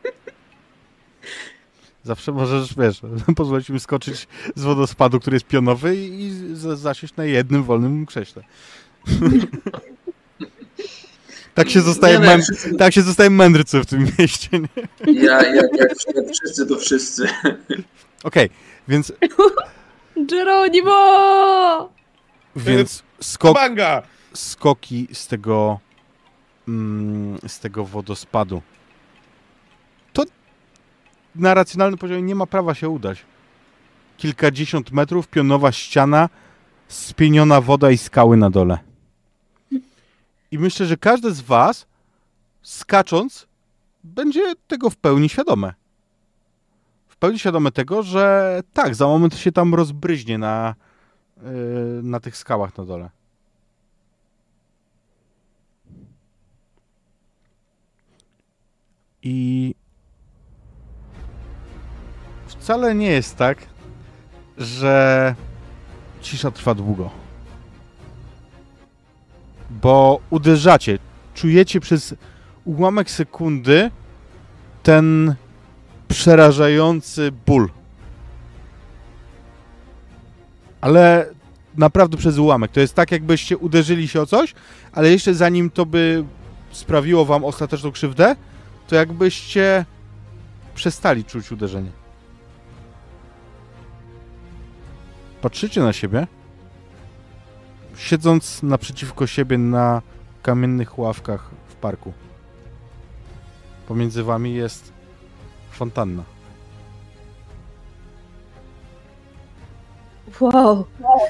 Zawsze możesz, wiesz, pozwolić mi skoczyć z wodospadu, który jest pionowy i, i z- zasiąść na jednym wolnym krześle. tak się zostaje Nie, no, męd- jak wszyscy, tak się zostaje mędrcem w tym mieście, nie? ja, jak, jak, jak wszyscy, to wszyscy. Okej, więc, Geronimo! więc skok, Manga! skoki z tego mm, z tego wodospadu. To na racjonalnym poziomie nie ma prawa się udać. Kilkadziesiąt metrów, pionowa ściana, spieniona woda i skały na dole. I myślę, że każdy z was, skacząc, będzie tego w pełni świadome. W pełni świadome tego, że tak, za moment się tam rozbryźnie na, yy, na tych skałach na dole. I wcale nie jest tak, że cisza trwa długo. Bo uderzacie, czujecie przez ułamek sekundy ten przerażający ból. Ale naprawdę przez ułamek. To jest tak, jakbyście uderzyli się o coś, ale jeszcze zanim to by sprawiło wam ostateczną krzywdę, to jakbyście przestali czuć uderzenie. Patrzycie na siebie, siedząc naprzeciwko siebie na kamiennych ławkach w parku. Pomiędzy wami jest fontanna. Wow.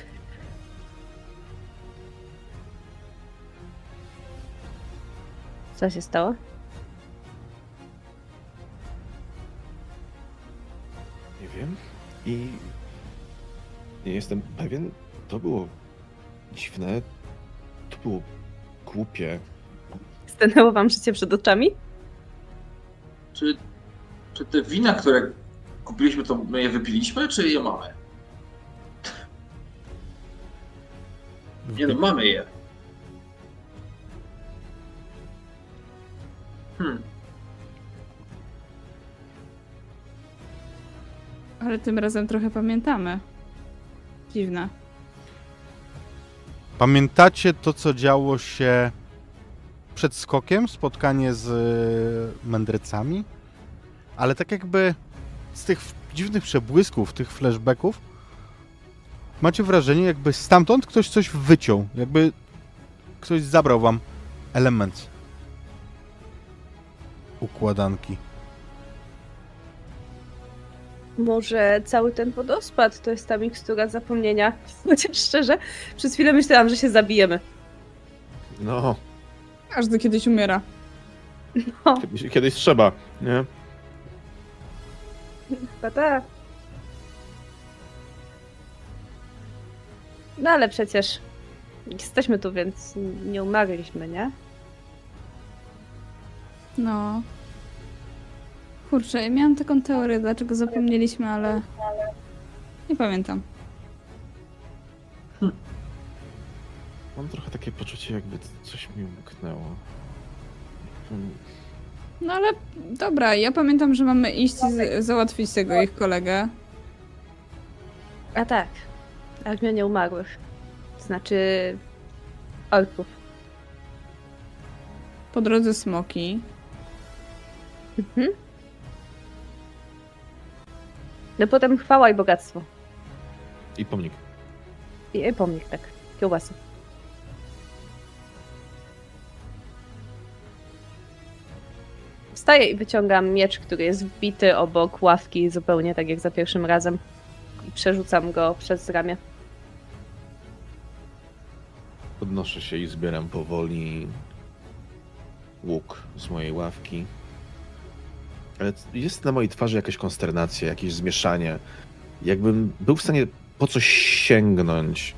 Co się stało? Nie wiem. I nie jestem pewien. To było dziwne. To było głupie. Stanęło wam życie przed oczami? Czy, Czy te wina, które kupiliśmy, to my je wypiliśmy, czy je mamy? Nie no, mamy je. Hmm. Ale tym razem trochę pamiętamy. Dziwne. Pamiętacie to, co działo się przed skokiem? Spotkanie z y, mędrcami? Ale tak jakby z tych dziwnych przebłysków, tych flashbacków macie wrażenie, jakby stamtąd ktoś coś wyciął. Jakby ktoś zabrał wam element układanki. Może cały ten wodospad to jest ta mikstura zapomnienia. Chociaż szczerze, przez chwilę myślałam, że się zabijemy. No, Każdy kiedyś umiera. No, kiedyś, kiedyś trzeba, nie? chyba tak. No ale przecież jesteśmy tu, więc nie umarliśmy, nie? No. Kurczę, ja miałam taką teorię, dlaczego zapomnieliśmy, ale nie pamiętam. Mam trochę takie poczucie, jakby coś mi umknęło. Hmm. No ale dobra, ja pamiętam, że mamy iść i z- załatwić tego ich kolegę. A tak. Armia nieumarłych. Znaczy... orków. Po drodze smoki. Mhm. No potem chwała i bogactwo. I pomnik. I, i pomnik, tak. Kiełbasy. Wstaję i wyciągam miecz, który jest wbity obok ławki, zupełnie tak jak za pierwszym razem. I przerzucam go przez ramię. Podnoszę się i zbieram powoli łuk z mojej ławki. Ale jest na mojej twarzy jakaś konsternacja, jakieś zmieszanie. Jakbym był w stanie po coś sięgnąć.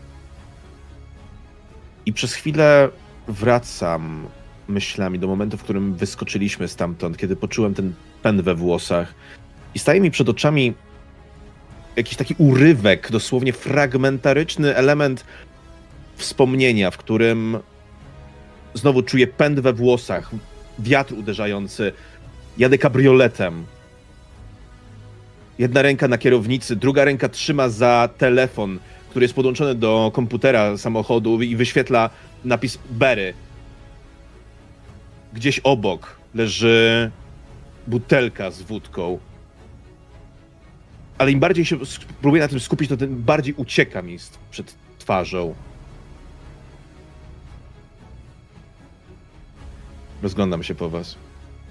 I przez chwilę wracam myślami do momentu, w którym wyskoczyliśmy stamtąd, kiedy poczułem ten pęd we włosach. I staje mi przed oczami jakiś taki urywek, dosłownie fragmentaryczny element wspomnienia, w którym znowu czuję pęd we włosach, wiatr uderzający, jadę kabrioletem. Jedna ręka na kierownicy, druga ręka trzyma za telefon, który jest podłączony do komputera samochodu i wyświetla napis Berry. Gdzieś obok leży butelka z wódką. Ale im bardziej się próbuję na tym skupić, to tym bardziej ucieka mi przed twarzą. Rozglądam się po was.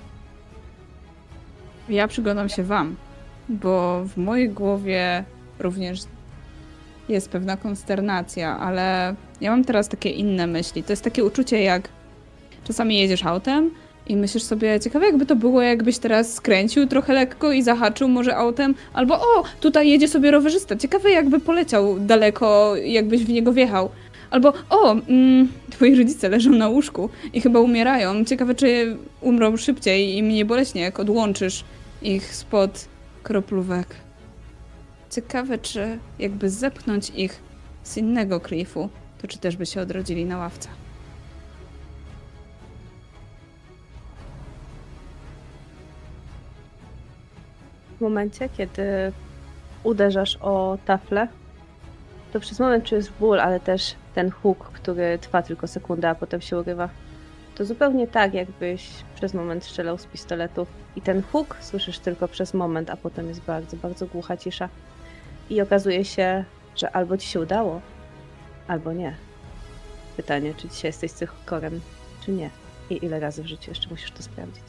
Ja przyglądam się wam, bo w mojej głowie również jest pewna konsternacja, ale ja mam teraz takie inne myśli. To jest takie uczucie, jak czasami jedziesz autem i myślisz sobie, ciekawe jakby to było, jakbyś teraz skręcił trochę lekko i zahaczył może autem, albo o, tutaj jedzie sobie rowerzysta, ciekawe jakby poleciał daleko, jakbyś w niego wjechał. Albo o, mm, twoi rodzice leżą na łóżku i chyba umierają, ciekawe czy umrą szybciej i mnie boleśnie, jak odłączysz ich spod kroplówek. Ciekawe, czy jakby zepchnąć ich z innego klifu, to czy też by się odrodzili na ławce. W momencie, kiedy uderzasz o taflę, to przez moment czujesz ból, ale też ten huk, który trwa tylko sekundę, a potem się urywa. To zupełnie tak, jakbyś przez moment strzelał z pistoletu. I ten huk słyszysz tylko przez moment, a potem jest bardzo, bardzo głucha cisza. I okazuje się, że albo ci się udało, albo nie. Pytanie, czy dzisiaj jesteś cychkorem, czy nie. I ile razy w życiu jeszcze musisz to sprawdzić.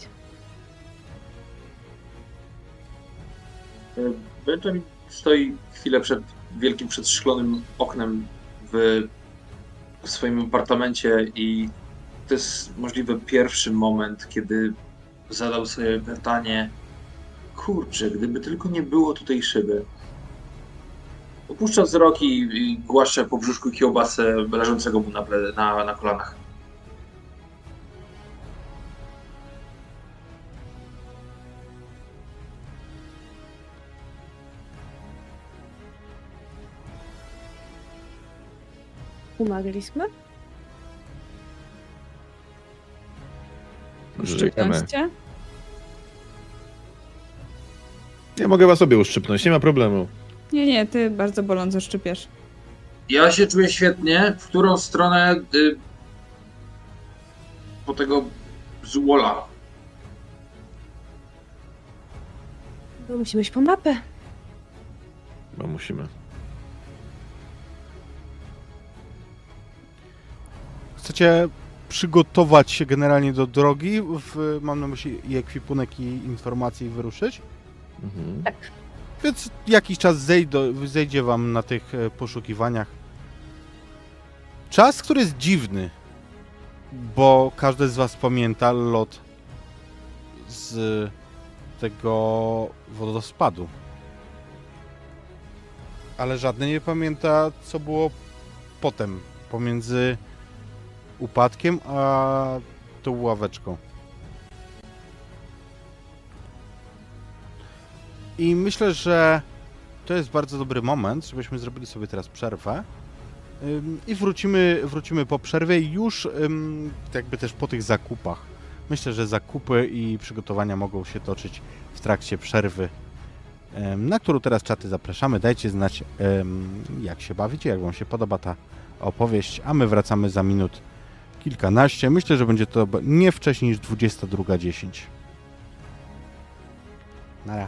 Benjamin stoi chwilę przed wielkim przedszklonym oknem w, w swoim apartamencie i to jest możliwe pierwszy moment, kiedy zadał sobie pytanie, kurczę, gdyby tylko nie było tutaj szyby. Opuszcza wzrok i, i głaszcze po brzuszku kiełbasę leżącego mu na, ple- na, na kolanach. Umarliśmy? Żyjemy. Szczęście? Ja mogę was sobie uszczypnąć, nie ma problemu. Nie, nie, ty bardzo boląco szczypiesz. Ja się czuję świetnie. W którą stronę y, po tego złola? No, musimy iść po mapę. Bo musimy. Chcecie przygotować się generalnie do drogi, w, mam na myśli i ekwipunek, i informacje, i wyruszyć? Mhm. Tak. Więc jakiś czas zejdo, zejdzie wam na tych e, poszukiwaniach. Czas, który jest dziwny, bo każdy z was pamięta lot z tego wodospadu. Ale żadny nie pamięta, co było potem, pomiędzy upadkiem a tą ławeczką. I myślę, że to jest bardzo dobry moment, żebyśmy zrobili sobie teraz przerwę. Ym, I wrócimy, wrócimy po przerwie już ym, jakby też po tych zakupach. Myślę, że zakupy i przygotowania mogą się toczyć w trakcie przerwy, ym, na którą teraz czaty zapraszamy. Dajcie znać, ym, jak się bawicie, jak wam się podoba ta opowieść, a my wracamy za minut kilkanaście. Myślę, że będzie to nie wcześniej niż dwudziesta druga dziesięć. Nara.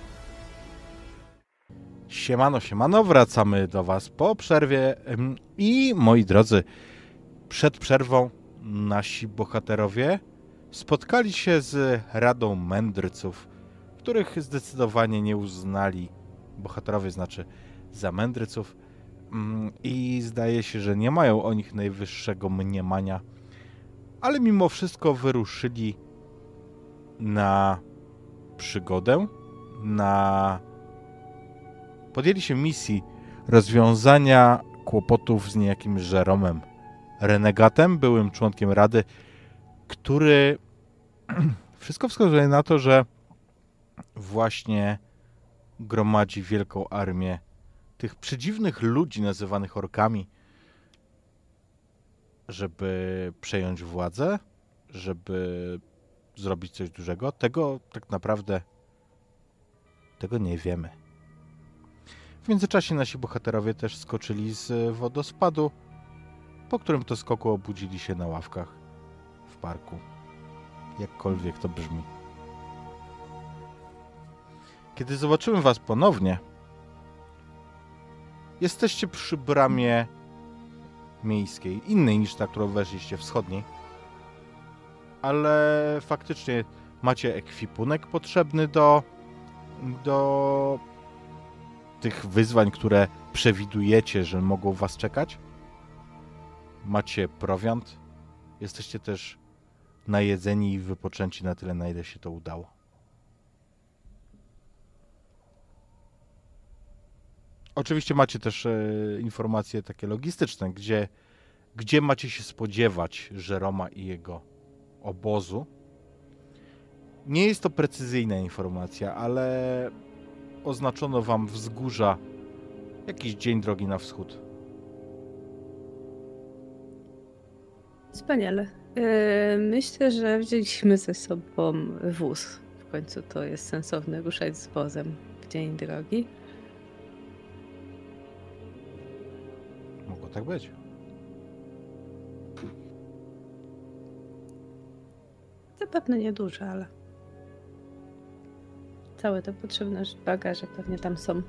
Siemano, siemano, wracamy do was po przerwie i moi drodzy, przed przerwą nasi bohaterowie spotkali się z Radą Mędrców, których zdecydowanie nie uznali bohaterowie, znaczy za mędrców, i zdaje się, że nie mają o nich najwyższego mniemania, ale mimo wszystko wyruszyli na przygodę, na podjęli się misji rozwiązania kłopotów z niejakim Jeromem, renegatem, byłym członkiem Rady, który wszystko wskazuje na to, że właśnie gromadzi wielką armię tych przedziwnych ludzi nazywanych orkami, żeby przejąć władzę, żeby zrobić coś dużego. Tego tak naprawdę tego nie wiemy. W międzyczasie nasi bohaterowie też skoczyli z wodospadu, po którym to skoku obudzili się na ławkach w parku. Jakkolwiek to brzmi. Kiedy zobaczymy was ponownie, jesteście przy bramie miejskiej, innej niż ta, którą weszliście, wschodniej. Ale faktycznie macie ekwipunek potrzebny do, do tych wyzwań, które przewidujecie, że mogą was czekać. Macie prowiant. Jesteście też najedzeni i wypoczęci na tyle, na ile się to udało. Oczywiście macie też e, informacje takie logistyczne, gdzie, gdzie macie się spodziewać Jeroma i jego obozu. Nie jest to precyzyjna informacja, ale oznaczono wam wzgórza, jakiś dzień drogi na wschód. Wspaniale. Yy, myślę, że wzięliśmy ze sobą wóz. W końcu to jest sensowne ruszać z wozem w dzień drogi. Mogło tak być. Zapewne nieduże, ale całe te potrzebne bagaże pewnie tam są.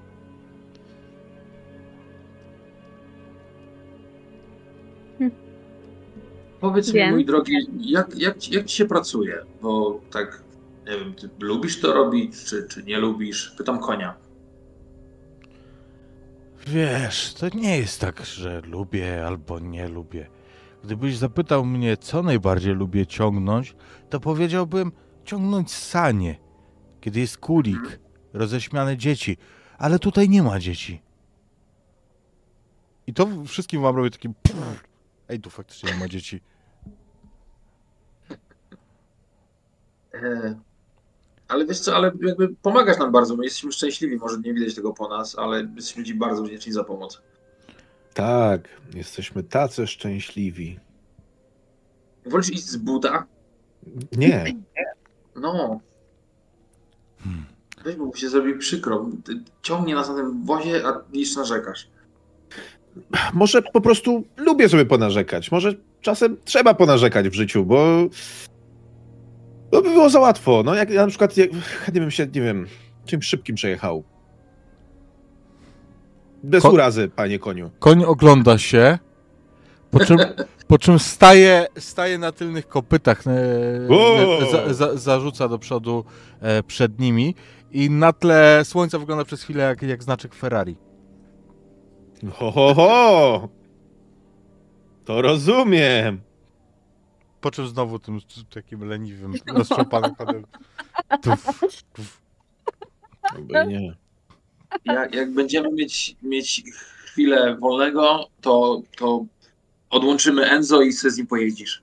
Powiedz Wiem. mi, mój drogi, jak, jak, jak ci się pracuje? Bo tak, nie wiem, ty lubisz to robić, czy, czy nie lubisz? Pytam konia. Wiesz, to nie jest tak, że lubię albo nie lubię. Gdybyś zapytał mnie, co najbardziej lubię ciągnąć, to powiedziałbym ciągnąć sanie, kiedy jest kulik, roześmiane dzieci, ale tutaj nie ma dzieci. I to wszystkim wam robię takim pff, ej, tu faktycznie nie ma dzieci. E, ale wiesz co, ale jakby pomagasz nam bardzo, my jesteśmy szczęśliwi, może nie widać tego po nas, ale jesteśmy ci bardzo wdzięczni za pomoc. Tak, jesteśmy tacy szczęśliwi. Wolisz iść z buta? Nie, No. Hmm. Weź, bo mi się zrobi przykro. Ty ciągnie nas na tym wozie, a niż narzekasz. może po prostu lubię sobie ponarzekać. Może czasem trzeba ponarzekać w życiu, bo to by było za łatwo. No jak ja na przykład, jak, chętnie bym się, nie wiem, czymś szybkim przejechał. Bez Ko- urazy, panie koniu. Koń ogląda się, po czym, po czym staje, staje na tylnych kopytach, e, Wow. za, za, zarzuca do przodu e, przed nimi i na tle słońca wygląda przez chwilę jak, jak znaczek Ferrari. Ho, ho, ho! To rozumiem. Po czym znowu tym takim leniwym, roztrzapanym chodem. Tuf, tuf. Oby nie. Jak, jak będziemy mieć, mieć chwilę wolnego, to, to odłączymy Enzo i se z nim pojeździsz.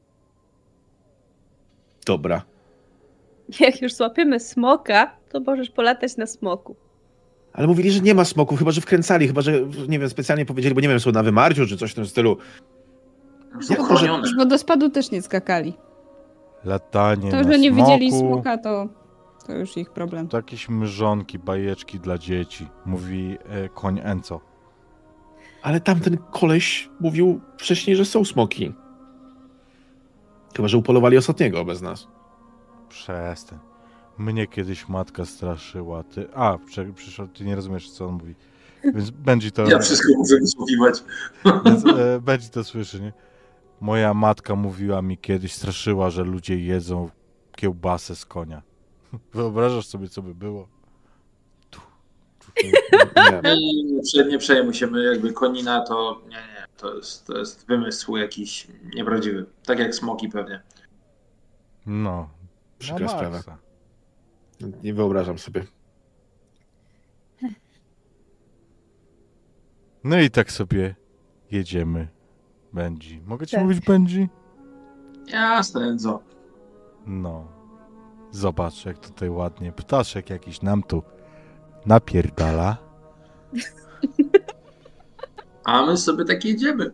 Dobra. Jak już złapiemy smoka, to możesz polatać na smoku. Ale mówili, że nie ma smoków, chyba że wkręcali, chyba że, nie wiem, specjalnie powiedzieli, bo nie wiem, są na wymarciu czy coś w tym stylu. Są Jak chronione. Z wodospadu też nie skakali. Latanie To, na że nie smoku, widzieli smoka, to, to już ich problem. to jakieś mrzonki, bajeczki dla dzieci, mówi e, koń Enzo. Ale tamten koleś mówił wcześniej, że są smoki. Chyba że upolowali ostatniego bez nas. Przestań. Mnie kiedyś matka straszyła. Ty... A, prze- przyszło, ty nie rozumiesz, co on mówi. Więc Benji to... Ja wszystko muszę wysłuchiwać. Więc, e, Benji to słyszy, nie? Moja matka mówiła mi kiedyś, straszyła, że ludzie jedzą kiełbasę z konia. Wyobrażasz sobie, co by było? Tu, tu, tu. Nie. Nie, nie, nie, prze- nie przejmuj się, my jakby konina to nie, nie, to jest, to jest wymysł jakiś nieprawdziwy. Tak jak smoki pewnie. No. Przykra na sprawa. maksa. Nie wyobrażam sobie. No i tak sobie jedziemy. Benji. Mogę ci Tak. mówić Benji? Jasne, Enzo. No. Zobacz, jak tutaj ładnie. Ptaszek jakiś nam tu napierdala. A my sobie tak jedziemy.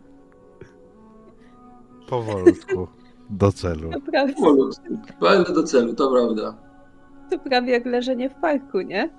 Powolutku. Do celu. To prawie, Powolutku. Bardzo do celu, to prawda. to prawie jak leżenie w parku, nie?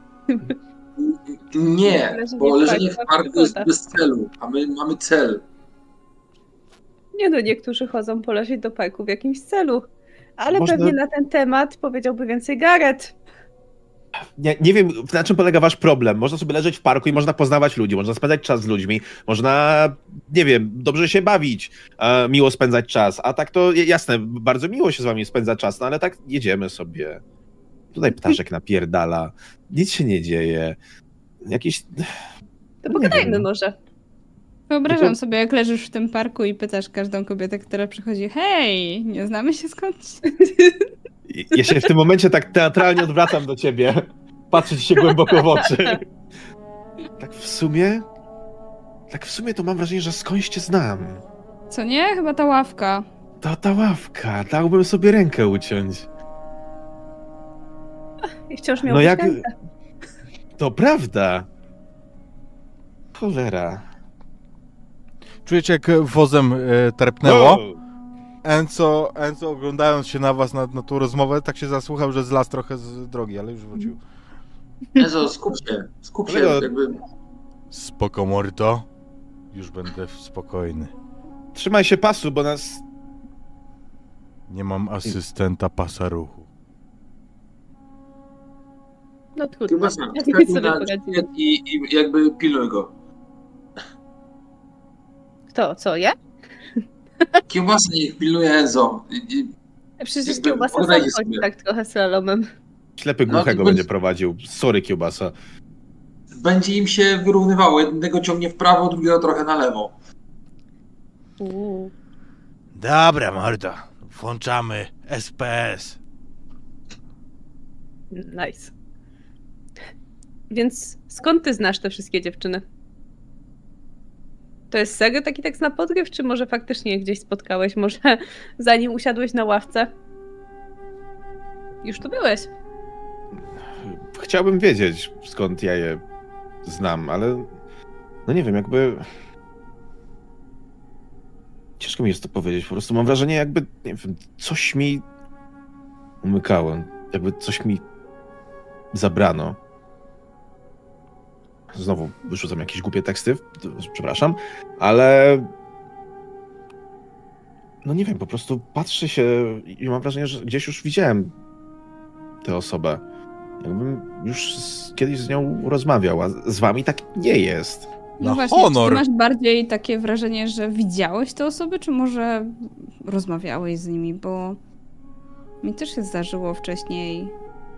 Nie, Leżenie bo w leżenie w parku, parku jest przygoda. bez celu, a my mamy cel. Nie no, niektórzy chodzą poleżeć do parku w jakimś celu. Ale Można- pewnie na ten temat powiedziałby więcej Gareth. Nie, nie wiem, na czym polega wasz problem. Można sobie leżeć w parku i można poznawać ludzi, można spędzać czas z ludźmi, można, nie wiem, dobrze się bawić, e, miło spędzać czas. A tak to j- jasne, bardzo miło się z wami spędza czas, no ale tak jedziemy sobie. Tutaj ptaszek napierdala, nic się nie dzieje. Jakiś... To Nie pogadajmy wiem. może. No Wyobrażam to- sobie, jak leżysz w tym parku i pytasz każdą kobietę, która przychodzi: hej, nie znamy się skądś? Ja się w tym momencie tak teatralnie odwracam do ciebie, patrzę ci się głęboko w oczy. Tak w sumie... Tak w sumie to mam wrażenie, że skądś cię znam. Co nie? Chyba ta ławka. To ta ławka, dałbym sobie rękę uciąć. I wciąż miał No być jak... ręka. To prawda. Cholera. Czujecie, jak wozem e, terpnęło? O! Enzo, Enzo, oglądając się na was, na, na tą rozmowę, tak się zasłuchał, że zlasł trochę z drogi, ale już wrócił. Enzo, skup się, skup się, Kolego- jakby... Spoko, mordo. Już będę spokojny. Trzymaj się pasu, bo nas... Nie mam asystenta pasa ruchu. No trudno. Chyba Jak tak, sobie na poradzimy. i, i jakby pilnuj go. Kto? Co? Ja? Kiełbasy niech pilnuje Enzo. I, i, Przecież Jakby kiełbasa sam pogadajcie chodzi sobie. tak trochę slalomem. Ślepy No, głuchego to będzie bądź- prowadził. Sorry, kiełbasa. będzie im się wyrównywało. Jednego ciągnie w prawo, drugiego trochę na lewo. Uuu. Dobra, mordo. Włączamy S P S. Nice. Więc skąd ty znasz te wszystkie dziewczyny? To jest serio taki tekst na podryw, czy może faktycznie je gdzieś spotkałeś? Może zanim usiadłeś na ławce? Już tu byłeś. Chciałbym wiedzieć, skąd ja je znam, ale... No nie wiem, jakby... ciężko mi jest to powiedzieć. Po prostu mam wrażenie, jakby, nie wiem, coś mi umykało. Jakby coś mi zabrano. Znowu wyrzucam jakieś głupie teksty, przepraszam, ale no nie wiem, po prostu patrzę się i mam wrażenie, że gdzieś już widziałem tę osobę. Jakbym już z, kiedyś z nią rozmawiał, a z wami tak nie jest. No Na właśnie, honor. czy ty masz bardziej takie wrażenie, że widziałeś te osoby, czy może rozmawiałeś z nimi, bo mi też się zdarzyło wcześniej.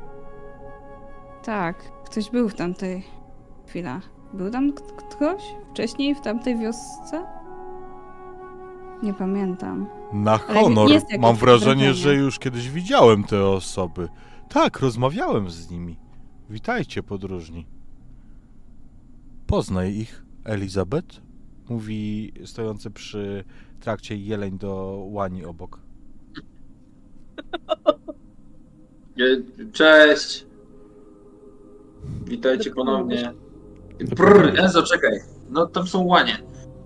Tak, ktoś był w tamtej chwilach. Był tam k- ktoś wcześniej w tamtej wiosce? Nie pamiętam. Na Ale honor. jest jakieś Mam wrażenie, wrażenie. że już kiedyś widziałem te osoby. Tak, rozmawiałem z nimi. Witajcie, podróżni. Poznaj ich, Elizabeth. Mówi stojący przy trakcie jeleń do łani obok. Cześć. Witajcie ponownie. Prr, Enzo, czekaj. No tam są łanie.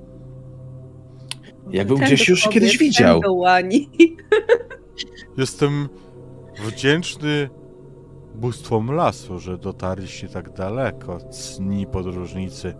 Jakbym Ten gdzieś do już kobiet, kiedyś widział. ten do łani. Jestem wdzięczny bóstwom lasu, że dotarliście tak daleko, cni podróżnicy.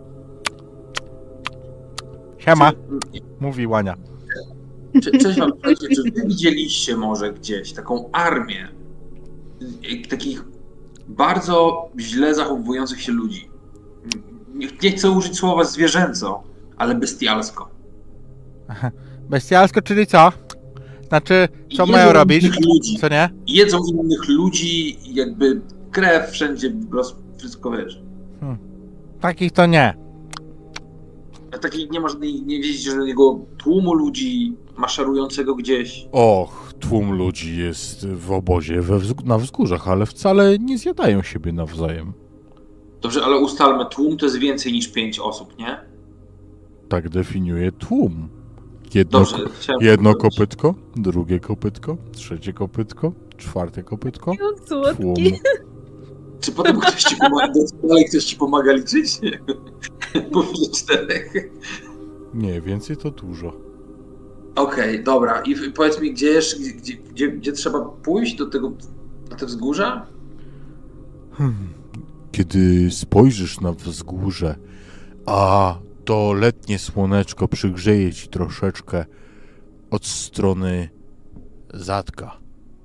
Siema, Czy, mówi łania. cze- cześć wam, słuchajcie, czy wy widzieliście może gdzieś taką armię y, takich bardzo źle zachowujących się ludzi? Nie, nie chcę użyć słowa zwierzęco, ale bestialsko. Bestialsko, czyli co? Znaczy, co Jedzą mają robić? innych ludzi. Co nie? Jedzą innych ludzi, jakby krew wszędzie, roz, wszystko wiesz. Takich to nie. A taki nie masz nie, nie wiedzieć żadnego tłumu ludzi maszerującego gdzieś. Och, tłum ludzi jest w obozie we wzg- na wzgórzach, ale wcale nie zjadają siebie nawzajem. Dobrze, ale ustalmy, tłum to jest więcej niż pięć osób, nie? Tak definiuje tłum. Jedno, Dobrze, chciałem jedno powiedzieć. kopytko, drugie kopytko, trzecie kopytko, czwarte kopytko, On tłum. słodki. Czy potem ktoś ci pomaga, dalej ktoś ci pomaga liczyć? Powyżej czterech. Nie, więcej to dużo. Okej, dobra. I w- powiedz mi, gdzie jeszcze, gdzie, gdzie, gdzie, gdzie trzeba pójść do tego, na te wzgórza? Hmm. Kiedy spojrzysz na wzgórze, a to letnie słoneczko przygrzeje ci troszeczkę od strony zadka,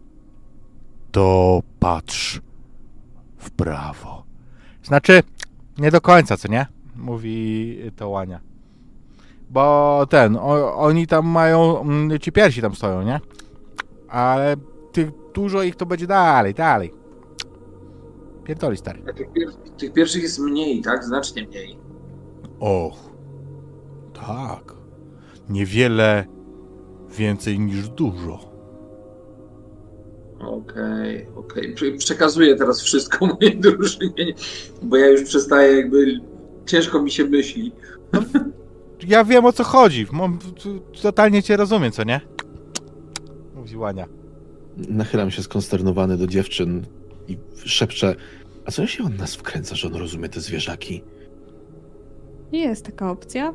to patrz w prawo. Znaczy, nie do końca, co nie? Mówi to łania. Bo ten, o, oni tam mają, mm, ci pierwsi tam stoją, nie? Ale tych, dużo ich to będzie dalej, dalej. Pierdoli, stary. A Tych, pier- tych pierwszych jest mniej, tak? Znacznie mniej. Och, tak. Niewiele więcej niż dużo. Okej, okej. Prze- Przekazuję teraz wszystko mojej drużynie, bo ja już przestaję jakby... Ciężko mi się myśli. Ja wiem, o co chodzi. Mam, t- totalnie cię rozumiem, co nie? Mówi łania. Nachylam się skonsternowany do dziewczyn i szepczę, a co się on nas wkręca, że on rozumie te zwierzaki? Jest taka opcja.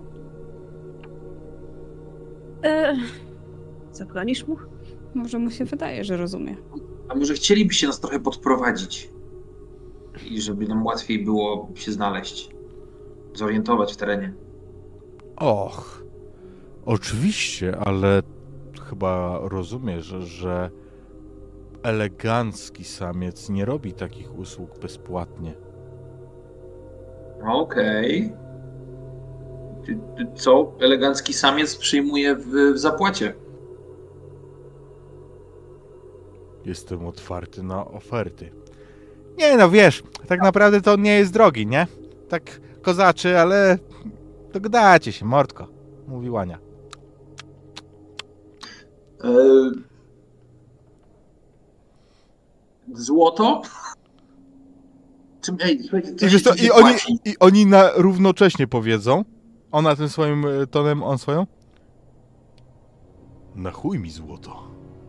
E, zabronisz mu? Może mu się wydaje, że rozumie. A może chcielibyście nas trochę podprowadzić? I żeby nam łatwiej było się znaleźć. Zorientować w terenie. Och, oczywiście, ale chyba rozumiesz, że, że elegancki samiec nie robi takich usług bezpłatnie. Okej. Ty- ty Co elegancki samiec przyjmuje w, w zapłacie? Jestem otwarty na oferty. Nie no, wiesz, tak naprawdę to nie jest drogi, nie? Tak kozaczy, ale dogadacie się, mordko, mówi łania. E... Złoto? Czym, ej, słuchajcie, co I, się wiesz co, ci i, oni, wypłaci? I oni na równocześnie powiedzą, ona tym swoim e, tonem, on swoją. Na chuj mi złoto.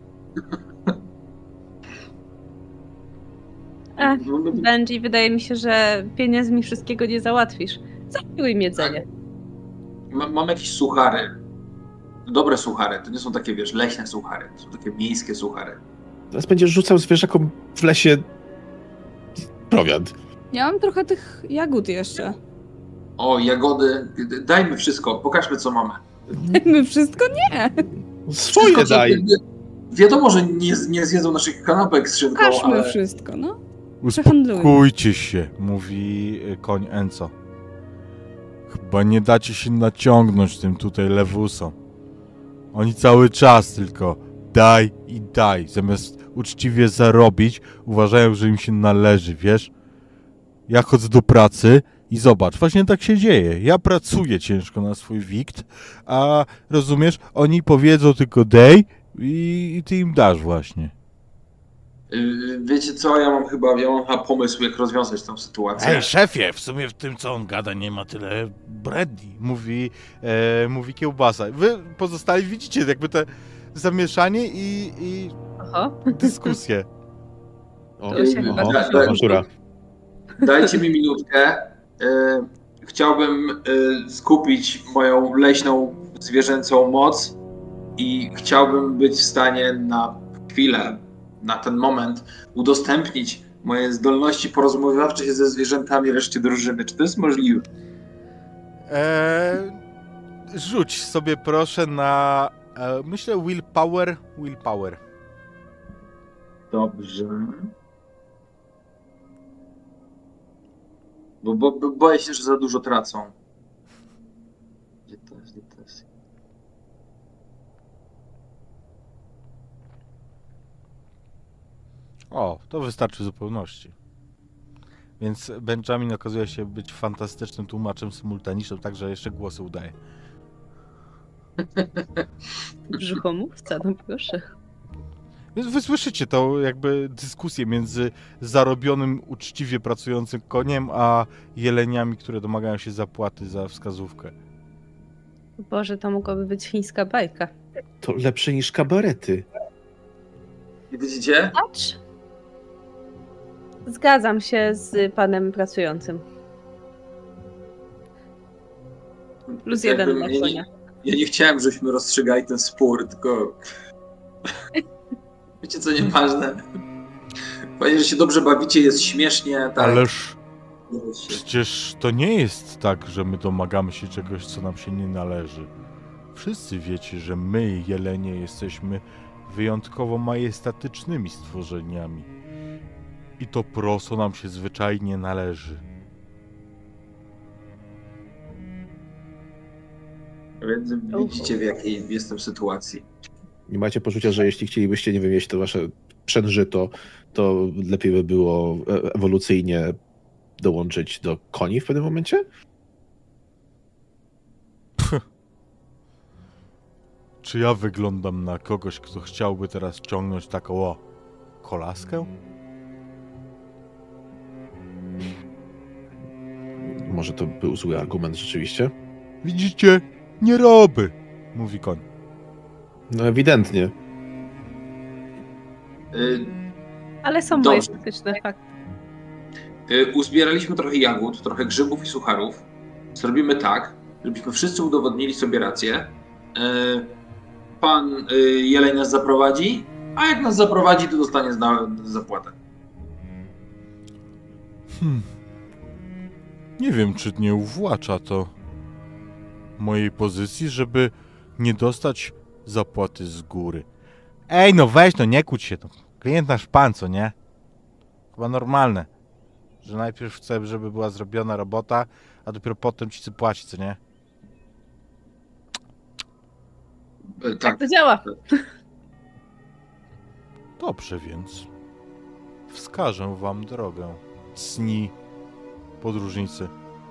A, No, no, Benji, wydaje mi się, że pieniędzmi wszystkiego nie załatwisz. Zapił im jedzenie. ma, mam jakieś suchary. dobre suchary. To nie są takie, wiesz, leśne suchary. To są takie miejskie suchary. Teraz będziesz rzucał zwierzakom w lesie prowiant. Ja mam trochę tych jagód jeszcze. O, jagody. Dajmy wszystko. Pokażmy, co mamy. My wszystko nie. Swoje Wszystko, co- daj. wi- Wiadomo, że nie, nie zjedzą naszych kanapek z szynką, Pokażmy ale... wszystko, no. Przehandlujmy. Uspokójcie się, mówi y, koń Enco. Chyba nie dacie się naciągnąć tym tutaj lewusom. Oni cały czas tylko daj i daj. Zamiast uczciwie zarobić, uważają, że im się należy, wiesz? Ja chodzę do pracy i zobacz, właśnie tak się dzieje. Ja pracuję ciężko na swój wikt, a rozumiesz, oni powiedzą tylko daj i, i ty im dasz właśnie. Yy, Wiecie co, ja mam chyba, ja mam chyba pomysł, jak rozwiązać tę sytuację. Ej, szefie, w sumie w tym, co on gada, nie ma tyle bredni, mówi, e, mówi kiełbasa. Wy pozostali widzicie jakby te zamieszanie i, i Aha. dyskusję. O, To się o, chyba o, da- awantura. Dajcie mi minutkę. Yy, Chciałbym yy, skupić moją leśną, zwierzęcą moc i chciałbym być w stanie na chwilę, na ten moment udostępnić moje zdolności porozumiewawcze się ze zwierzętami reszcie drużyny. Czy to jest możliwe? E, rzuć sobie proszę na, e, myślę, willpower, willpower. Dobrze. Bo, bo, bo boję się, że za dużo tracą. Gdzie to jest? Gdzie to jest? O, to wystarczy w zupełności. Więc Benjamin okazuje się być fantastycznym tłumaczem symultanicznym, także jeszcze głosy udaje. Brzuchomówca, no proszę. Więc wy słyszycie tą jakby dyskusję między zarobionym, uczciwie pracującym koniem, a jeleniami, które domagają się zapłaty za wskazówkę. Boże, to mogłaby być chińska bajka. To lepsze niż kabarety. I widzicie? Patrz! Zgadzam się z panem pracującym. Plus jeden Jakbym- dla ja, konia. nie, ja nie chciałem, żebyśmy rozstrzygali ten spór, tylko... Wiecie co nieważne? Fajnie, że się dobrze bawicie, jest śmiesznie, tak. Ależ przecież to nie jest tak, że my domagamy się czegoś, co nam się nie należy. Wszyscy wiecie, że my, jelenie, jesteśmy wyjątkowo majestatycznymi stworzeniami. I to proso nam się zwyczajnie należy. Więc widzicie, w jakiej jestem sytuacji. Nie macie poczucia, że jeśli chcielibyście, nie wiem, jeść to wasze przężyto, to lepiej by było e- ewolucyjnie dołączyć do koni w pewnym momencie? Czy ja wyglądam na kogoś, kto chciałby teraz ciągnąć taką o, kolaskę? Może to był zły argument rzeczywiście? Widzicie? Nie robię, mówi koń. No ewidentnie. Y, Ale są Dobrze. majestatyczne fakty. y, Uzbieraliśmy trochę jagód, trochę grzybów i sucharów. Zrobimy tak, żebyśmy wszyscy udowodnili sobie rację. Y, Pan y, Jeleń nas zaprowadzi, a jak nas zaprowadzi, to dostanie zna- zapłatę. Hmm. Nie wiem, czy nie uwłacza to mojej pozycji, żeby nie dostać zapłaty z góry. Ej, no weź, no nie kłóć się. No. Klient nasz pan, co nie? Chyba normalne, że najpierw chcę, żeby była zrobiona robota, a dopiero potem ci płaci, co nie? Y, Tak Tak, to działa. Dobrze więc. Wskażę wam drogę. Cni podróżnicy.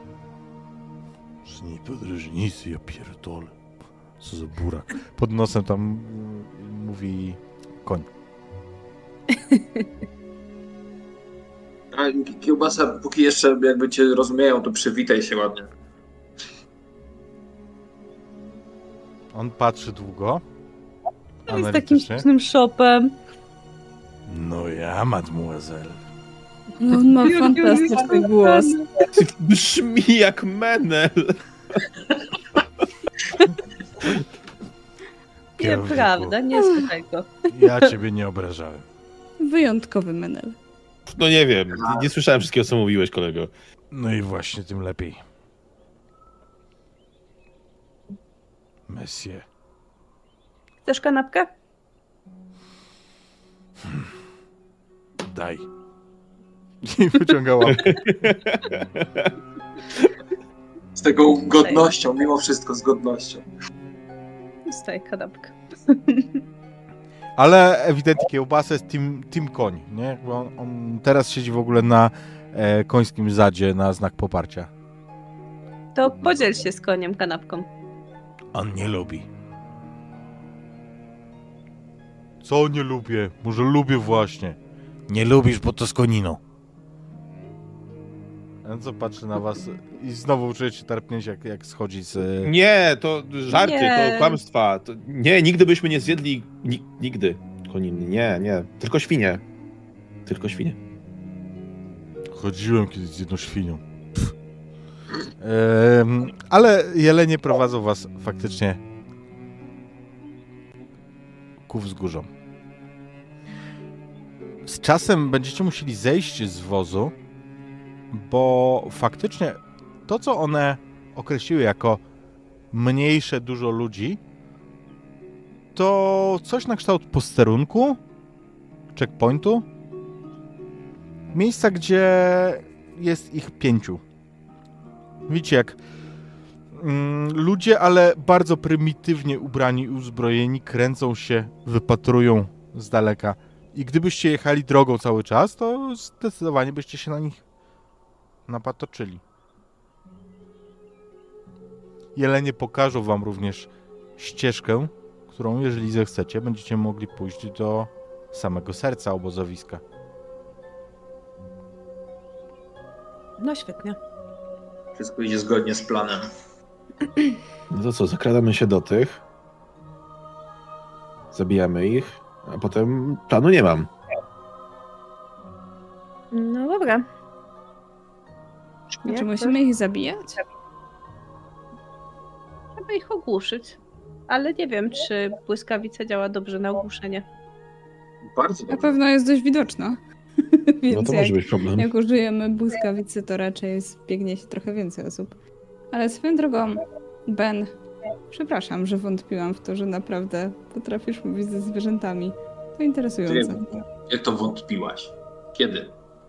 Cni podróżnicy, ja pierdolę. Co za burak. Pod nosem tam mm, mówi koń. a kiełbasa, póki jeszcze jakby cię rozumieją, to przywitaj się ładnie. On patrzy długo. To jest takim Analitycznie. śmiesznym shopem. No ja, mademoiselle. On ma fantastyczny głos. Ty brzmi jak Menel. Nieprawda, nie słuchaj go. Ja ciebie nie obrażałem. Wyjątkowy menel. No nie wiem, nie, nie słyszałem wszystkiego, co mówiłeś, kolego. No i właśnie tym lepiej. Messie. Chcesz kanapkę? Daj. I wyciąga łapkę. Z taką godnością, mimo wszystko z godnością. Dostaję kanapkę. Ale ewidentnie kiełbasa jest team, team koń, nie? Bo on, on teraz siedzi w ogóle na e, końskim zadzie na znak poparcia. To podziel się z koniem kanapką. On nie lubi. Co nie lubię? Może lubię właśnie. Nie lubisz, bo to z koniną. A co patrzy na was i znowu czujecie tarpnięcie, jak, jak schodzi z... Nie, to żarty, Nie. to kłamstwa. To, nie, nigdy byśmy nie zjedli... Ni, nigdy. Koniny, nie, nie. Tylko świnie. Tylko świnie. Chodziłem kiedyś z jedną świnią. Ehm, ale jelenie prowadzą was faktycznie ku wzgórzom. Z czasem będziecie musieli zejść z wozu, bo faktycznie to, co one określiły jako mniejsze dużo ludzi, to coś na kształt posterunku, checkpointu, miejsca, gdzie jest ich pięciu. Widzicie, jak mm, ludzie, ale bardzo prymitywnie ubrani i uzbrojeni, kręcą się, wypatrują z daleka. I gdybyście jechali drogą cały czas, to zdecydowanie byście się na nich napatoczyli. Jelenie pokażą wam również ścieżkę, którą, jeżeli zechcecie, będziecie mogli pójść do samego serca obozowiska. No świetnie. Wszystko idzie zgodnie z planem. No to co, zakradamy się do tych. Zabijamy ich, a potem planu nie mam. No dobra. Czy Jak musimy ich zabijać? Trzeba ich ogłuszyć. Ale nie wiem, czy błyskawica działa dobrze na ogłuszenie. Bardzo Na dobrze. pewno jest dość widoczna. No Więc to jak, może być problem. jak użyjemy błyskawicy, to raczej zbiegnie się trochę więcej osób. Ale swoją drogą, Ben, przepraszam, że wątpiłam w to, że naprawdę potrafisz mówić ze zwierzętami. To interesujące. Jak to wątpiłaś? Kiedy?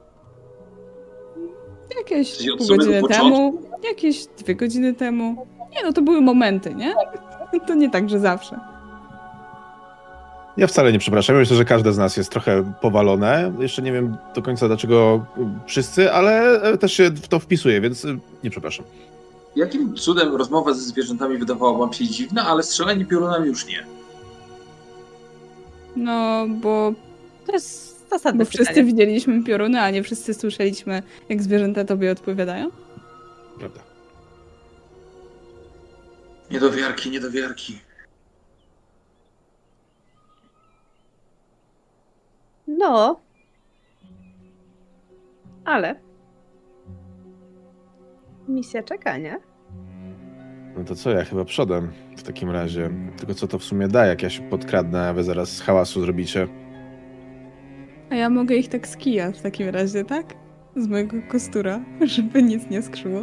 Jakieś Czyli od pół samego godziny początku? temu, jakieś dwie godziny temu. Nie no, to były momenty, nie? To nie tak, że zawsze. Ja wcale nie przepraszam. Myślę, że każde z nas jest trochę powalone. Jeszcze nie wiem do końca dlaczego wszyscy, ale też się w to wpisuje, więc nie przepraszam. Jakim cudem rozmowa ze zwierzętami wydawała wam się dziwna, ale strzelanie piorunami już nie? No, bo, To jest zasadne bo wszyscy pytanie. widzieliśmy pioruny, a nie wszyscy słyszeliśmy, jak zwierzęta tobie odpowiadają. Prawda. Niedowiarki, niedowiarki. No. Ale. Misja czeka, nie? No to co, ja chyba przodem w takim razie. Tylko co to w sumie da, jak ja się podkradnę, a wy zaraz hałasu zrobicie. A ja mogę ich tak z kija w takim razie, tak? Z mojego kostura, żeby nic nie skrzyło.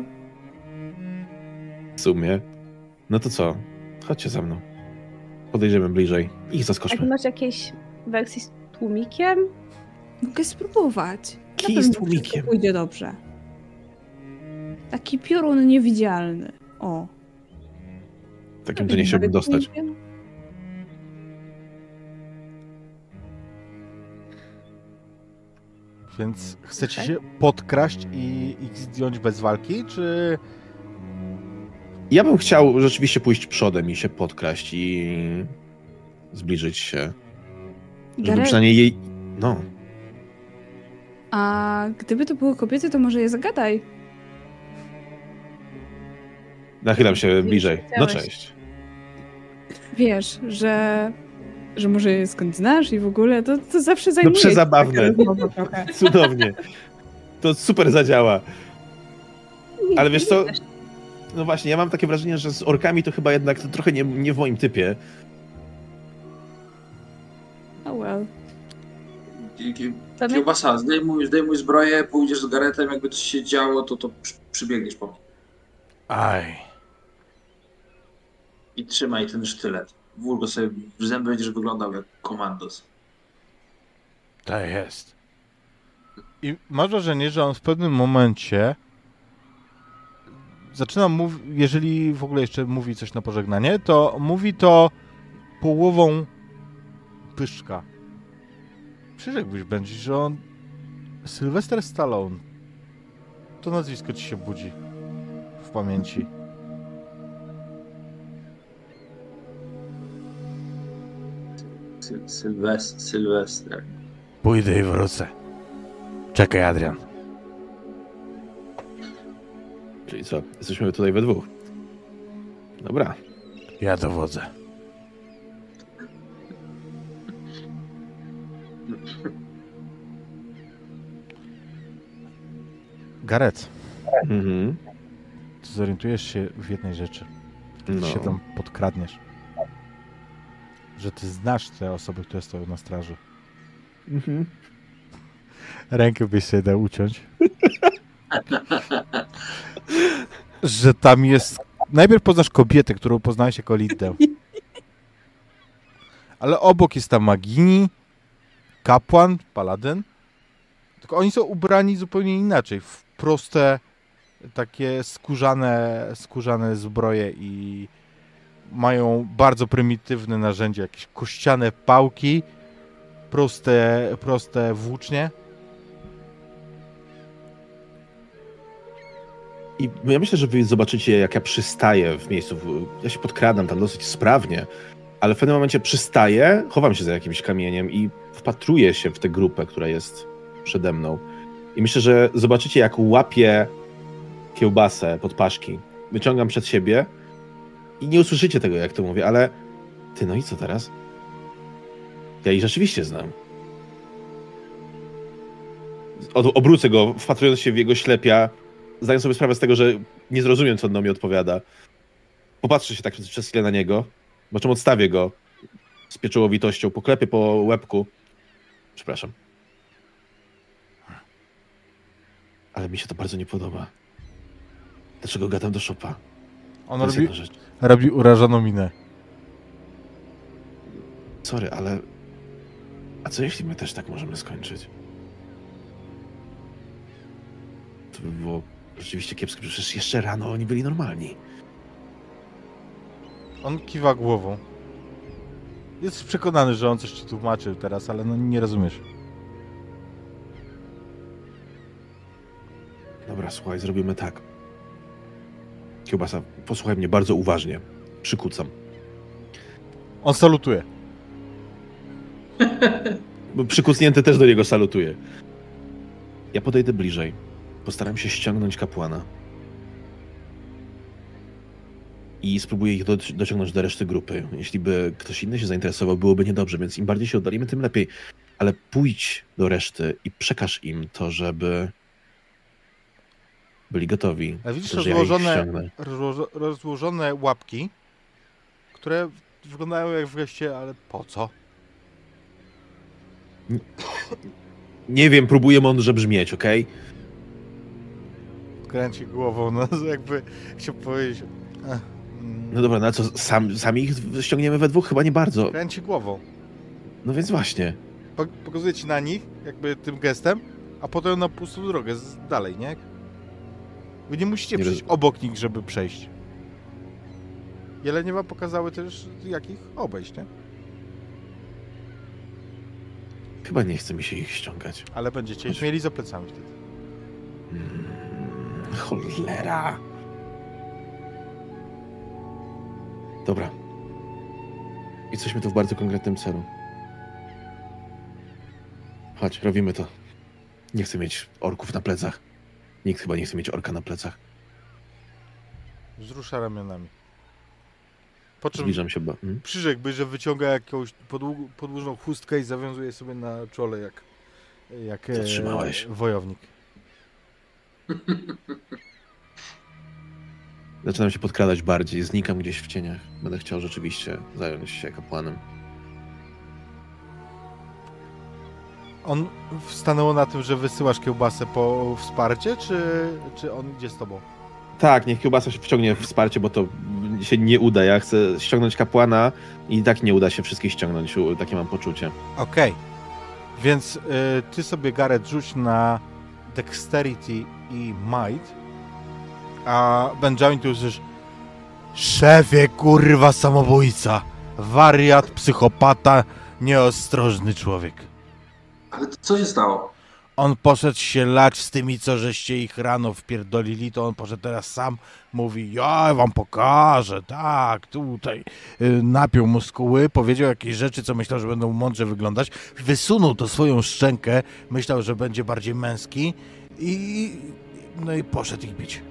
W sumie. No to co? Chodźcie za mną. Podejdziemy bliżej. Ich A ty zaskoczmy. masz jakieś wersji z tłumikiem? Mogę spróbować. Na Kij pewno z tłumikiem. wszystko pójdzie dobrze. Taki piorun niewidzialny. O. Takim to nie chciałbym dostać. Więc chcecie Okej. się podkraść i ich zdjąć bez walki, czy... Ja bym chciał rzeczywiście pójść przodem i się podkraść i zbliżyć się. Żeby Gareth, przynajmniej jej... No. a gdyby to były kobiety, to może je zagadaj. Nachylam się Nie bliżej. No chciałeś. cześć. Wiesz, że, że może je skąd znasz i w ogóle, to, to zawsze zajmuje. No przezabawne. taka rozmowa trochę. Cudownie. To super zadziała. Ale wiesz co? No właśnie, ja mam takie wrażenie, że z orkami to chyba jednak to trochę nie, nie w moim typie. Pamię- Kiełbasa, zdejmuj, zdejmuj zbroję, pójdziesz z Garetem, jakby coś się działo, to, to przy, przybiegniesz po mnie. Aj. I trzymaj ten sztylet. Włóż go sobie w zęby, będziesz wyglądał jak komandos. Tak jest. I masz wrażenie, że on w pewnym momencie zaczyna mówić, jeżeli w ogóle jeszcze mówi coś na pożegnanie, to mówi to połową pyszczka. Przyrzekłbyś będzie, że on Sylvester Stallone. To nazwisko ci się budzi w pamięci. Syl- Sylwest, Sylwester. Pójdę i wrócę. Czekaj, Adrian. Czyli co? Jesteśmy tutaj we dwóch. Dobra. Ja dowodzę. Gareth, Mhm. ty zorientujesz się w jednej rzeczy. Ty No. się tam podkradniesz. Że ty znasz te osoby, które stoją na straży. Mhm. Rękę byś sobie dał uciąć. Że tam jest... Najpierw poznasz kobietę, którą poznałeś jako Lidę. Ale obok jest ta Magini, kapłan, paladyn. Tylko oni są ubrani zupełnie inaczej. W proste, takie skórzane, skórzane zbroje i mają bardzo prymitywne narzędzia. Jakieś kościane pałki, proste, proste włócznie. I ja myślę, że wy zobaczycie, jak ja przystaję w miejscu. Ja się podkradam tam dosyć sprawnie, ale w pewnym momencie przystaję, chowam się za jakimś kamieniem i wpatruję się w tę grupę, która jest przede mną. I myślę, że zobaczycie, jak łapię kiełbasę pod paszki. Wyciągam przed siebie i nie usłyszycie tego, jak to mówię, ale ty, no i co teraz? Ja ich rzeczywiście znam. Od, obrócę go, wpatrując się w jego ślepia, zdając sobie sprawę z tego, że nie zrozumiem, co on do mnie odpowiada. Popatrzę się tak przez chwilę na niego, po czym odstawię go z pieczołowitością, poklepię po łebku. Przepraszam. Ale mi się to bardzo nie podoba. Dlaczego gadam do szopa? On To jest robi, jedna rzecz. robi urażoną minę. Sorry, ale... A co jeśli my też tak możemy skończyć? To by było rzeczywiście kiepskie, przecież jeszcze rano oni byli normalni. On kiwa głową. Jest przekonany, że on coś ci tłumaczył teraz, ale no nie rozumiesz. Dobra, słuchaj, zrobimy tak. Kiełbasa, posłuchaj mnie bardzo uważnie. Przykucam. On salutuje. Bo przykucnięty też do niego salutuje. Ja podejdę bliżej. Postaram się ściągnąć kapłana. I spróbuję ich do, dociągnąć do reszty grupy. Jeśli by ktoś inny się zainteresował, byłoby niedobrze, więc im bardziej się oddalimy, tym lepiej. Ale pójdź do reszty i przekaż im to, żeby byli gotowi. A widzisz to, że ja ich rozłożone, ściągnę. rozło, rozłożone łapki, które wyglądają jak wreszcie, ale po co? Nie wiem, próbuję mądrze brzmieć, okej? Kręci głową, no jakby chciał powiedzieć... Ech, mm, No dobra, no co, sam, sami ich ściągniemy we dwóch? Chyba nie bardzo. Kręci głową. No więc właśnie. Po- Pokazuje ci na nich, jakby tym gestem, a potem na pustą drogę z, dalej, nie? Wy nie musicie Nie przejść roz- obok nich, żeby przejść. Jelenie wam pokazały też, jak ich obejść, nie? Chyba nie chce mi się ich ściągać. Ale będziecie ich mieli za plecami wtedy. Mm, cholera. Dobra. Jesteśmy tu w bardzo konkretnym celu. Chodź, robimy to. Nie chcę mieć orków na plecach. Nikt chyba nie chce mieć orka na plecach. Wzrusza ramionami. Po czym Zbliżam się, bo... Hmm? przyrzekłby, że wyciąga jakąś podłu- podłużną chustkę i zawiązuje sobie na czole jak, jak e, Zatrzymałeś. wojownik. Zaczynam się podkradać bardziej, znikam gdzieś w cieniach. Będę chciał rzeczywiście zająć się kapłanem. On stanęło na tym, że wysyłasz kiełbasę po wsparcie, czy, czy on idzie z tobą? Tak, niech kiełbasa się wciągnie w wsparcie, bo to się nie uda. Ja chcę ściągnąć kapłana i tak nie uda się wszystkich ściągnąć, takie mam poczucie. Okej, okay. Więc y, ty sobie, Gareth, rzuć na Dexterity i Might, a Benjamin, ty usłyszysz: szefie, kurwa, samobójca, wariat, psychopata, nieostrożny człowiek. Ale to co się stało? On poszedł się lać z tymi, co żeście ich rano wpierdolili, to on poszedł teraz sam, mówi: ja wam pokażę, tak, tutaj. Napiął muskuły, powiedział jakieś rzeczy, co myślał, że będą mądrze wyglądać, wysunął to swoją szczękę, myślał, że będzie bardziej męski i no i poszedł ich bić.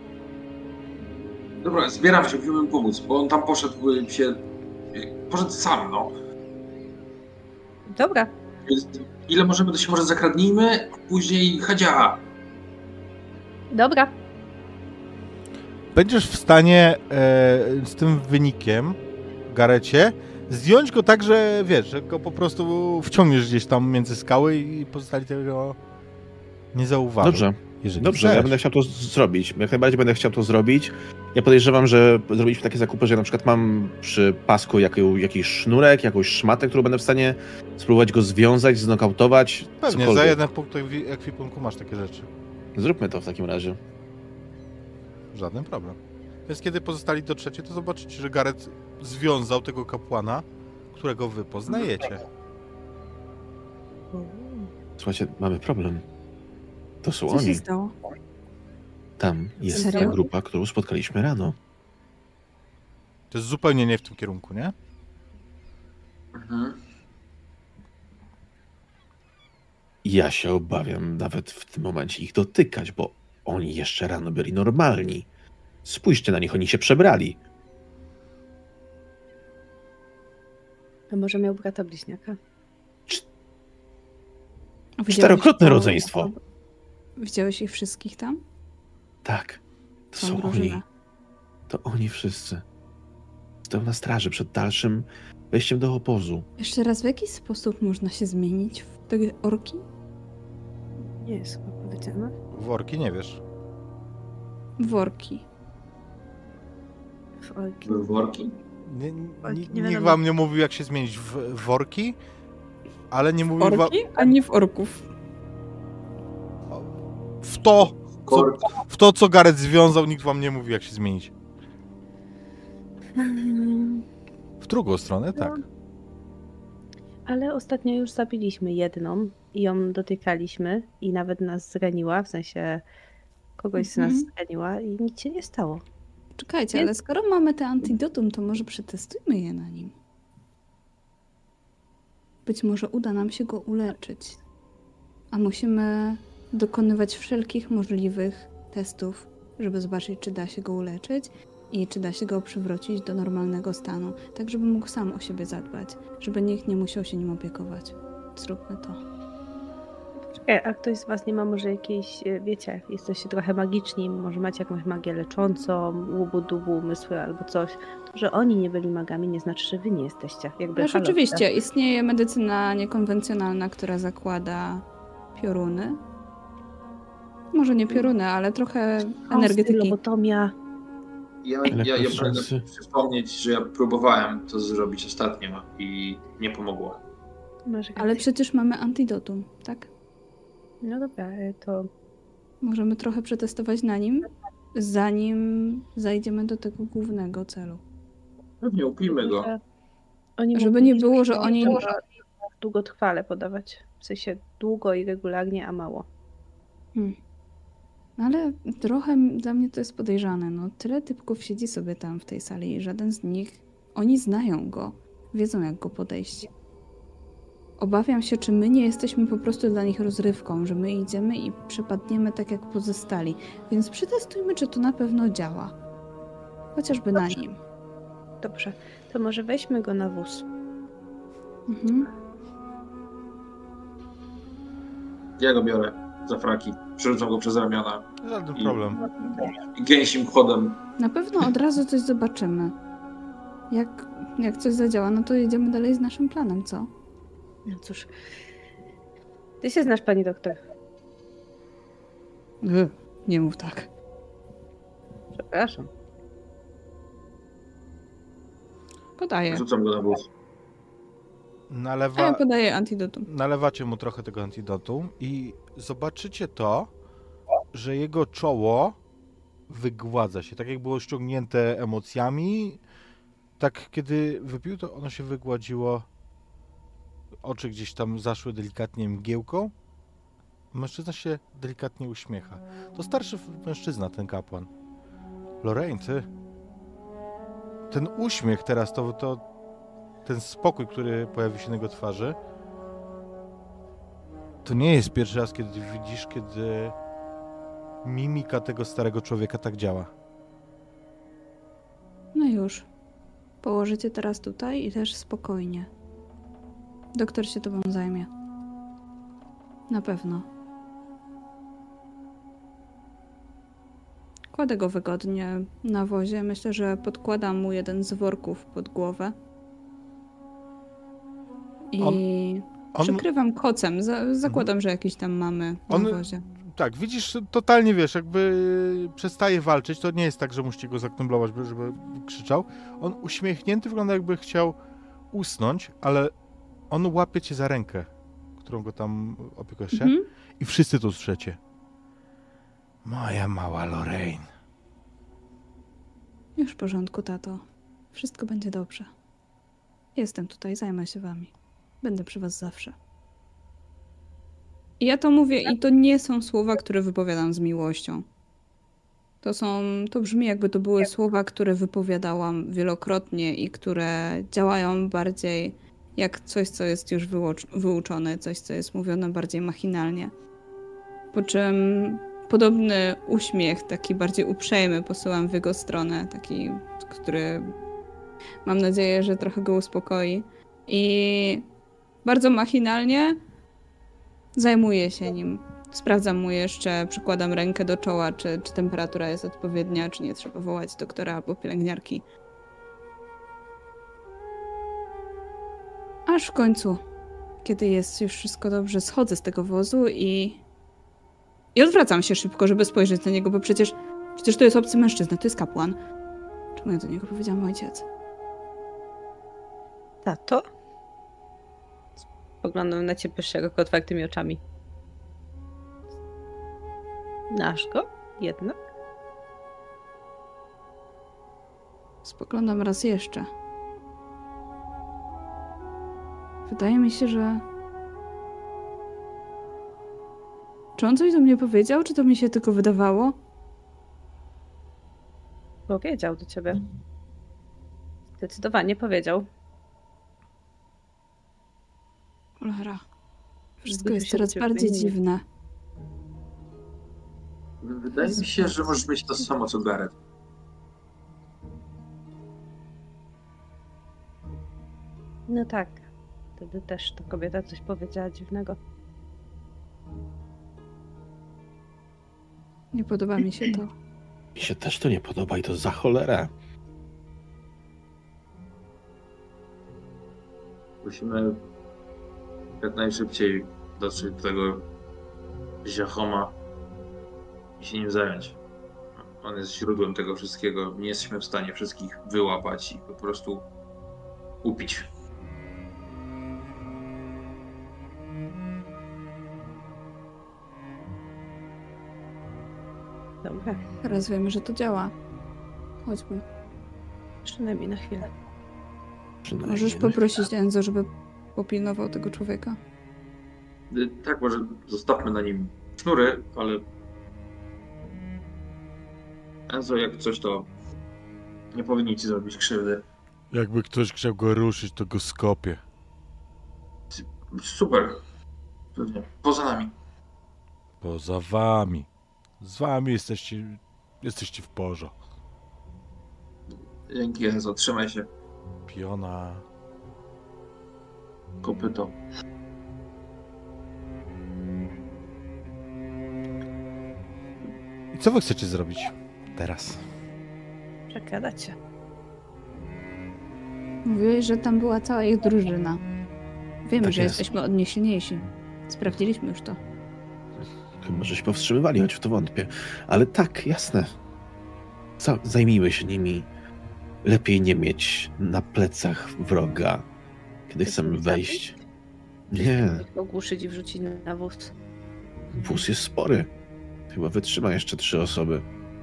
Dobra, zbieram się, musimy pomóc, bo on tam poszedł y, się... Poszedł sam, no. Dobra. Więc ile możemy, to się może zakradnijmy, a później hadzia. Dobra. Będziesz w stanie e, z tym wynikiem, Garecie, zdjąć go tak, że wiesz, że go po prostu wciągniesz gdzieś tam między skały i pozostali tego nie zauważą. Dobrze, jeżeli dobrze, chcesz. ja będę chciał to zrobić. Jak najbardziej będę chciał to zrobić. Ja podejrzewam, że zrobiliśmy takie zakupy, że ja na przykład mam przy pasku jakiś, jakiś sznurek, jakąś szmatę, którą będę w stanie spróbować go związać, znokautować, Pewnie, cokolwiek. za jeden punkt ekwipunku masz takie rzeczy. Zróbmy to w takim razie. Żaden problem. Więc kiedy pozostali do trzeciej, to zobaczycie, że Gareth związał tego kapłana, którego wy poznajecie. Słuchajcie, mamy problem. To są Co się oni. stało? Tam jest Serio? ta grupa, którą spotkaliśmy rano. To jest zupełnie nie w tym kierunku, nie? Mhm. Ja się obawiam nawet w tym momencie ich dotykać, bo oni jeszcze rano byli normalni. Spójrzcie na nich, oni się przebrali. A może miał brata bliźniaka? A widziałeś Czterokrotne to- rodzeństwo. Widziałeś ich wszystkich tam? Tak, to Tą są drużynę. oni. To oni wszyscy. Stoją na straży przed dalszym wejściem do obozu. Jeszcze raz, w jaki sposób można się zmienić w te orki? Nie jest chyba powiedziane. Worki nie wiesz. W orki. W orki. Były worki. Nie, Worki, ni- nie nikt wiadomo. wam nie mówił, jak się zmienić w w worki, ale nie mówił wam Orki, a nie w orków. w to, co, Korki. w to, co Gareth związał, nikt wam nie mówił, jak się zmienić. W drugą stronę, tak. Ale ostatnio już zabiliśmy jedną i ją dotykaliśmy i nawet nas zraniła, w sensie kogoś z nas Mhm. zraniła i nic się nie stało. Czekajcie, Więc- ale skoro mamy te antidotum, to może przetestujmy je na nim. Być może uda nam się go uleczyć. A musimy dokonywać wszelkich możliwych testów, żeby zobaczyć, czy da się go uleczyć i czy da się go przywrócić do normalnego stanu, tak żeby mógł sam o siebie zadbać, żeby nikt nie musiał się nim opiekować. Zróbmy to. Czekaj, a ktoś z was nie ma może jakiejś, e, wiecie, jesteście trochę magiczni, może macie jakąś magię leczącą, łubu, dubu, umysły albo coś. To, że oni nie byli magami, nie znaczy, że wy nie jesteście. Jakby Ależ halo, oczywiście, istnieje medycyna niekonwencjonalna, która zakłada pioruny. Może nie pioruny, ale trochę Energetyki. energetyki. Lobotomia. Ja, ja, ja pragnę Elektroszoksy. przypomnieć, że ja próbowałem to zrobić ostatnio i nie pomogło. Masz Ale rację. przecież mamy antidotum, tak? No dobra, e, to Możemy trochę przetestować na nim, zanim zajdziemy do tego głównego celu. Pewnie upijmy go. że oni Żeby mogli nie było, że oni- długotrwale podawać. W sensie długo i regularnie, a mało. Hmm. Ale trochę m- dla mnie to jest podejrzane. No, tyle typków siedzi sobie tam w tej sali i żaden z nich, oni znają go, wiedzą jak go podejść. Obawiam się, czy my nie jesteśmy po prostu dla nich rozrywką, że my idziemy i przepadniemy tak jak pozostali. Więc przetestujmy, czy to na pewno działa. Chociażby na Dobrze. nim. Dobrze, to może weźmy go na wóz. Mhm. Ja go biorę za fraki. Przerzucam go przez ramiona. Żaden I- problem. I gęsim chodem. Na pewno od razu coś zobaczymy. Jak, jak coś zadziała, no to jedziemy dalej z naszym planem, co? No cóż, Ty się znasz, pani doktor. Wy, nie mów tak. Przepraszam. Podaję. Rzucam go na wóz. A ja Nalewa... podaję antidotum. Nalewacie mu trochę tego antidotum i zobaczycie to, że jego czoło wygładza się. Tak jak było ściągnięte emocjami, tak kiedy wypił, to ono się wygładziło. Oczy gdzieś tam zaszły delikatnie mgiełką. Mężczyzna się delikatnie uśmiecha. To starszy mężczyzna, ten kapłan. Lorraine, ty... Ten uśmiech teraz, to, to ten spokój, który pojawi się na jego twarzy, to nie jest pierwszy raz, kiedy widzisz, kiedy mimika tego starego człowieka tak działa. No już. Położycie teraz tutaj i też spokojnie. Doktor się tobą zajmie. Na pewno. Kładę go wygodnie na wozie. Myślę, że podkładam mu jeden z worków pod głowę. I On- On, przykrywam kocem. Za, zakładam, że jakiś tam mamy na On- wozie. tak, widzisz, totalnie wiesz, jakby przestaje walczyć. To nie jest tak, że musicie go zakneblować, żeby- żeby krzyczał. On uśmiechnięty wygląda, jakby chciał usnąć, ale on łapie cię za rękę, którą go tam opiekujesz się. Mhm. I wszyscy to słyszycie. Moja mała Lorraine. Już w porządku, tato. Wszystko będzie dobrze. Jestem tutaj, zajmę się wami. Będę przy was zawsze. I ja to mówię i to nie są słowa, które wypowiadam z miłością. To są, to brzmi jakby to były słowa, które wypowiadałam wielokrotnie i które działają bardziej jak coś, co jest już wyłoc- wyuczone, coś, co jest mówione bardziej machinalnie. Po czym podobny uśmiech, taki bardziej uprzejmy, posyłam w jego stronę, taki, który mam nadzieję, że trochę go uspokoi. I bardzo machinalnie zajmuję się nim. Sprawdzam mu jeszcze, przykładam rękę do czoła, czy, czy temperatura jest odpowiednia, czy nie trzeba wołać doktora albo pielęgniarki. Aż w końcu, kiedy jest już wszystko dobrze, schodzę z tego wozu i... I odwracam się szybko, żeby spojrzeć na niego, bo przecież... Przecież to jest obcy mężczyzna, to jest kapłan. Czemu ja do niego powiedziałam ojciec? Tato? Spoglądam na ciebie szeroko otwartymi oczami. Znasz go? Jednak? Spoglądam raz jeszcze. Wydaje mi się, że... Czy on coś do mnie powiedział, czy to mi się tylko wydawało? Powiedział do ciebie. Zdecydowanie powiedział. Cholera. Wszystko Zbyt jest się coraz cię bardziej zmieniło. dziwne. Wydaje mi się, że możesz być to samo co Gareth. No tak. Wtedy też ta kobieta coś powiedziała dziwnego. Nie podoba mi się to. Mi się też to nie podoba i to za cholerę. Musimy jak najszybciej dotrzeć do tego Ziachoma i się nim zająć. On jest źródłem tego wszystkiego. Nie jesteśmy w stanie wszystkich wyłapać i po prostu upić. Dobra. Teraz wiemy, że to działa. Chodźmy. Przynajmniej na chwilę. Przynajmniej Możesz na poprosić Enzo, żeby popilnował tego człowieka? Y, Tak, może zostawmy na nim sznury, ale Enzo, jak coś, to nie powinni ci zrobić krzywdy. Jakby ktoś chciał go ruszyć, to go skopie. Super. Pewnie. Poza nami. Poza wami. Z wami jesteście, jesteście w porządku. Dzięki, Enzo. Trzymaj się. Piona. Kopyto. I co wy chcecie zrobić teraz? Przekradać się. Mówiłeś, że tam była cała ich drużyna. Wiemy, Tak że jest. jesteśmy od nich silniejsi. Sprawdziliśmy już to. Chyba, że się powstrzymywali, choć w to wątpię. Ale tak, jasne. Co, zajmijmy się nimi. Lepiej nie mieć na plecach wroga, kiedy chcemy wejść. Nie, Ogłuszyć i wrzucić na wóz. wóz jest spory. Chyba wytrzyma jeszcze trzy osoby.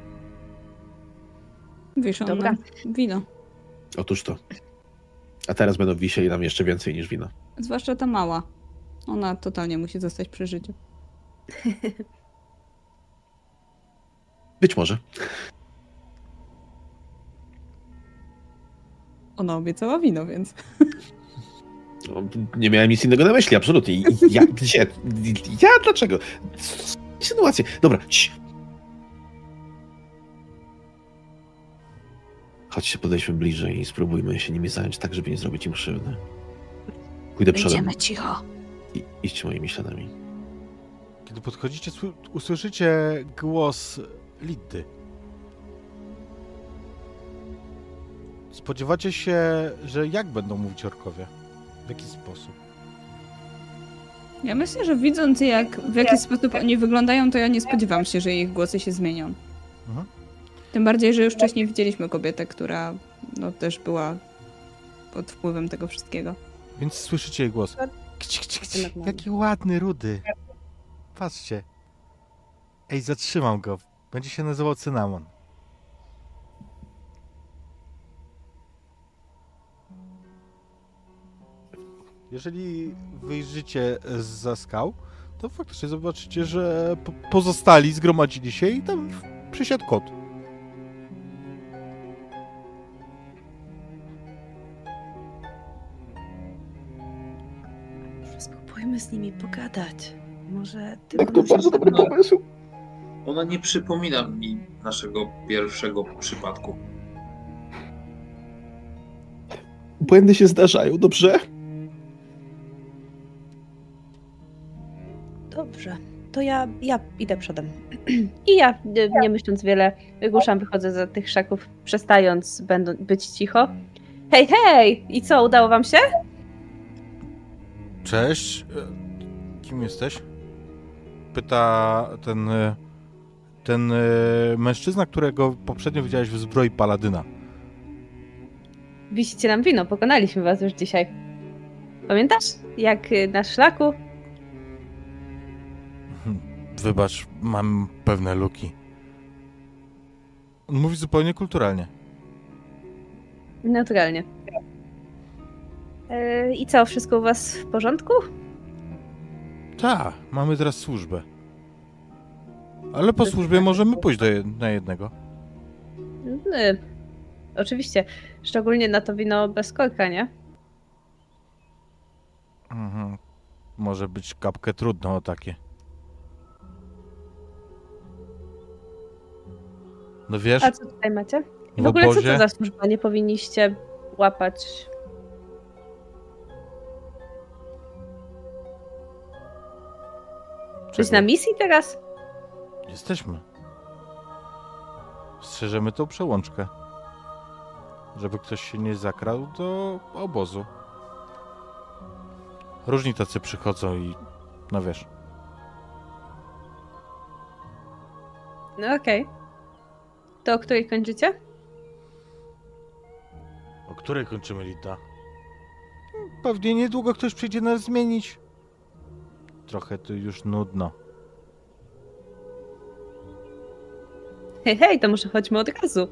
Wiszą Dobra. nam wino. Otóż to. A teraz będą wisieli nam jeszcze więcej niż wino. Zwłaszcza ta mała. Ona totalnie musi zostać przy życiu. Być może. Ona obiecała wino, więc... No, nie miałem nic innego na myśli, absolutnie. I ja, gdzie? Ja? Dlaczego? Sytuacje. Dobra, cii. Chodźcie, podejdźmy bliżej i spróbujmy się nimi zająć tak, żeby nie zrobić im krzywdy. Pójdę przodem. Będziemy cicho. I idźcie moimi śladami. Kiedy podchodzicie, sły- usłyszycie głos Liddy. Spodziewacie się, że jak będą mówić orkowie? W jaki sposób? Ja myślę, że widząc jak, w jaki sposób oni wyglądają, to ja nie spodziewam się, że ich głosy się zmienią. Mhm. Tym bardziej, że już wcześniej widzieliśmy kobietę, która no, też była pod wpływem tego wszystkiego. Więc słyszycie jej głos. Kci, kci, kci. Normalnie. Jaki ładny, rudy. Patrzcie. Ej, zatrzymam go. Będzie się nazywał Cynamon. Jeżeli wyjrzycie zza skał, to faktycznie zobaczycie, że po- pozostali zgromadzili się i tam przysiadł kot. Spróbujmy z nimi pogadać. Może ty Tak, to bardzo dobry pomysł. Ona nie przypomina mi naszego pierwszego przypadku. Błędy się zdarzają, dobrze? Dobrze, to ja, ja idę przodem. I ja, nie, nie myśląc wiele, ruszam, wychodzę za tych szaków, przestając będą, być cicho. Hej, hej! I co, udało wam się? Cześć. E, Kim jesteś? Pyta ten, e, ten e, mężczyzna, którego poprzednio widziałeś w zbroi paladyna. Wisicie nam wino, pokonaliśmy was już dzisiaj. Pamiętasz? Jak y, na szlaku? Wybacz, mam pewne luki. On mówi zupełnie kulturalnie. Naturalnie. E, I co, wszystko u was w porządku? Tak, mamy teraz służbę. Ale po służbie możemy pójść do jed- na jednego. Y, oczywiście. Szczególnie na to wino bez korka, nie? Mhm. Może być kapkę trudno o takie. No wiesz, A co tutaj macie? I w w ogóle co obozie... to za służba? Nie powinniście łapać... Być Czego? na misji teraz? Jesteśmy. Strzeżemy tą przełączkę. Żeby ktoś się nie zakradł do obozu. Różni tacy przychodzą i... No wiesz. No okej. To o której kończycie? O której kończymy, Lita? Pewnie niedługo ktoś przyjdzie nas zmienić. Trochę tu już nudno. Hej, hej, to może chodźmy od razu.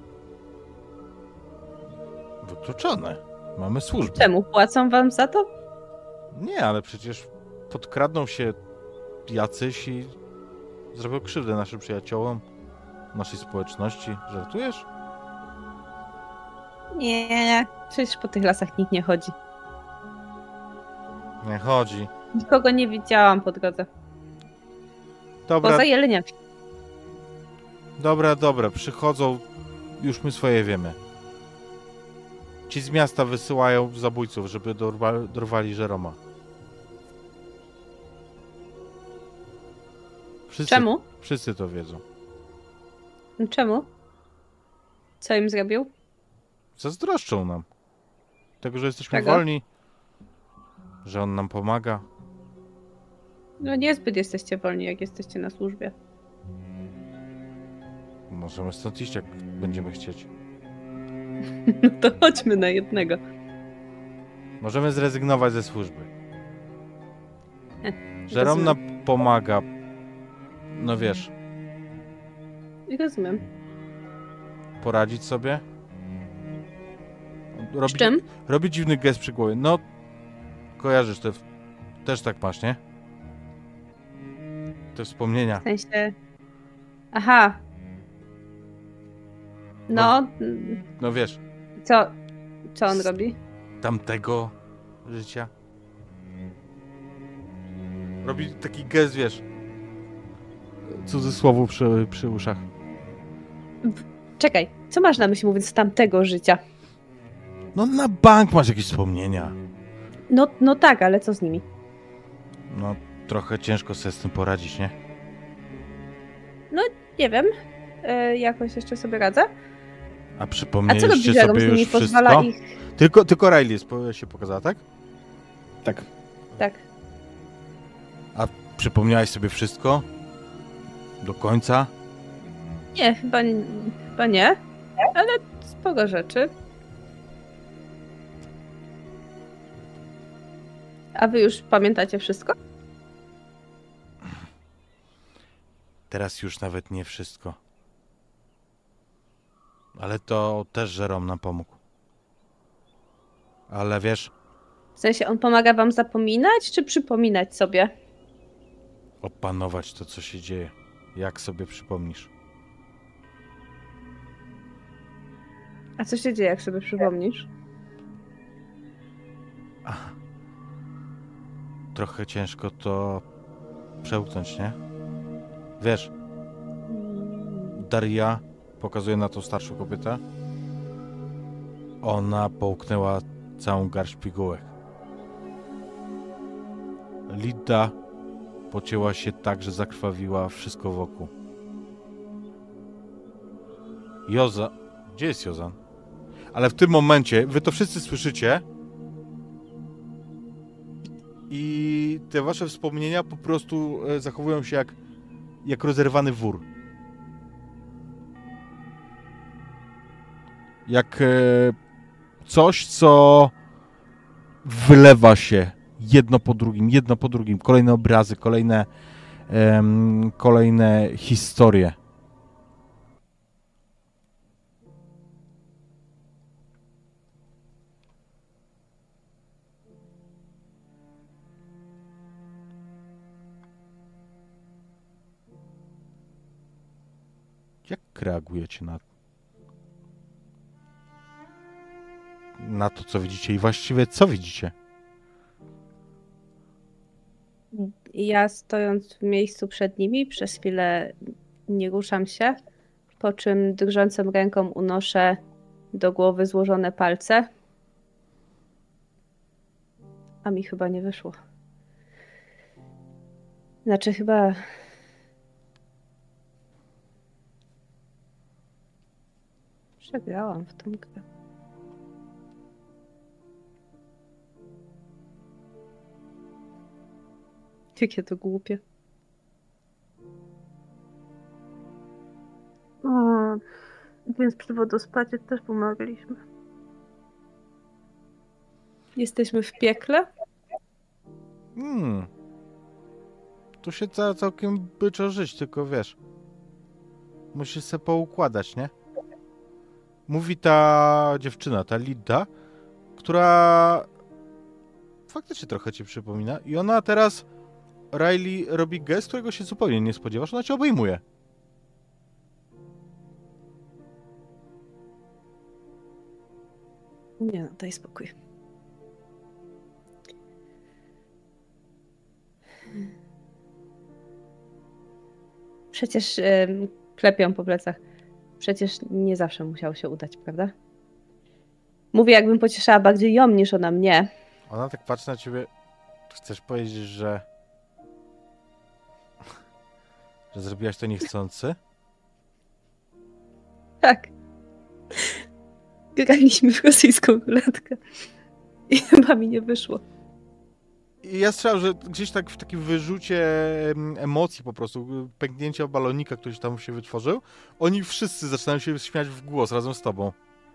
Wykluczone. Mamy służbę. Czemu? Płacą wam za to? Nie, ale przecież podkradną się jacyś i zrobią krzywdę naszym przyjaciołom, naszej społeczności. Żartujesz? Nie. Przecież po tych lasach nikt nie chodzi. Nie chodzi. Nikogo nie widziałam po drodze. Dobra, Poza jeleniami. dobra, dobra. Przychodzą, już my swoje wiemy. Ci z miasta wysyłają zabójców, żeby dorwa, dorwali Żeroma. Wszyscy, Czemu? Wszyscy to wiedzą. Czemu? Co im zrobił? Zazdroszczą nam. Tego, że jesteśmy Czego? wolni, że on nam pomaga. No niezbyt jesteście wolni, jak jesteście na służbie. Możemy stąd iść, jak będziemy chcieć. No to chodźmy na jednego. Możemy zrezygnować ze służby. Eh, Że Romna pomaga. No wiesz, Rozumiem. poradzić sobie. Z Robi, czym? robi dziwny gest przy głowie. No, kojarzysz, to w- też tak masz, nie? Te wspomnienia. W sensie... Aha. No, mm, No wiesz, co, co on robi? tamtego życia. Robi taki gest, wiesz, cudzysłowu przy, przy uszach. Czekaj, co masz na myśli mówiąc z tamtego życia? No na bank masz jakieś wspomnienia. No, no tak, ale co z nimi? No trochę ciężko sobie z tym poradzić, nie? Nie wiem. E, jakoś jeszcze sobie radzę. A A co robi, przypomnieliście że Rom sobie z nimi już pozwala wszystko? ich... Tylko, tylko Riley jest, po- się pokazała, tak? Tak. Tak. Przypomniałeś sobie wszystko? Do końca? Nie, chyba, chyba nie. Ale sporo rzeczy. A wy już pamiętacie wszystko? Teraz już nawet nie wszystko. Ale to też Żerom nam pomógł. Ale wiesz, W sensie on pomaga wam zapominać, czy przypominać sobie? opanować to, co się dzieje. Jak sobie przypomnisz. A co się dzieje, jak sobie przypomnisz? Ach. Trochę ciężko to przełknąć, nie? Wiesz, Daria pokazuje na tą starszą kobietę. Ona połknęła całą garść pigułek. Lida pocięła się tak, że zakrwawiła wszystko wokół. Joza... Gdzie jest Jozan? Ale w tym momencie, wy to wszyscy słyszycie i te wasze wspomnienia po prostu e, zachowują się jak, jak rozerwany wór. Jak e, coś, co wylewa się jedno po drugim, jedno po drugim. Kolejne obrazy, kolejne, em, kolejne historie. Jak reagujecie na, na to, co widzicie i właściwie co widzicie? Ja stojąc w miejscu przed nimi, przez chwilę nie ruszam się, po czym drżącą ręką unoszę do głowy złożone palce. A mi chyba nie wyszło. Znaczy chyba... Przegrałam w tą grę. Jakie to głupie. O, więc przy wodospadzie też pomagaliśmy. Jesteśmy w piekle? Hmm. Tu się ca- całkiem byczo żyć, tylko wiesz. Musisz se poukładać, nie? Mówi ta dziewczyna, ta Lida, która faktycznie trochę cię przypomina i ona teraz Riley robi gest, którego się zupełnie nie spodziewasz, ona cię obejmuje. Nie no, daj spokój. Przecież ym, klepią po plecach. Przecież nie zawsze musiało się udać, prawda? Mówię, jakbym pocieszała bardziej ją niż ona mnie. Ona tak patrzy na ciebie. Chcesz powiedzieć, że... że zrobiłaś to niechcący? Tak. Graliśmy w rosyjską ruletkę. I chyba mi nie wyszło. I ja strzelam, że gdzieś tak w takim wyrzucie emocji po prostu, pęknięcie balonika, który tam się wytworzył, oni wszyscy zaczynają się śmiać w głos razem z tobą.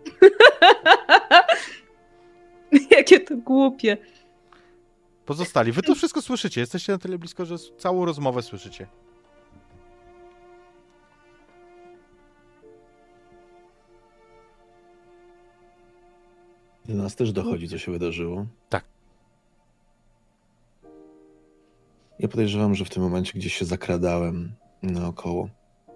Jakie to głupie. Pozostali. Wy to wszystko słyszycie. Jesteście na tyle blisko, że całą rozmowę słyszycie. Do nas też dochodzi, co się wydarzyło. Tak. Ja podejrzewam, że w tym momencie gdzieś się zakradałem naokoło.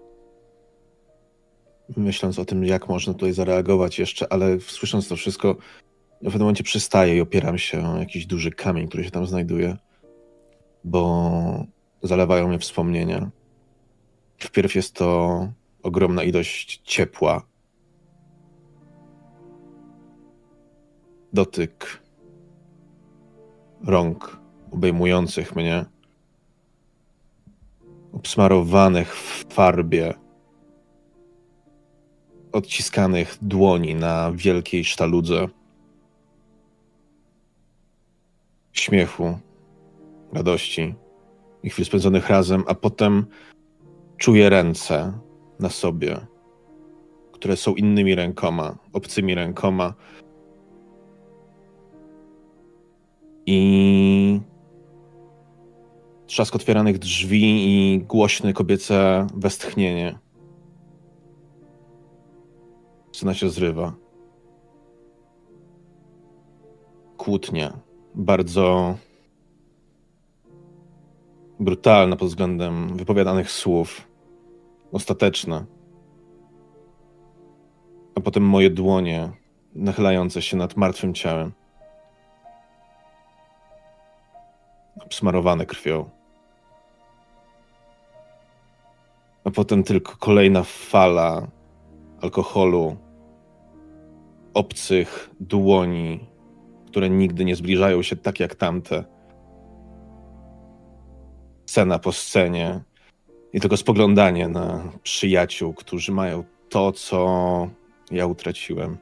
Myśląc o tym, jak można tutaj zareagować jeszcze, ale słysząc to wszystko, ja w pewnym momencie przystaję i opieram się o jakiś duży kamień, który się tam znajduje, bo zalewają mnie wspomnienia. Wpierw jest to ogromna ilość ciepła. Dotyk rąk obejmujących mnie, obsmarowanych w farbie, odciskanych dłoni na wielkiej sztaludze, śmiechu, radości i chwil spędzonych razem, a potem czuję ręce na sobie, które są innymi rękoma, obcymi rękoma i trzask otwieranych drzwi i głośne kobiece westchnienie. Scena się zrywa. Kłótnia. Bardzo brutalna pod względem wypowiadanych słów. Ostateczna. A potem moje dłonie nachylające się nad martwym ciałem. Obsmarowane krwią. A potem tylko kolejna fala alkoholu, obcych dłoni, które nigdy nie zbliżają się tak jak tamte. Scena po scenie i tylko spoglądanie na przyjaciół, którzy mają to, co ja utraciłem.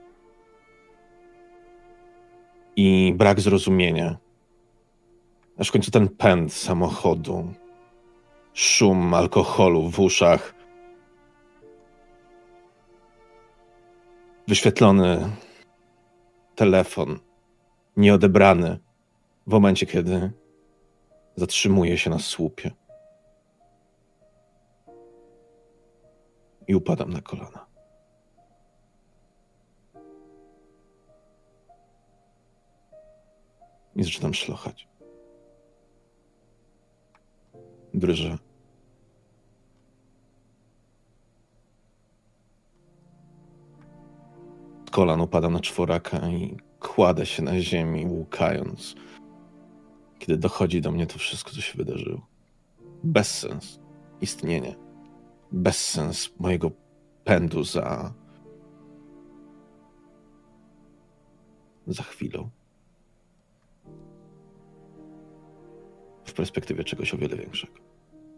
I brak zrozumienia. Aż w końcu ten pęd samochodu, szum alkoholu w uszach, wyświetlony telefon, nieodebrany w momencie, kiedy zatrzymuje się na słupie. I upadam na kolana. I zaczynam szlochać. Drżę. Z kolan upadam na czworaka i kładę się na ziemi, łukając, kiedy dochodzi do mnie to wszystko, co się wydarzyło. Bezsens istnienia. Bezsens mojego pędu za... za chwilą. W perspektywie czegoś o wiele większego.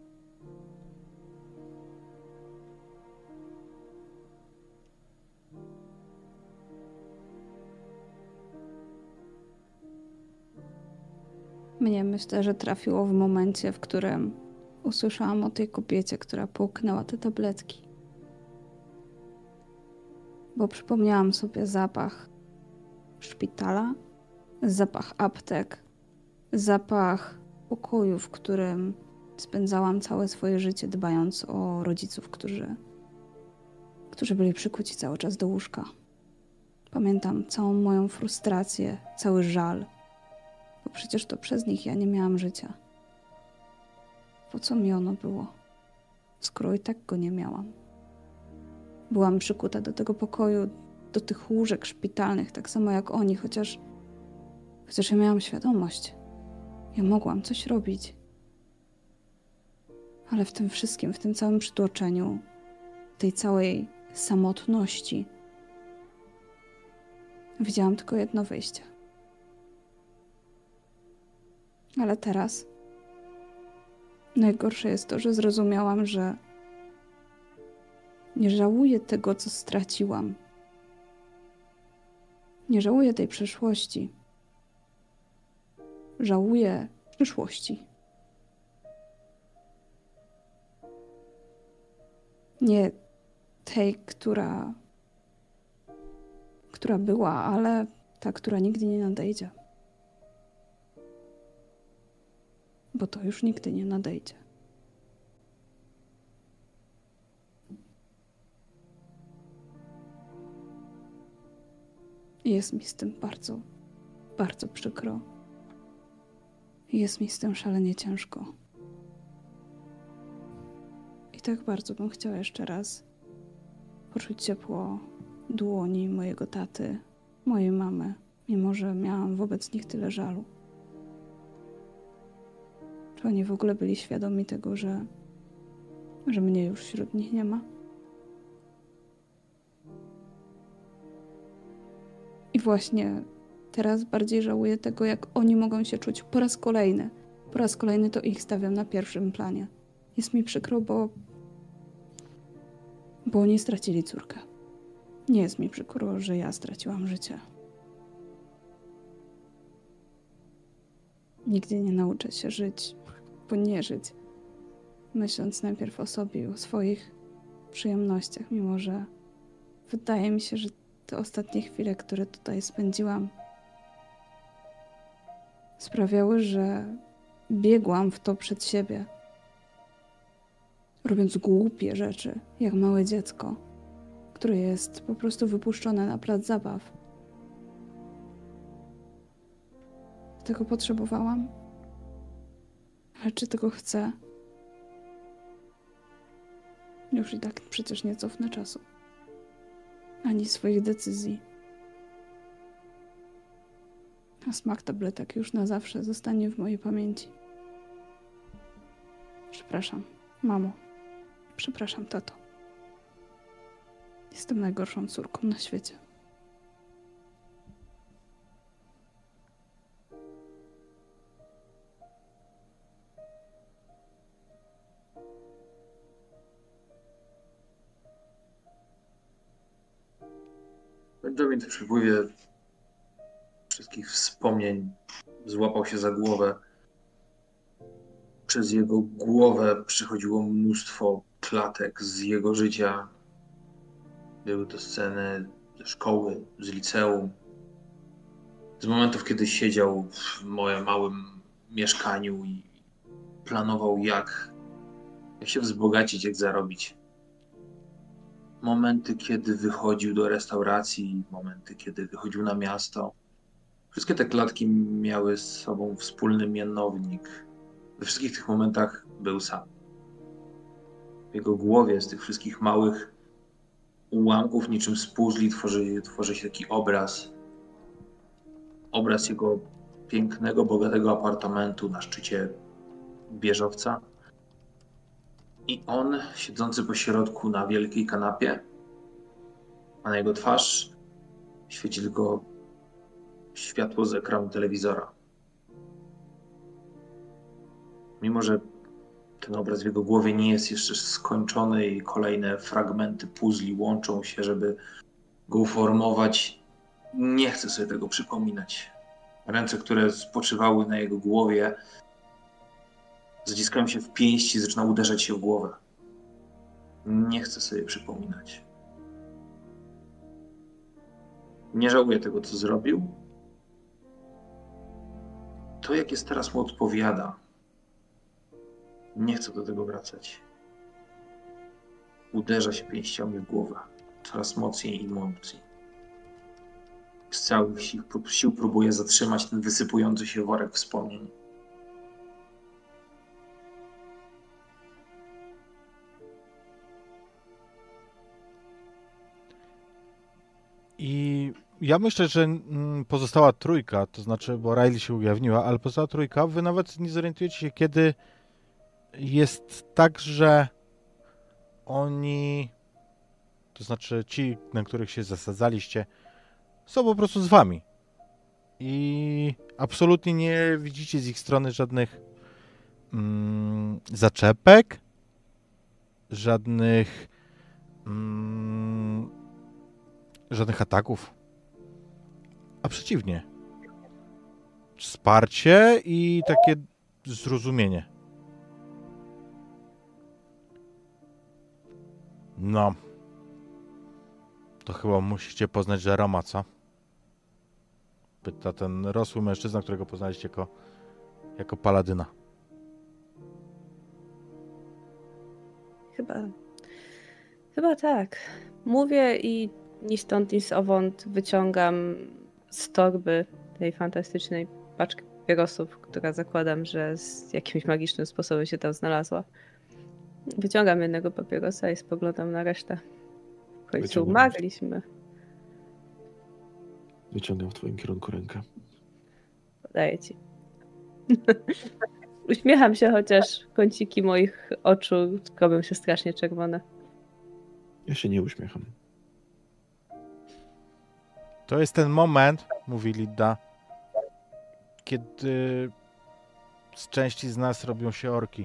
Mnie myślę, że trafiło w momencie, w którym usłyszałam o tej kobiecie, która połknęła te tabletki. Bo przypomniałam sobie zapach szpitala, zapach aptek, zapach pokoju, w którym spędzałam całe swoje życie, dbając o rodziców, którzy, którzy byli przykuci cały czas do łóżka. Pamiętam całą moją frustrację, cały żal, bo przecież to przez nich ja nie miałam życia. Po co mi ono było, skoro i tak go nie miałam? Byłam przykuta do tego pokoju, do tych łóżek szpitalnych, tak samo jak oni, chociaż, chociaż ja miałam świadomość. Ja mogłam coś robić. Ale w tym wszystkim, w tym całym przytłoczeniu, tej całej samotności, widziałam tylko jedno wyjście. Ale teraz najgorsze jest to, że zrozumiałam, że nie żałuję tego, co straciłam. Nie żałuję tej przeszłości. żałuję przyszłości. Nie tej, która, która była, ale ta, która nigdy nie nadejdzie. Bo to już nigdy nie nadejdzie. Jest mi z tym bardzo, bardzo przykro. Jest mi z tym szalenie ciężko. I tak bardzo bym chciała jeszcze raz poczuć ciepło dłoni mojego taty, mojej mamy, mimo że miałam wobec nich tyle żalu. Czy oni w ogóle byli świadomi tego, że, że mnie już wśród nich nie ma? I właśnie teraz bardziej żałuję tego, jak oni mogą się czuć po raz kolejny. Po raz kolejny to ich stawiam na pierwszym planie. Jest mi przykro, bo... bo oni stracili córkę. Nie jest mi przykro, że ja straciłam życie. Nigdy nie nauczę się żyć, bo nie żyć. Myśląc najpierw o sobie i o swoich przyjemnościach, mimo że wydaje mi się, że te ostatnie chwile, które tutaj spędziłam, sprawiały, że biegłam w to przed siebie, robiąc głupie rzeczy, jak małe dziecko, które jest po prostu wypuszczone na plac zabaw. Tego potrzebowałam? Ale czy tego chcę? Już i tak przecież nie cofnę czasu. Ani swoich decyzji. A smak tabletek już na zawsze zostanie w mojej pamięci. Przepraszam, mamo. Przepraszam, tato. Jestem najgorszą córką na świecie. Benjamin w przypływie wszystkich wspomnień złapał się za głowę. Przez jego głowę przychodziło mnóstwo klatek z jego życia. Były to sceny ze szkoły, z liceum. Z momentów, kiedy siedział w moim małym mieszkaniu i planował, jak, jak się wzbogacić, jak zarobić. Momenty, kiedy wychodził do restauracji, momenty, kiedy wychodził na miasto. Wszystkie te klatki miały z sobą wspólny mianownik. We wszystkich tych momentach był sam. W jego głowie z tych wszystkich małych ułamków, niczym z puzzli, tworzy, tworzy się taki obraz. Obraz jego pięknego, bogatego apartamentu na szczycie wieżowca. I on, siedzący po środku na wielkiej kanapie, a na jego twarz świeci tylko światło z ekranu telewizora. Mimo że ten obraz w jego głowie nie jest jeszcze skończony i kolejne fragmenty puzli łączą się, żeby go uformować, nie chcę sobie tego przypominać. Ręce, które spoczywały na jego głowie, zaciskają się w pięści, zaczyna uderzać się w głowę. Nie chcę sobie przypominać. Nie żałuję tego, co zrobił. To, jak jest teraz, mu odpowiada. Nie chcę do tego wracać. Uderza się pięściami w głowę. Coraz mocniej i mocniej. Z całych sił, sił próbuje zatrzymać ten wysypujący się worek wspomnień. I ja myślę, że mm, pozostała trójka, to znaczy, bo Riley się ujawniła, ale pozostała trójka, wy nawet nie zorientujecie się, kiedy jest tak, że oni, to znaczy ci, na których się zasadzaliście, są po prostu z wami. I absolutnie nie widzicie z ich strony żadnych mm, zaczepek, żadnych mm, żadnych ataków. A przeciwnie. wsparcie i takie zrozumienie. No. To chyba musicie poznać Jeroma, co? Pyta ten rosły mężczyzna, którego poznaliście jako, jako paladyna. Chyba. Chyba tak. Mówię i ni stąd, ni zowąd wyciągam z torby tej fantastycznej paczki papierosów, która zakładam, że z jakimś magicznym sposobem się tam znalazła. Wyciągam jednego papierosa i spoglądam na resztę. W końcu Wyciągam. umagliśmy. Wyciągam w twoim kierunku rękę. Podaję ci. Uśmiecham się, chociaż kąciki moich oczu robią się strasznie czerwone. Ja się nie uśmiecham. To jest ten moment, mówi Lidda, kiedy z części z nas robią się orki.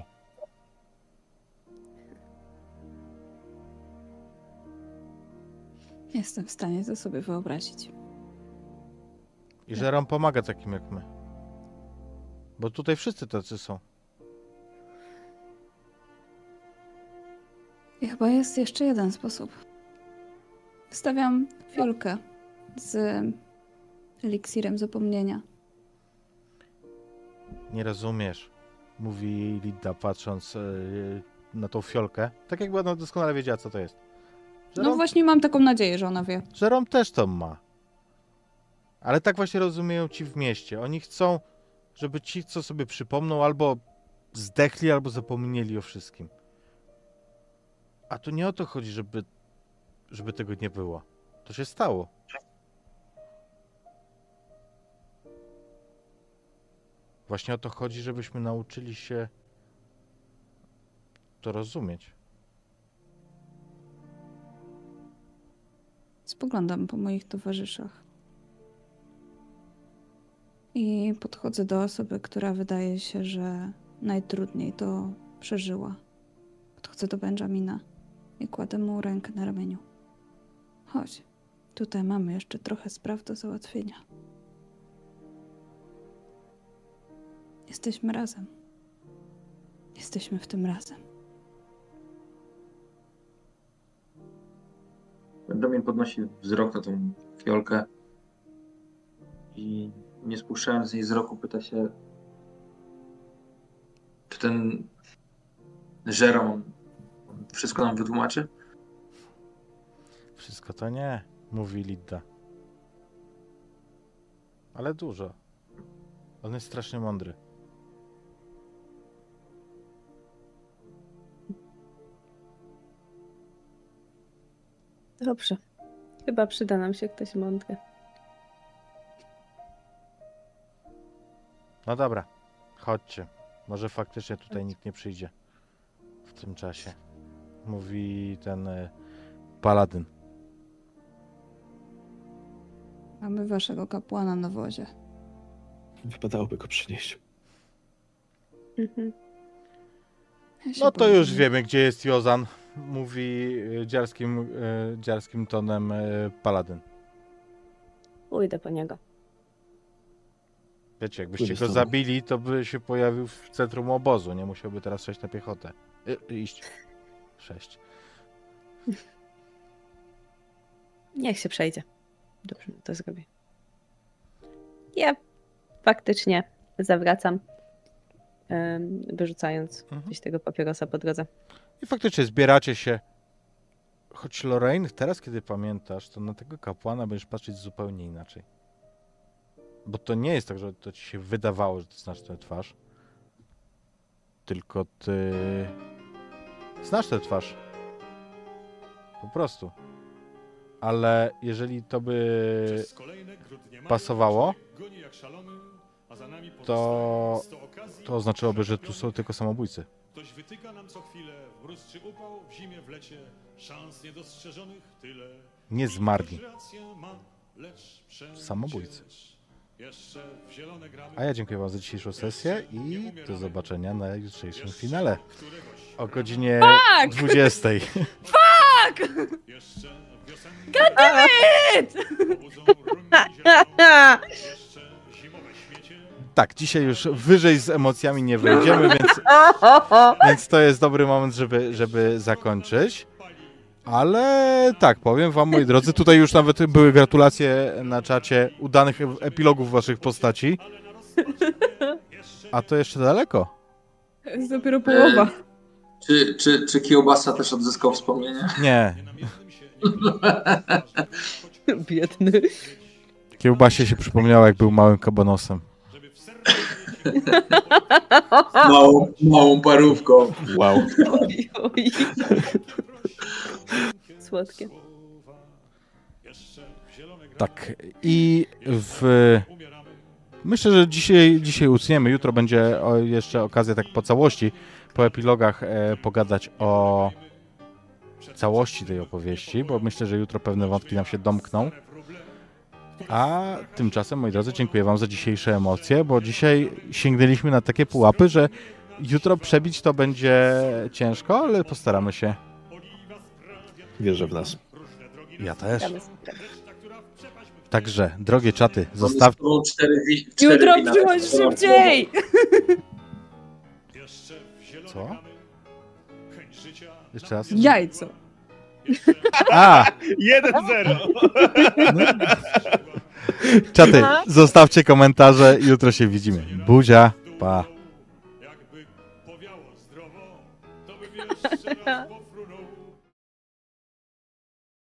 Jestem w stanie to sobie wyobrazić. I że Ram pomaga takim jak my. Bo tutaj wszyscy tacy są. I chyba jest jeszcze jeden sposób. Wstawiam fiolkę z eliksirem zapomnienia. Nie rozumiesz, mówi Lidda, patrząc yy, na tą fiolkę. Tak jakby ona doskonale wiedziała, co to jest. Że No Rom, właśnie mam taką nadzieję, że ona wie. że Rom też to ma. Ale tak właśnie rozumieją ci w mieście. Oni chcą, żeby ci, co sobie przypomną, albo zdechli, albo zapomnieli o wszystkim. A tu nie o to chodzi, żeby, żeby tego nie było. To się stało. Właśnie o to chodzi, żebyśmy nauczyli się to rozumieć. Spoglądam po moich towarzyszach. I podchodzę do osoby, która wydaje się, że najtrudniej to przeżyła. Podchodzę do Benjamina i kładę mu rękę na ramieniu. Chodź, tutaj mamy jeszcze trochę spraw do załatwienia. Jesteśmy razem. Jesteśmy w tym razem. Benjamin podnosi wzrok na tą fiolkę i nie spuszczając z niej wzroku pyta się, czy ten Jerome wszystko nam wytłumaczy? Wszystko to nie, mówi Lidda. Ale dużo. On jest strasznie mądry. Dobrze. Chyba przyda nam się ktoś mądry. No dobra, chodźcie. Może faktycznie tutaj nikt nie przyjdzie w tym czasie. Mówi ten y, paladyn. Mamy waszego kapłana na wozie. Wypadałoby go przynieść. Mhm. Ja się No to boję, już że- wiemy, gdzie jest Jozan. Mówi y, dziarskim, y, dziarskim tonem y, paladyn. Pójdę po niego. Wiecie, jakbyście Pójdę z go tobą. zabili, to by się pojawił w centrum obozu. Nie musiałby teraz przejść na piechotę. Y, iść. Sześć. Niech się przejdzie. Dobrze, to zrobię. Ja faktycznie zawracam, em, wyrzucając Mhm. gdzieś tego papierosa po drodze. I faktycznie zbieracie się. Choć Lorraine, teraz kiedy pamiętasz, to na tego kapłana będziesz patrzeć zupełnie inaczej. Bo to nie jest tak, że to ci się wydawało, że ty znasz tę twarz. Tylko ty znasz tę twarz. Po prostu. Ale jeżeli to by pasowało, to, to oznaczyłoby, że tu są tylko samobójcy. Ktoś wytyka nam co chwilę, mróz czy upał, w zimie w lecie, szans niedostrzeżonych tyle. Nie zmarli. Ktoś rację ma, lecz przecież Samobójcy. jeszcze w zielone gramy. A ja dziękuję wam za dzisiejszą sesję i do zobaczenia na jutrzejszym finale o godzinie dwudziestej. Jeszcze wiosenny Goddammit! pobudzą rumnie zieloną, jeszcze zimowe śmiecie, tak, dzisiaj już wyżej z emocjami nie wejdziemy, więc, więc to jest dobry moment, żeby, żeby zakończyć. Ale tak, powiem wam, moi drodzy, tutaj już nawet były gratulacje na czacie udanych epilogów waszych postaci. A to jeszcze daleko. To jest dopiero połowa. Czy, czy, czy Kiełbasa też odzyskał wspomnienia? Nie, Biedny. Kiełbasie się przypomniało, jak był małym kabanosem. Małą, małą parówką. Wow. Oj, oj. Słodkie. Tak, i w... myślę, że dzisiaj, dzisiaj utniemy, jutro będzie o, jeszcze okazja tak po całości, po epilogach e, pogadać o całości tej opowieści, bo myślę, że jutro pewne wątki nam się domkną. A tymczasem, moi drodzy, dziękuję wam za dzisiejsze emocje, bo dzisiaj sięgnęliśmy na takie pułapy, że jutro przebić to będzie ciężko, ale postaramy się. Wierzę w nas. Ja też. Także, drogie czaty, zostaw... Zostawmy cztery wi- cztery Jutro wina. przychodź szybciej! Co? Jeszcze raz? Jajco. A! jeden zero! Czaty, zostawcie komentarze, jutro się widzimy. Buzia, pa. Jakby powiało zdrowo, to by jeszcze raz